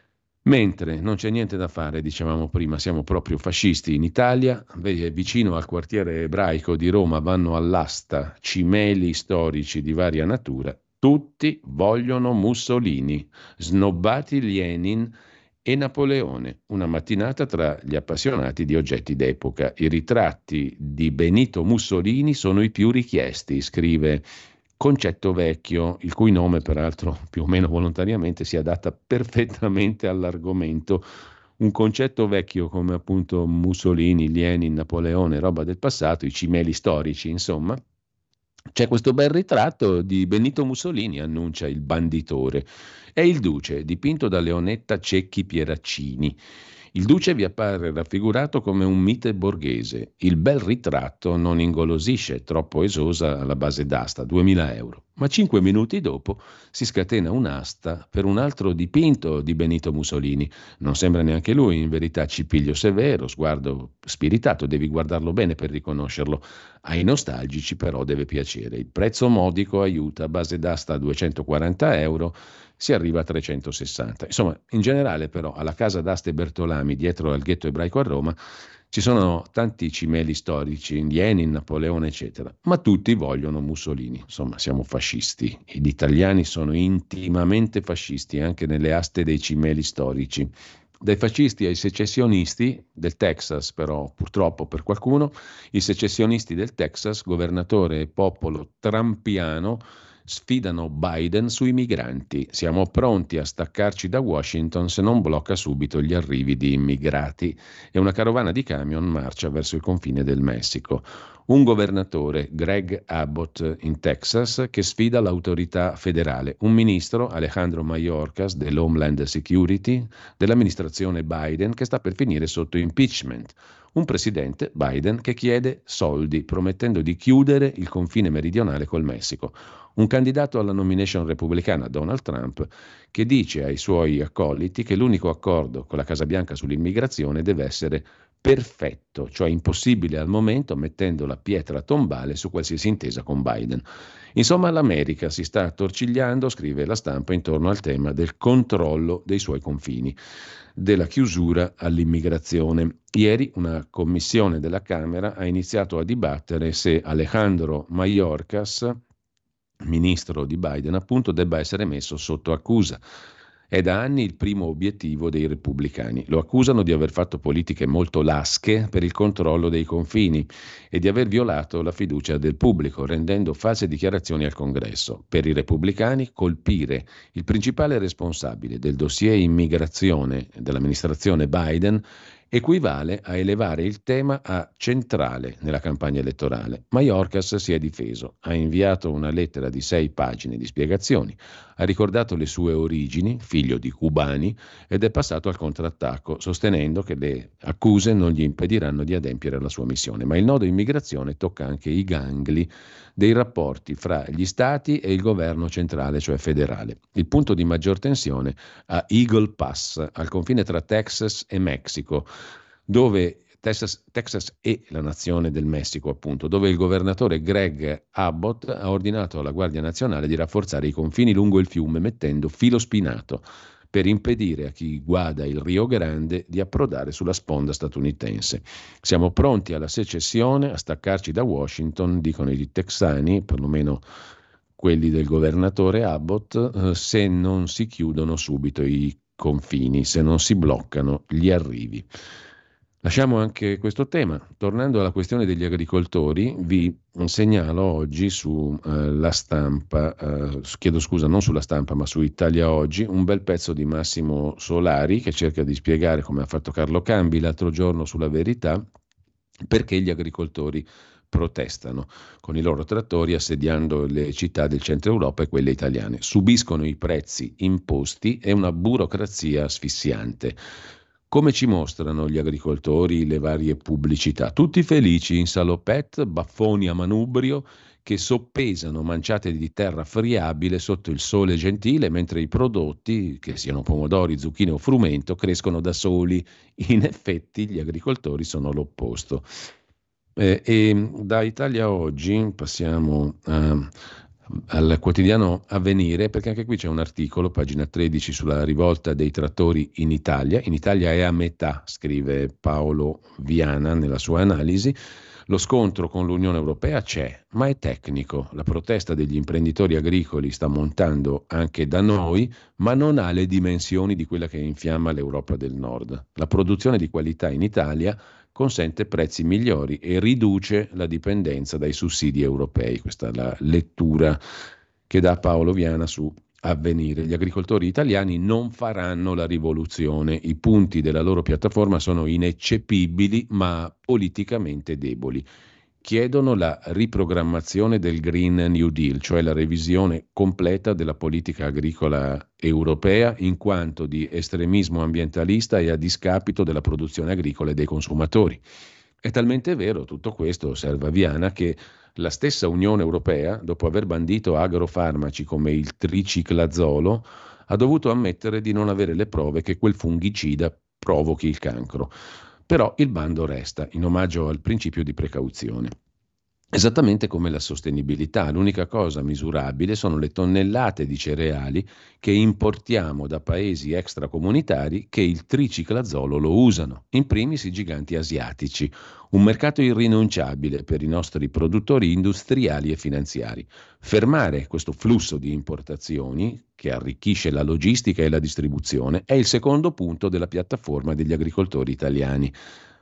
Mentre non c'è niente da fare, dicevamo prima, siamo proprio fascisti in Italia, vicino al quartiere ebraico di Roma vanno all'asta cimeli storici di varia natura, tutti vogliono Mussolini, snobbati Lenin e Napoleone, una mattinata tra gli appassionati di oggetti d'epoca. I ritratti di Benito Mussolini sono i più richiesti, scrive Concetto Vecchio, il cui nome peraltro più o meno volontariamente si adatta perfettamente all'argomento. Un concetto vecchio come appunto Mussolini, Lenin, Napoleone, roba del passato, i cimeli storici, insomma. C'è questo bel ritratto di Benito Mussolini, annuncia il banditore. È il Duce, dipinto da Leonetta Cecchi Pieraccini. Il Duce vi appare raffigurato come un mite borghese. Il bel ritratto non ingolosisce, troppo esosa alla base d'asta, 2.000 euro. Ma 5 minuti dopo si scatena un'asta per un altro dipinto di Benito Mussolini. Non sembra neanche lui, in verità cipiglio severo, sguardo spiritato, devi guardarlo bene per riconoscerlo. Ai nostalgici però deve piacere. Il prezzo modico aiuta, base d'asta a 240 euro, si arriva a 360. Insomma, in generale però alla casa d'Aste Bertolami, dietro al ghetto ebraico a Roma, ci sono tanti cimeli storici, Lenin, Napoleone, eccetera, ma tutti vogliono Mussolini. Insomma, siamo fascisti. Gli italiani sono intimamente fascisti anche nelle aste dei cimeli storici. Dai fascisti ai secessionisti del Texas, però purtroppo per qualcuno, i secessionisti del Texas, governatore e popolo trampiano, sfidano Biden sui migranti. Siamo pronti a staccarci da Washington se non blocca subito gli arrivi di immigrati. E una carovana di camion marcia verso il confine del Messico. Un governatore, Greg Abbott, in Texas, che sfida l'autorità federale. Un ministro, Alejandro Mayorkas, dell'Homeland Security, dell'amministrazione Biden, che sta per finire sotto impeachment. Un presidente, Biden, che chiede soldi, promettendo di chiudere il confine meridionale col Messico. Un candidato alla nomination repubblicana, Donald Trump, che dice ai suoi accoliti che l'unico accordo con la Casa Bianca sull'immigrazione deve essere perfetto, cioè impossibile al momento, mettendo la pietra tombale su qualsiasi intesa con Biden. Insomma, l'America si sta attorcigliando, scrive La Stampa, intorno al tema del controllo dei suoi confini, della chiusura all'immigrazione. Ieri una commissione della Camera ha iniziato a dibattere se Alejandro Mayorkas, ministro di Biden, appunto, debba essere messo sotto accusa. È da anni il primo obiettivo dei repubblicani. Lo accusano di aver fatto politiche molto lasche per il controllo dei confini e di aver violato la fiducia del pubblico, rendendo false dichiarazioni al Congresso. Per i repubblicani, colpire il principale responsabile del dossier immigrazione dell'amministrazione Biden equivale a elevare il tema a centrale nella campagna elettorale. Mayorkas si è difeso, ha inviato una lettera di 6 pagine di spiegazioni, ha ricordato le sue origini, figlio di cubani, ed è passato al contrattacco, sostenendo che le accuse non gli impediranno di adempiere alla sua missione. Ma il nodo immigrazione tocca anche i gangli dei rapporti fra gli stati e il governo centrale, cioè federale. Il punto di maggior tensione a Eagle Pass, al confine tra Texas e Messico, dove Texas è la nazione del Messico, appunto, dove il governatore Greg Abbott ha ordinato alla Guardia Nazionale di rafforzare i confini lungo il fiume, mettendo filo spinato per impedire a chi guada il Rio Grande di approdare sulla sponda statunitense. Siamo pronti alla secessione, a staccarci da Washington, dicono i texani, perlomeno quelli del governatore Abbott, se non si chiudono subito i confini, se non si bloccano gli arrivi. Lasciamo anche questo tema. Tornando alla questione degli agricoltori, vi segnalo oggi su La Stampa, chiedo scusa, non sulla Stampa ma su Italia Oggi, un bel pezzo di Massimo Solari che cerca di spiegare, come ha fatto Carlo Cambi l'altro giorno sulla Verità, perché gli agricoltori protestano con i loro trattori assediando le città del centro Europa e quelle italiane. Subiscono i prezzi imposti e una burocrazia asfissiante. Come ci mostrano gli agricoltori le varie pubblicità? Tutti felici in salopette, baffoni a manubrio che soppesano manciate di terra friabile sotto il sole gentile, mentre i prodotti, che siano pomodori, zucchine o frumento, crescono da soli. In effetti gli agricoltori sono l'opposto. E da Italia Oggi passiamo al quotidiano Avvenire, perché anche qui c'è un articolo, pagina 13, sulla rivolta dei trattori in Italia. In Italia è a metà, scrive Paolo Viana nella sua analisi. Lo scontro con l'Unione Europea c'è, ma è tecnico. La protesta degli imprenditori agricoli sta montando anche da noi, ma non ha le dimensioni di quella che infiamma l'Europa del Nord. La produzione di qualità in Italia consente prezzi migliori e riduce la dipendenza dai sussidi europei. Questa è la lettura che dà Paolo Viana su Avvenire. Gli agricoltori italiani non faranno la rivoluzione. I punti della loro piattaforma sono ineccepibili ma politicamente deboli. Chiedono la riprogrammazione del Green New Deal, cioè la revisione completa della politica agricola europea, in quanto di estremismo ambientalista e a discapito della produzione agricola e dei consumatori. È talmente vero tutto questo, osserva Viana, che la stessa Unione Europea, dopo aver bandito agrofarmaci come il triciclazolo, ha dovuto ammettere di non avere le prove che quel fungicida provochi il cancro. Però il bando resta, in omaggio al principio di precauzione. Esattamente come la sostenibilità, l'unica cosa misurabile sono le tonnellate di cereali che importiamo da paesi extracomunitari che il triciclazolo lo usano, in primis i giganti asiatici, un mercato irrinunciabile per i nostri produttori industriali e finanziari. Fermare questo flusso di importazioni, che arricchisce la logistica e la distribuzione, è il secondo punto della piattaforma degli agricoltori italiani.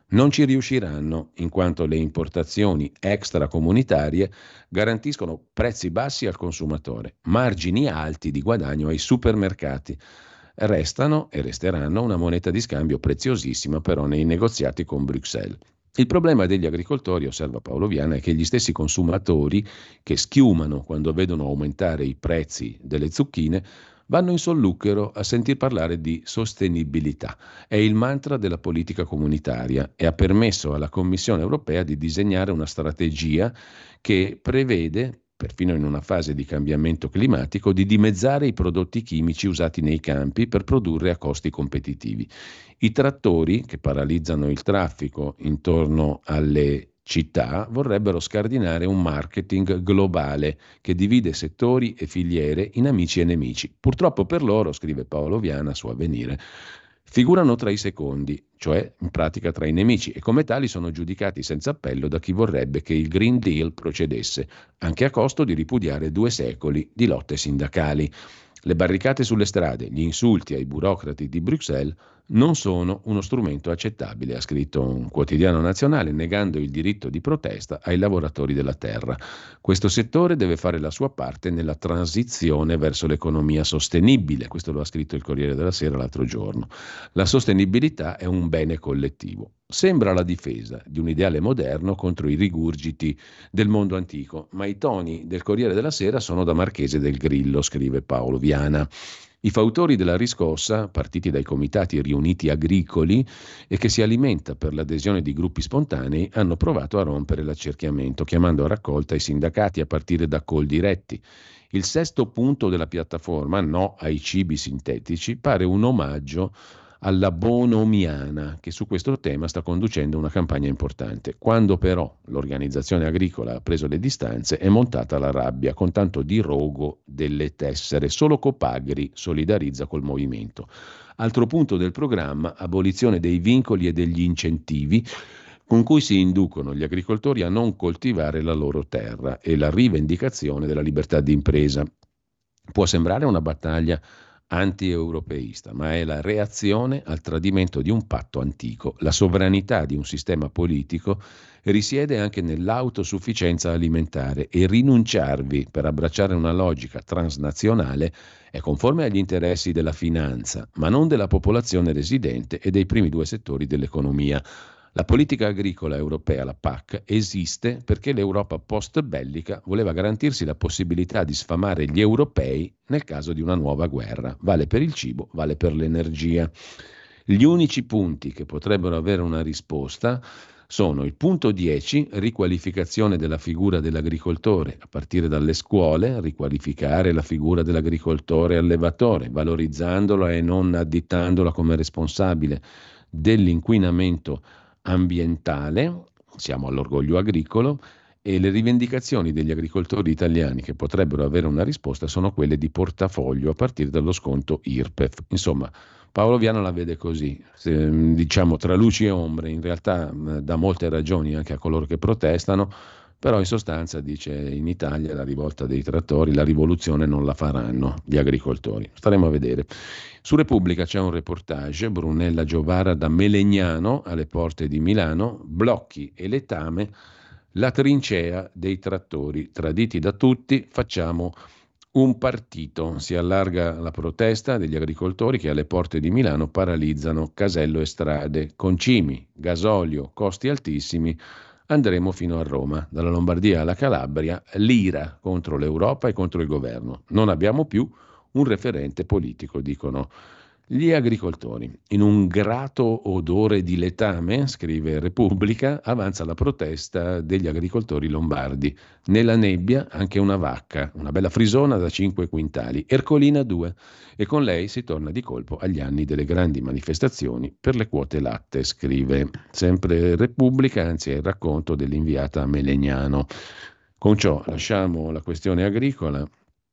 Non ci riusciranno, in quanto le importazioni extracomunitarie garantiscono prezzi bassi al consumatore, margini alti di guadagno ai supermercati. Restano e resteranno una moneta di scambio preziosissima però nei negoziati con Bruxelles. Il problema degli agricoltori, osserva Paolo Viana, è che gli stessi consumatori che schiumano quando vedono aumentare i prezzi delle zucchine vanno in solluchero a sentir parlare di sostenibilità. È il mantra della politica comunitaria e ha permesso alla Commissione europea di disegnare una strategia che prevede, perfino in una fase di cambiamento climatico, di dimezzare i prodotti chimici usati nei campi per produrre a costi competitivi. I trattori, che paralizzano il traffico intorno alle città, vorrebbero scardinare un marketing globale che divide settori e filiere in amici e nemici. Purtroppo per loro, scrive Paolo Viana su Avvenire, figurano tra i secondi, cioè in pratica tra i nemici, e come tali sono giudicati senza appello da chi vorrebbe che il Green Deal procedesse, anche a costo di ripudiare 2 secoli di lotte sindacali. Le barricate sulle strade, gli insulti ai burocrati di Bruxelles non sono uno strumento accettabile, ha scritto un quotidiano nazionale, negando il diritto di protesta ai lavoratori della terra. Questo settore deve fare la sua parte nella transizione verso l'economia sostenibile, questo lo ha scritto il Corriere della Sera l'altro giorno. La sostenibilità è un bene collettivo. Sembra la difesa di un ideale moderno contro i rigurgiti del mondo antico, ma i toni del Corriere della Sera sono da Marchese del Grillo, scrive Paolo Viana. I fautori della riscossa, partiti dai comitati riuniti agricoli e che si alimenta per l'adesione di gruppi spontanei, hanno provato a rompere l'accerchiamento, chiamando a raccolta i sindacati a partire da Coldiretti. Il 6° punto della piattaforma, no ai cibi sintetici, pare un omaggio alla Bonomiana, che su questo tema sta conducendo una campagna importante. Quando però l'organizzazione agricola ha preso le distanze, è montata la rabbia con tanto di rogo delle tessere. Solo Copagri solidarizza col movimento. Altro punto del programma: abolizione dei vincoli e degli incentivi con cui si inducono gli agricoltori a non coltivare la loro terra e la rivendicazione della libertà di impresa. Può sembrare una battaglia anti-europeista, ma è la reazione al tradimento di un patto antico. La sovranità di un sistema politico risiede anche nell'autosufficienza alimentare e rinunciarvi per abbracciare una logica transnazionale è conforme agli interessi della finanza, ma non della popolazione residente e dei primi 2 settori dell'economia. La politica agricola europea, la PAC, esiste perché l'Europa post-bellica voleva garantirsi la possibilità di sfamare gli europei nel caso di una nuova guerra. Vale per il cibo, vale per l'energia. Gli unici punti che potrebbero avere una risposta sono il punto 10, riqualificazione della figura dell'agricoltore, a partire dalle scuole, riqualificare la figura dell'agricoltore allevatore, valorizzandola e non additandola come responsabile dell'inquinamento ambientale. Siamo all'orgoglio agricolo, e le rivendicazioni degli agricoltori italiani che potrebbero avere una risposta sono quelle di portafoglio a partire dallo sconto IRPEF. Insomma, Paolo Viana la vede così, diciamo tra luci e ombre, in realtà dà molte ragioni anche a coloro che protestano, però in sostanza dice: in Italia la rivolta dei trattori, la rivoluzione non la faranno gli agricoltori. Staremo a vedere. Su Repubblica c'è un reportage, Brunella Giovara da Melegnano alle porte di Milano, blocchi e letame, la trincea dei trattori, traditi da tutti, facciamo un partito. Si allarga la protesta degli agricoltori che alle porte di Milano paralizzano casello e strade, concimi, gasolio, costi altissimi. Andremo fino a Roma, dalla Lombardia alla Calabria, l'ira contro l'Europa e contro il governo. Non abbiamo più un referente politico, dicono gli agricoltori. In un grato odore di letame, scrive Repubblica, avanza la protesta degli agricoltori lombardi. Nella nebbia anche una vacca, una bella frisona da 5 quintali, Ercolina 2, e con lei si torna di colpo agli anni delle grandi manifestazioni per le quote latte, scrive sempre Repubblica, anzi è il racconto dell'inviata a Melegnano. Con ciò lasciamo la questione agricola.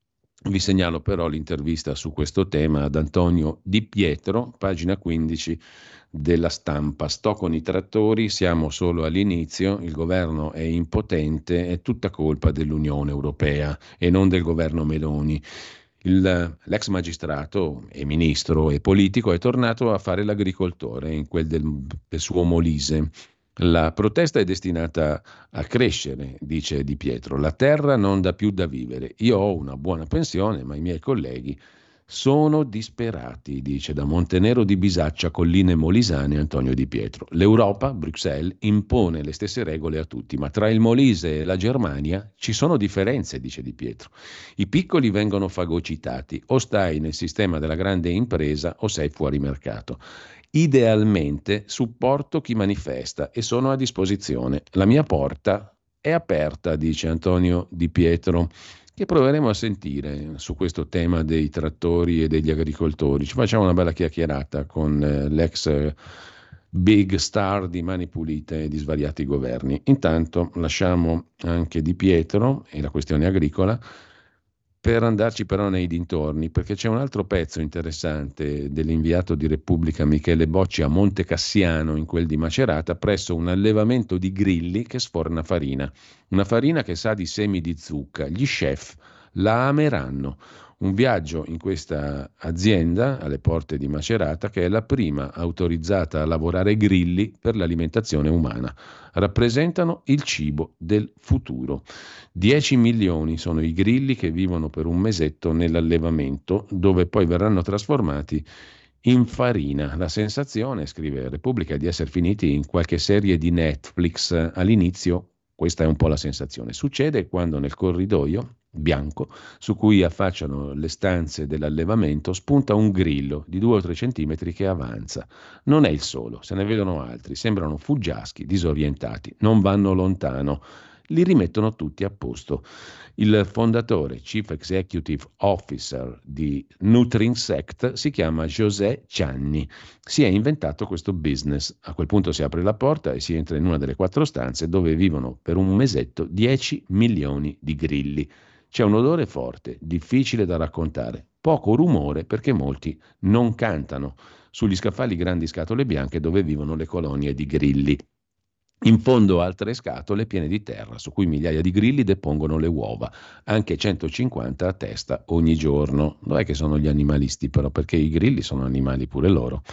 Vi segnalo però l'intervista su questo tema ad Antonio Di Pietro, pagina 15 della Stampa. Sto con i trattori, siamo solo all'inizio, il governo è impotente, è tutta colpa dell'Unione Europea e non del governo Meloni. L'ex magistrato e ministro e politico è tornato a fare l'agricoltore in quel del suo Molise. La protesta è destinata a crescere, dice Di Pietro. La terra non dà più da vivere. Io ho una buona pensione, ma i miei colleghi sono disperati, dice da Montenero di Bisaccia, Colline Molisane, Antonio Di Pietro. L'Europa, Bruxelles, impone le stesse regole a tutti, ma tra il Molise e la Germania ci sono differenze, dice Di Pietro. I piccoli vengono fagocitati, o stai nel sistema della grande impresa o sei fuori mercato. Idealmente supporto chi manifesta e sono a disposizione. La mia porta è aperta, dice Antonio Di Pietro, che proveremo a sentire su questo tema dei trattori e degli agricoltori. Ci facciamo una bella chiacchierata con l'ex big star di Mani Pulite e di svariati governi. Intanto lasciamo anche Di Pietro e la questione agricola per andarci però nei dintorni, perché c'è un altro pezzo interessante dell'inviato di Repubblica Michele Bocci a Monte Cassiano, in quel di Macerata, presso un allevamento di grilli che sforna farina. Una farina che sa di semi di zucca. Gli chef la ameranno. Un viaggio in questa azienda alle porte di Macerata, che è la prima autorizzata a lavorare grilli per l'alimentazione umana. Rappresentano il cibo del futuro. 10 milioni sono i grilli che vivono per un mesetto nell'allevamento, dove poi verranno trasformati in farina. La sensazione, scrive Repubblica, è di essere finiti in qualche serie di Netflix all'inizio. Questa è un po' la sensazione. Succede quando nel corridoio bianco su cui affacciano le stanze dell'allevamento spunta un grillo di 2 o 3 centimetri che avanza. Non è il solo, se ne vedono altri, sembrano fuggiaschi, disorientati, non vanno lontano, li rimettono tutti a posto. Il fondatore, Chief Executive Officer di Nutrinsect, si chiama José Cianni. Si è inventato questo business. A quel punto si apre la porta e si entra in una delle 4 stanze dove vivono per un mesetto 10 milioni di grilli. C'è un odore forte, difficile da raccontare, poco rumore perché molti non cantano. Sugli scaffali grandi scatole bianche dove vivono le colonie di grilli. In fondo altre scatole piene di terra su cui migliaia di grilli depongono le uova, anche 150 a testa ogni giorno. Non è che sono gli animalisti però, perché i grilli sono animali pure loro,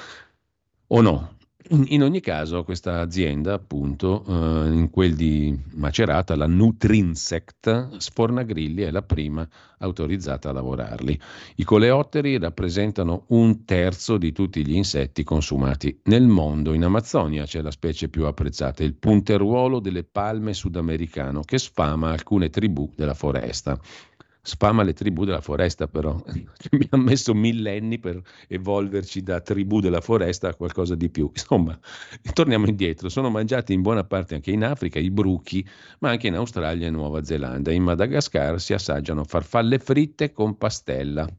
o no? In ogni caso questa azienda, appunto, in quel di Macerata, la Nutrinsect, sforna grilli, è la prima autorizzata a lavorarli. I coleotteri rappresentano 1/3 di tutti gli insetti consumati nel mondo. In Amazzonia c'è la specie più apprezzata, il punteruolo delle palme sudamericano, che sfama alcune tribù della foresta. Sfama le tribù della foresta però, mi ha messo millenni per evolverci da tribù della foresta a qualcosa di più. Insomma, torniamo indietro, sono mangiati in buona parte anche in Africa i bruchi, ma anche in Australia e Nuova Zelanda. In Madagascar si assaggiano farfalle fritte con pastella.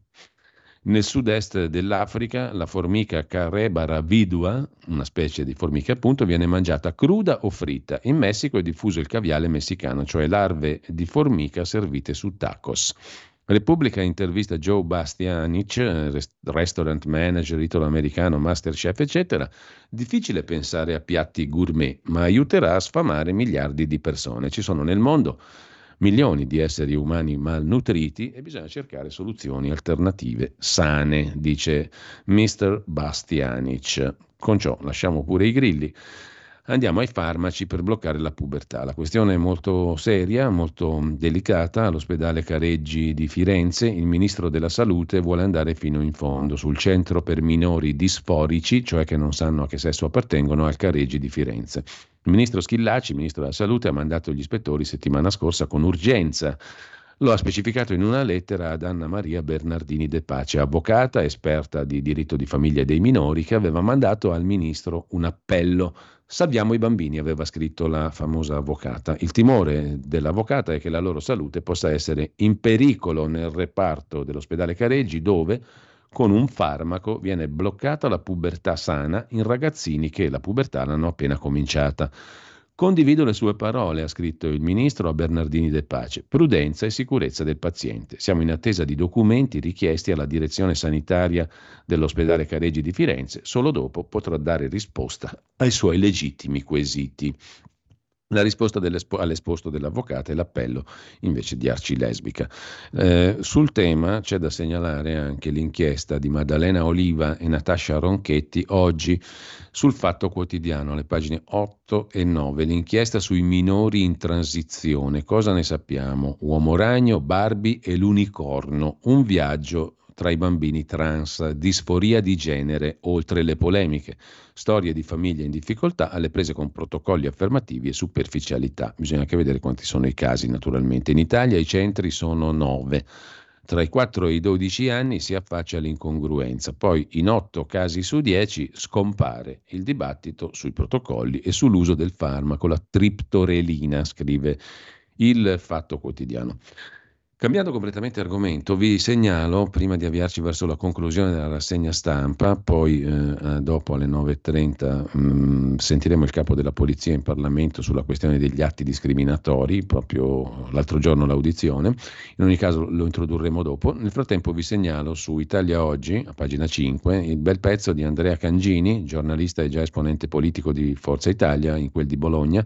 Nel sud-est dell'Africa la formica Carrebara vidua, una specie di formica appunto, viene mangiata cruda o fritta. In Messico è diffuso il caviale messicano, cioè larve di formica servite su tacos. Repubblica intervista Joe Bastianic, restaurant manager italo-americano, masterchef eccetera. Difficile pensare a piatti gourmet, ma aiuterà a sfamare miliardi di persone. Ci sono nel mondo milioni di esseri umani malnutriti e bisogna cercare soluzioni alternative sane, dice Mr. Bastianic. Con ciò lasciamo pure i grilli. Andiamo ai farmaci per bloccare la pubertà. La questione è molto seria, molto delicata. All'ospedale Careggi di Firenze il ministro della Salute vuole andare fino in fondo sul centro per minori disforici, cioè che non sanno a che sesso appartengono, al Careggi di Firenze. Il ministro Schillaci, ministro della Salute, ha mandato gli ispettori settimana scorsa con urgenza. Lo ha specificato in una lettera ad Anna Maria Bernardini De Pace, avvocata, esperta di diritto di famiglia e dei minori, che aveva mandato al ministro un appello. Salviamo i bambini, aveva scritto la famosa avvocata. Il timore dell'avvocata è che la loro salute possa essere in pericolo nel reparto dell'ospedale Careggi, dove con un farmaco viene bloccata la pubertà sana in ragazzini che la pubertà l'hanno appena cominciata. Condivido le sue parole, ha scritto il ministro a Bernardini De Pace. Prudenza e sicurezza del paziente. Siamo in attesa di documenti richiesti alla direzione sanitaria dell'ospedale Careggi di Firenze. Solo dopo potrà dare risposta ai suoi legittimi quesiti. La risposta all'esposto dell'avvocata e l'appello invece di arcilesbica. Sul tema c'è da segnalare anche l'inchiesta di Maddalena Oliva e Natascia Ronchetti oggi sul Fatto Quotidiano, alle pagine 8 e 9. L'inchiesta sui minori in transizione. Cosa ne sappiamo? Uomo ragno, Barbie e l'unicorno. Un viaggio tra i bambini trans, disforia di genere, oltre le polemiche, storie di famiglie in difficoltà alle prese con protocolli affermativi e superficialità. Bisogna anche vedere quanti sono i casi, naturalmente. In Italia i centri sono 9. Tra i 4 e i 12 anni si affaccia l'incongruenza. Poi in 8 casi su 10 scompare il dibattito sui protocolli e sull'uso del farmaco, la triptorelina, scrive il Fatto Quotidiano. Cambiando completamente argomento, vi segnalo, prima di avviarci verso la conclusione della rassegna stampa, poi dopo alle 9.30 sentiremo il capo della polizia in Parlamento sulla questione degli atti discriminatori, proprio l'altro giorno l'audizione, in ogni caso lo introdurremo dopo. Nel frattempo vi segnalo su Italia Oggi, a pagina 5, il bel pezzo di Andrea Cangini, giornalista e già esponente politico di Forza Italia, in quel di Bologna,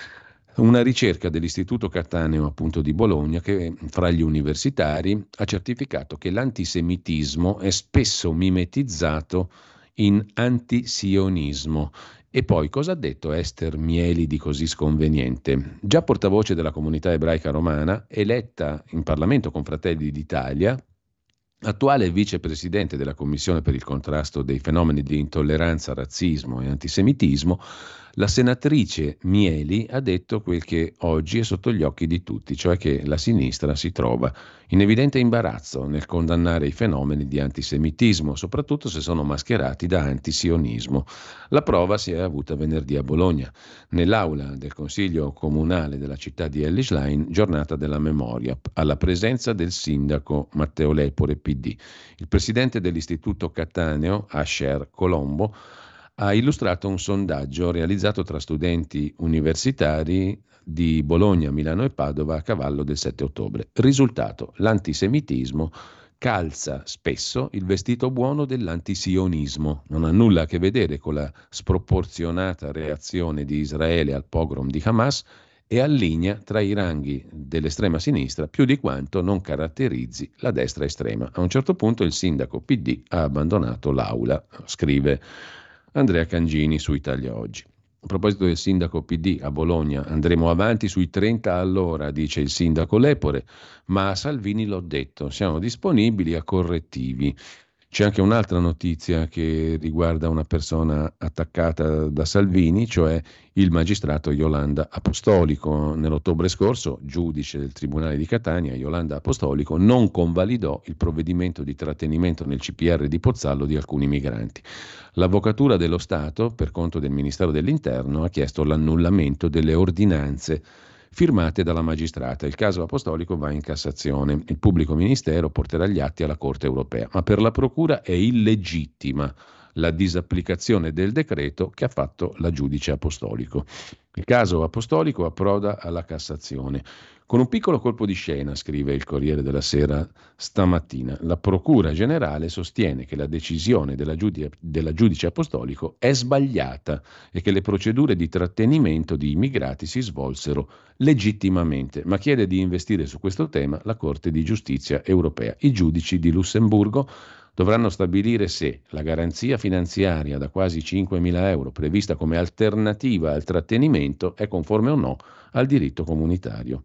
una ricerca dell'Istituto Cattaneo appunto di Bologna che fra gli universitari ha certificato che l'antisemitismo è spesso mimetizzato in antisionismo. E poi cosa ha detto Ester Mieli di così sconveniente? Già portavoce della comunità ebraica romana, eletta in Parlamento con Fratelli d'Italia, attuale vicepresidente della Commissione per il contrasto dei fenomeni di intolleranza, razzismo e antisemitismo, la senatrice Mieli ha detto quel che oggi è sotto gli occhi di tutti, cioè che la sinistra si trova in evidente imbarazzo nel condannare i fenomeni di antisemitismo, soprattutto se sono mascherati da antisionismo. La prova si è avuta venerdì a Bologna, nell'aula del Consiglio Comunale della città di Ellislein, giornata della memoria, alla presenza del sindaco Matteo Lepore, PD. Il presidente dell'Istituto Cattaneo, Asher Colombo, ha illustrato un sondaggio realizzato tra studenti universitari di Bologna, Milano e Padova a cavallo del 7 ottobre. Risultato: l'antisemitismo calza spesso il vestito buono dell'antisionismo. Non ha nulla a che vedere con la sproporzionata reazione di Israele al pogrom di Hamas e allinea tra i ranghi dell'estrema sinistra più di quanto non caratterizzi la destra estrema. A un certo punto il sindaco PD ha abbandonato l'aula, scrive Andrea Cangini su Italia Oggi. A proposito del sindaco PD a Bologna, andremo avanti sui 30 all'ora, dice il sindaco Lepore, ma a Salvini l'ho detto, siamo disponibili a correttivi. C'è anche un'altra notizia che riguarda una persona attaccata da Salvini, cioè il magistrato Iolanda Apostolico. Nell'ottobre scorso, giudice del Tribunale di Catania, Iolanda Apostolico non convalidò il provvedimento di trattenimento nel CPR di Pozzallo di alcuni migranti. L'Avvocatura dello Stato, per conto del Ministero dell'Interno, ha chiesto l'annullamento delle ordinanze firmate dalla magistrata. Il caso Apostolico va in Cassazione. Il pubblico ministero porterà gli atti alla Corte europea, ma per la procura è illegittima la disapplicazione del decreto che ha fatto la giudice Apostolico. Il caso Apostolico approda alla Cassazione. Con un piccolo colpo di scena, scrive il Corriere della Sera stamattina, la Procura Generale sostiene che la decisione della giudice Apostolico è sbagliata e che le procedure di trattenimento di immigrati si svolsero legittimamente, ma chiede di investire su questo tema la Corte di Giustizia europea. I giudici di Lussemburgo dovranno stabilire se la garanzia finanziaria da quasi 5.000 euro prevista come alternativa al trattenimento è conforme o no al diritto comunitario.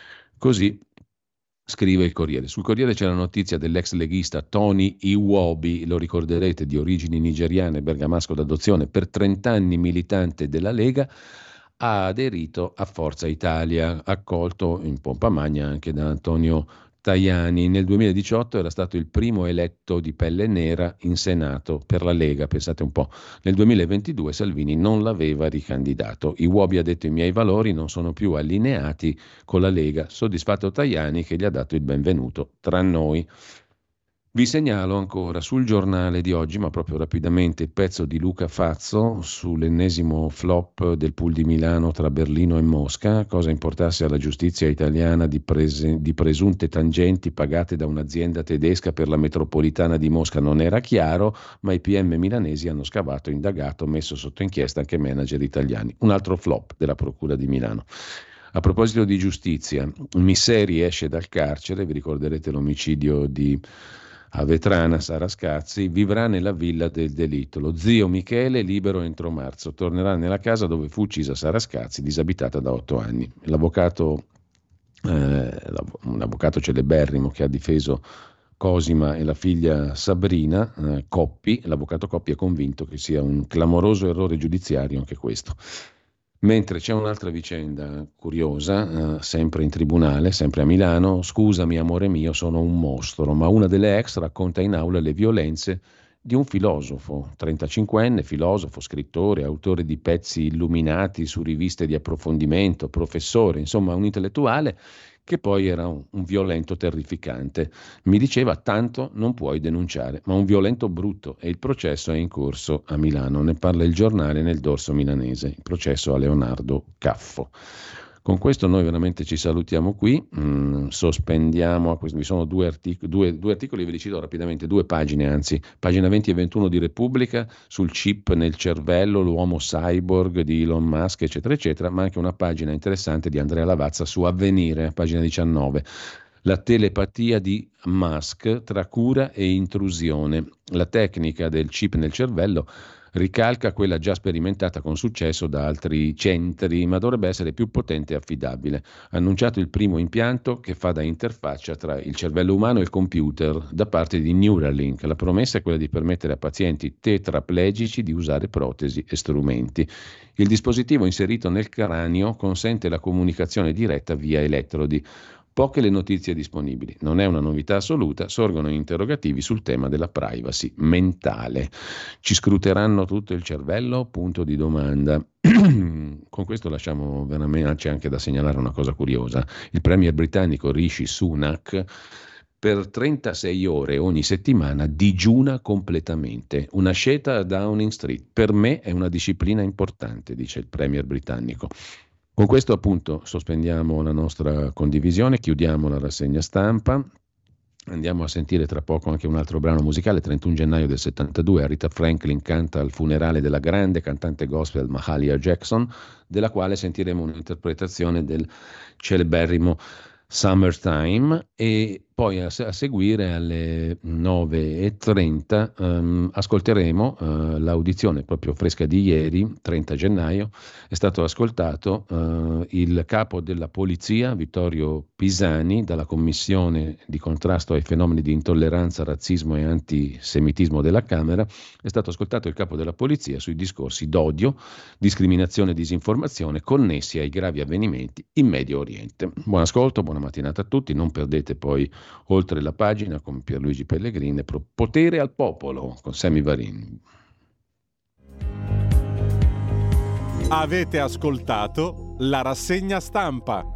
Così scrive il Corriere. Sul Corriere c'è la notizia dell'ex leghista Tony Iwobi, lo ricorderete, di origini nigeriane, bergamasco d'adozione, per 30 anni militante della Lega, ha aderito a Forza Italia, accolto in pompa magna anche da Antonio Tajani. Nel 2018 era stato il primo eletto di pelle nera in Senato per la Lega, pensate un po'. Nel 2022 Salvini non l'aveva ricandidato. Iwobi ha detto: i miei valori non sono più allineati con la Lega. Soddisfatto Tajani che gli ha dato il benvenuto tra noi. Vi segnalo ancora sul giornale di oggi, ma proprio rapidamente, il pezzo di Luca Fazzo sull'ennesimo flop del pool di Milano tra Berlino e Mosca, cosa importasse alla giustizia italiana di presunte tangenti pagate da un'azienda tedesca per la metropolitana di Mosca non era chiaro, ma i PM milanesi hanno scavato, indagato, messo sotto inchiesta anche manager italiani. Un altro flop della Procura di Milano. A proposito di giustizia, Misseri esce dal carcere, vi ricorderete l'omicidio di a Vetrana, Sara Scazzi, vivrà nella villa del delitto. Lo zio Michele, libero entro marzo, tornerà nella casa dove fu uccisa Sara Scazzi, disabitata da 8 anni. Un avvocato celeberrimo che ha difeso Cosima e la figlia Sabrina, Coppi, l'avvocato Coppi è convinto che sia un clamoroso errore giudiziario anche questo. Mentre c'è un'altra vicenda curiosa, sempre in tribunale, sempre a Milano. Scusami amore mio, sono un mostro, ma una delle ex racconta in aula le violenze di un filosofo, 35enne, filosofo, scrittore, autore di pezzi illuminati su riviste di approfondimento, professore, insomma un intellettuale che poi era un violento terrificante. Mi diceva: tanto non puoi denunciare, ma un violento brutto, e il processo è in corso a Milano. Ne parla il giornale nel dorso milanese, il processo a Leonardo Caffo. Con questo noi veramente ci salutiamo qui, sospendiamo, vi sono due articoli, ve li cito rapidamente, 2 pagine anzi, pagina 20 e 21 di Repubblica, sul chip nel cervello, l'uomo cyborg di Elon Musk, eccetera, eccetera, ma anche una pagina interessante di Andrea Lavazza su Avvenire, pagina 19. La telepatia di Musk tra cura e intrusione. La tecnica del chip nel cervello ricalca quella già sperimentata con successo da altri centri, ma dovrebbe essere più potente e affidabile. Ha annunciato il primo impianto che fa da interfaccia tra il cervello umano e il computer da parte di Neuralink. La promessa è quella di permettere a pazienti tetraplegici di usare protesi e strumenti. Il dispositivo inserito nel cranio consente la comunicazione diretta via elettrodi. Poche le notizie disponibili, non è una novità assoluta, sorgono interrogativi sul tema della privacy mentale. Ci scruteranno tutto il cervello? Punto di domanda. Con questo lasciamo veramente, c'è anche da segnalare una cosa curiosa. Il premier britannico Rishi Sunak per 36 ore ogni settimana digiuna completamente. Una scelta a Downing Street. Per me è una disciplina importante, dice il premier britannico. Con questo appunto sospendiamo la nostra condivisione, chiudiamo la rassegna stampa, andiamo a sentire tra poco anche un altro brano musicale. 31 gennaio del 72 Aretha Franklin canta al funerale della grande cantante gospel Mahalia Jackson, della quale sentiremo un'interpretazione del celeberrimo Summertime, e poi a seguire alle 9:30 ascolteremo l'audizione proprio fresca di ieri, 30 gennaio, è stato ascoltato il capo della polizia Vittorio Pisani dalla Commissione di contrasto ai fenomeni di intolleranza, razzismo e antisemitismo della Camera. È stato ascoltato il capo della polizia sui discorsi d'odio, discriminazione e disinformazione connessi ai gravi avvenimenti in Medio Oriente. Buon ascolto, buona mattinata a tutti, non perdete poi oltre la pagina con Pierluigi Pellegrini, Potere al popolo con Sammy Varin. Avete ascoltato la rassegna stampa.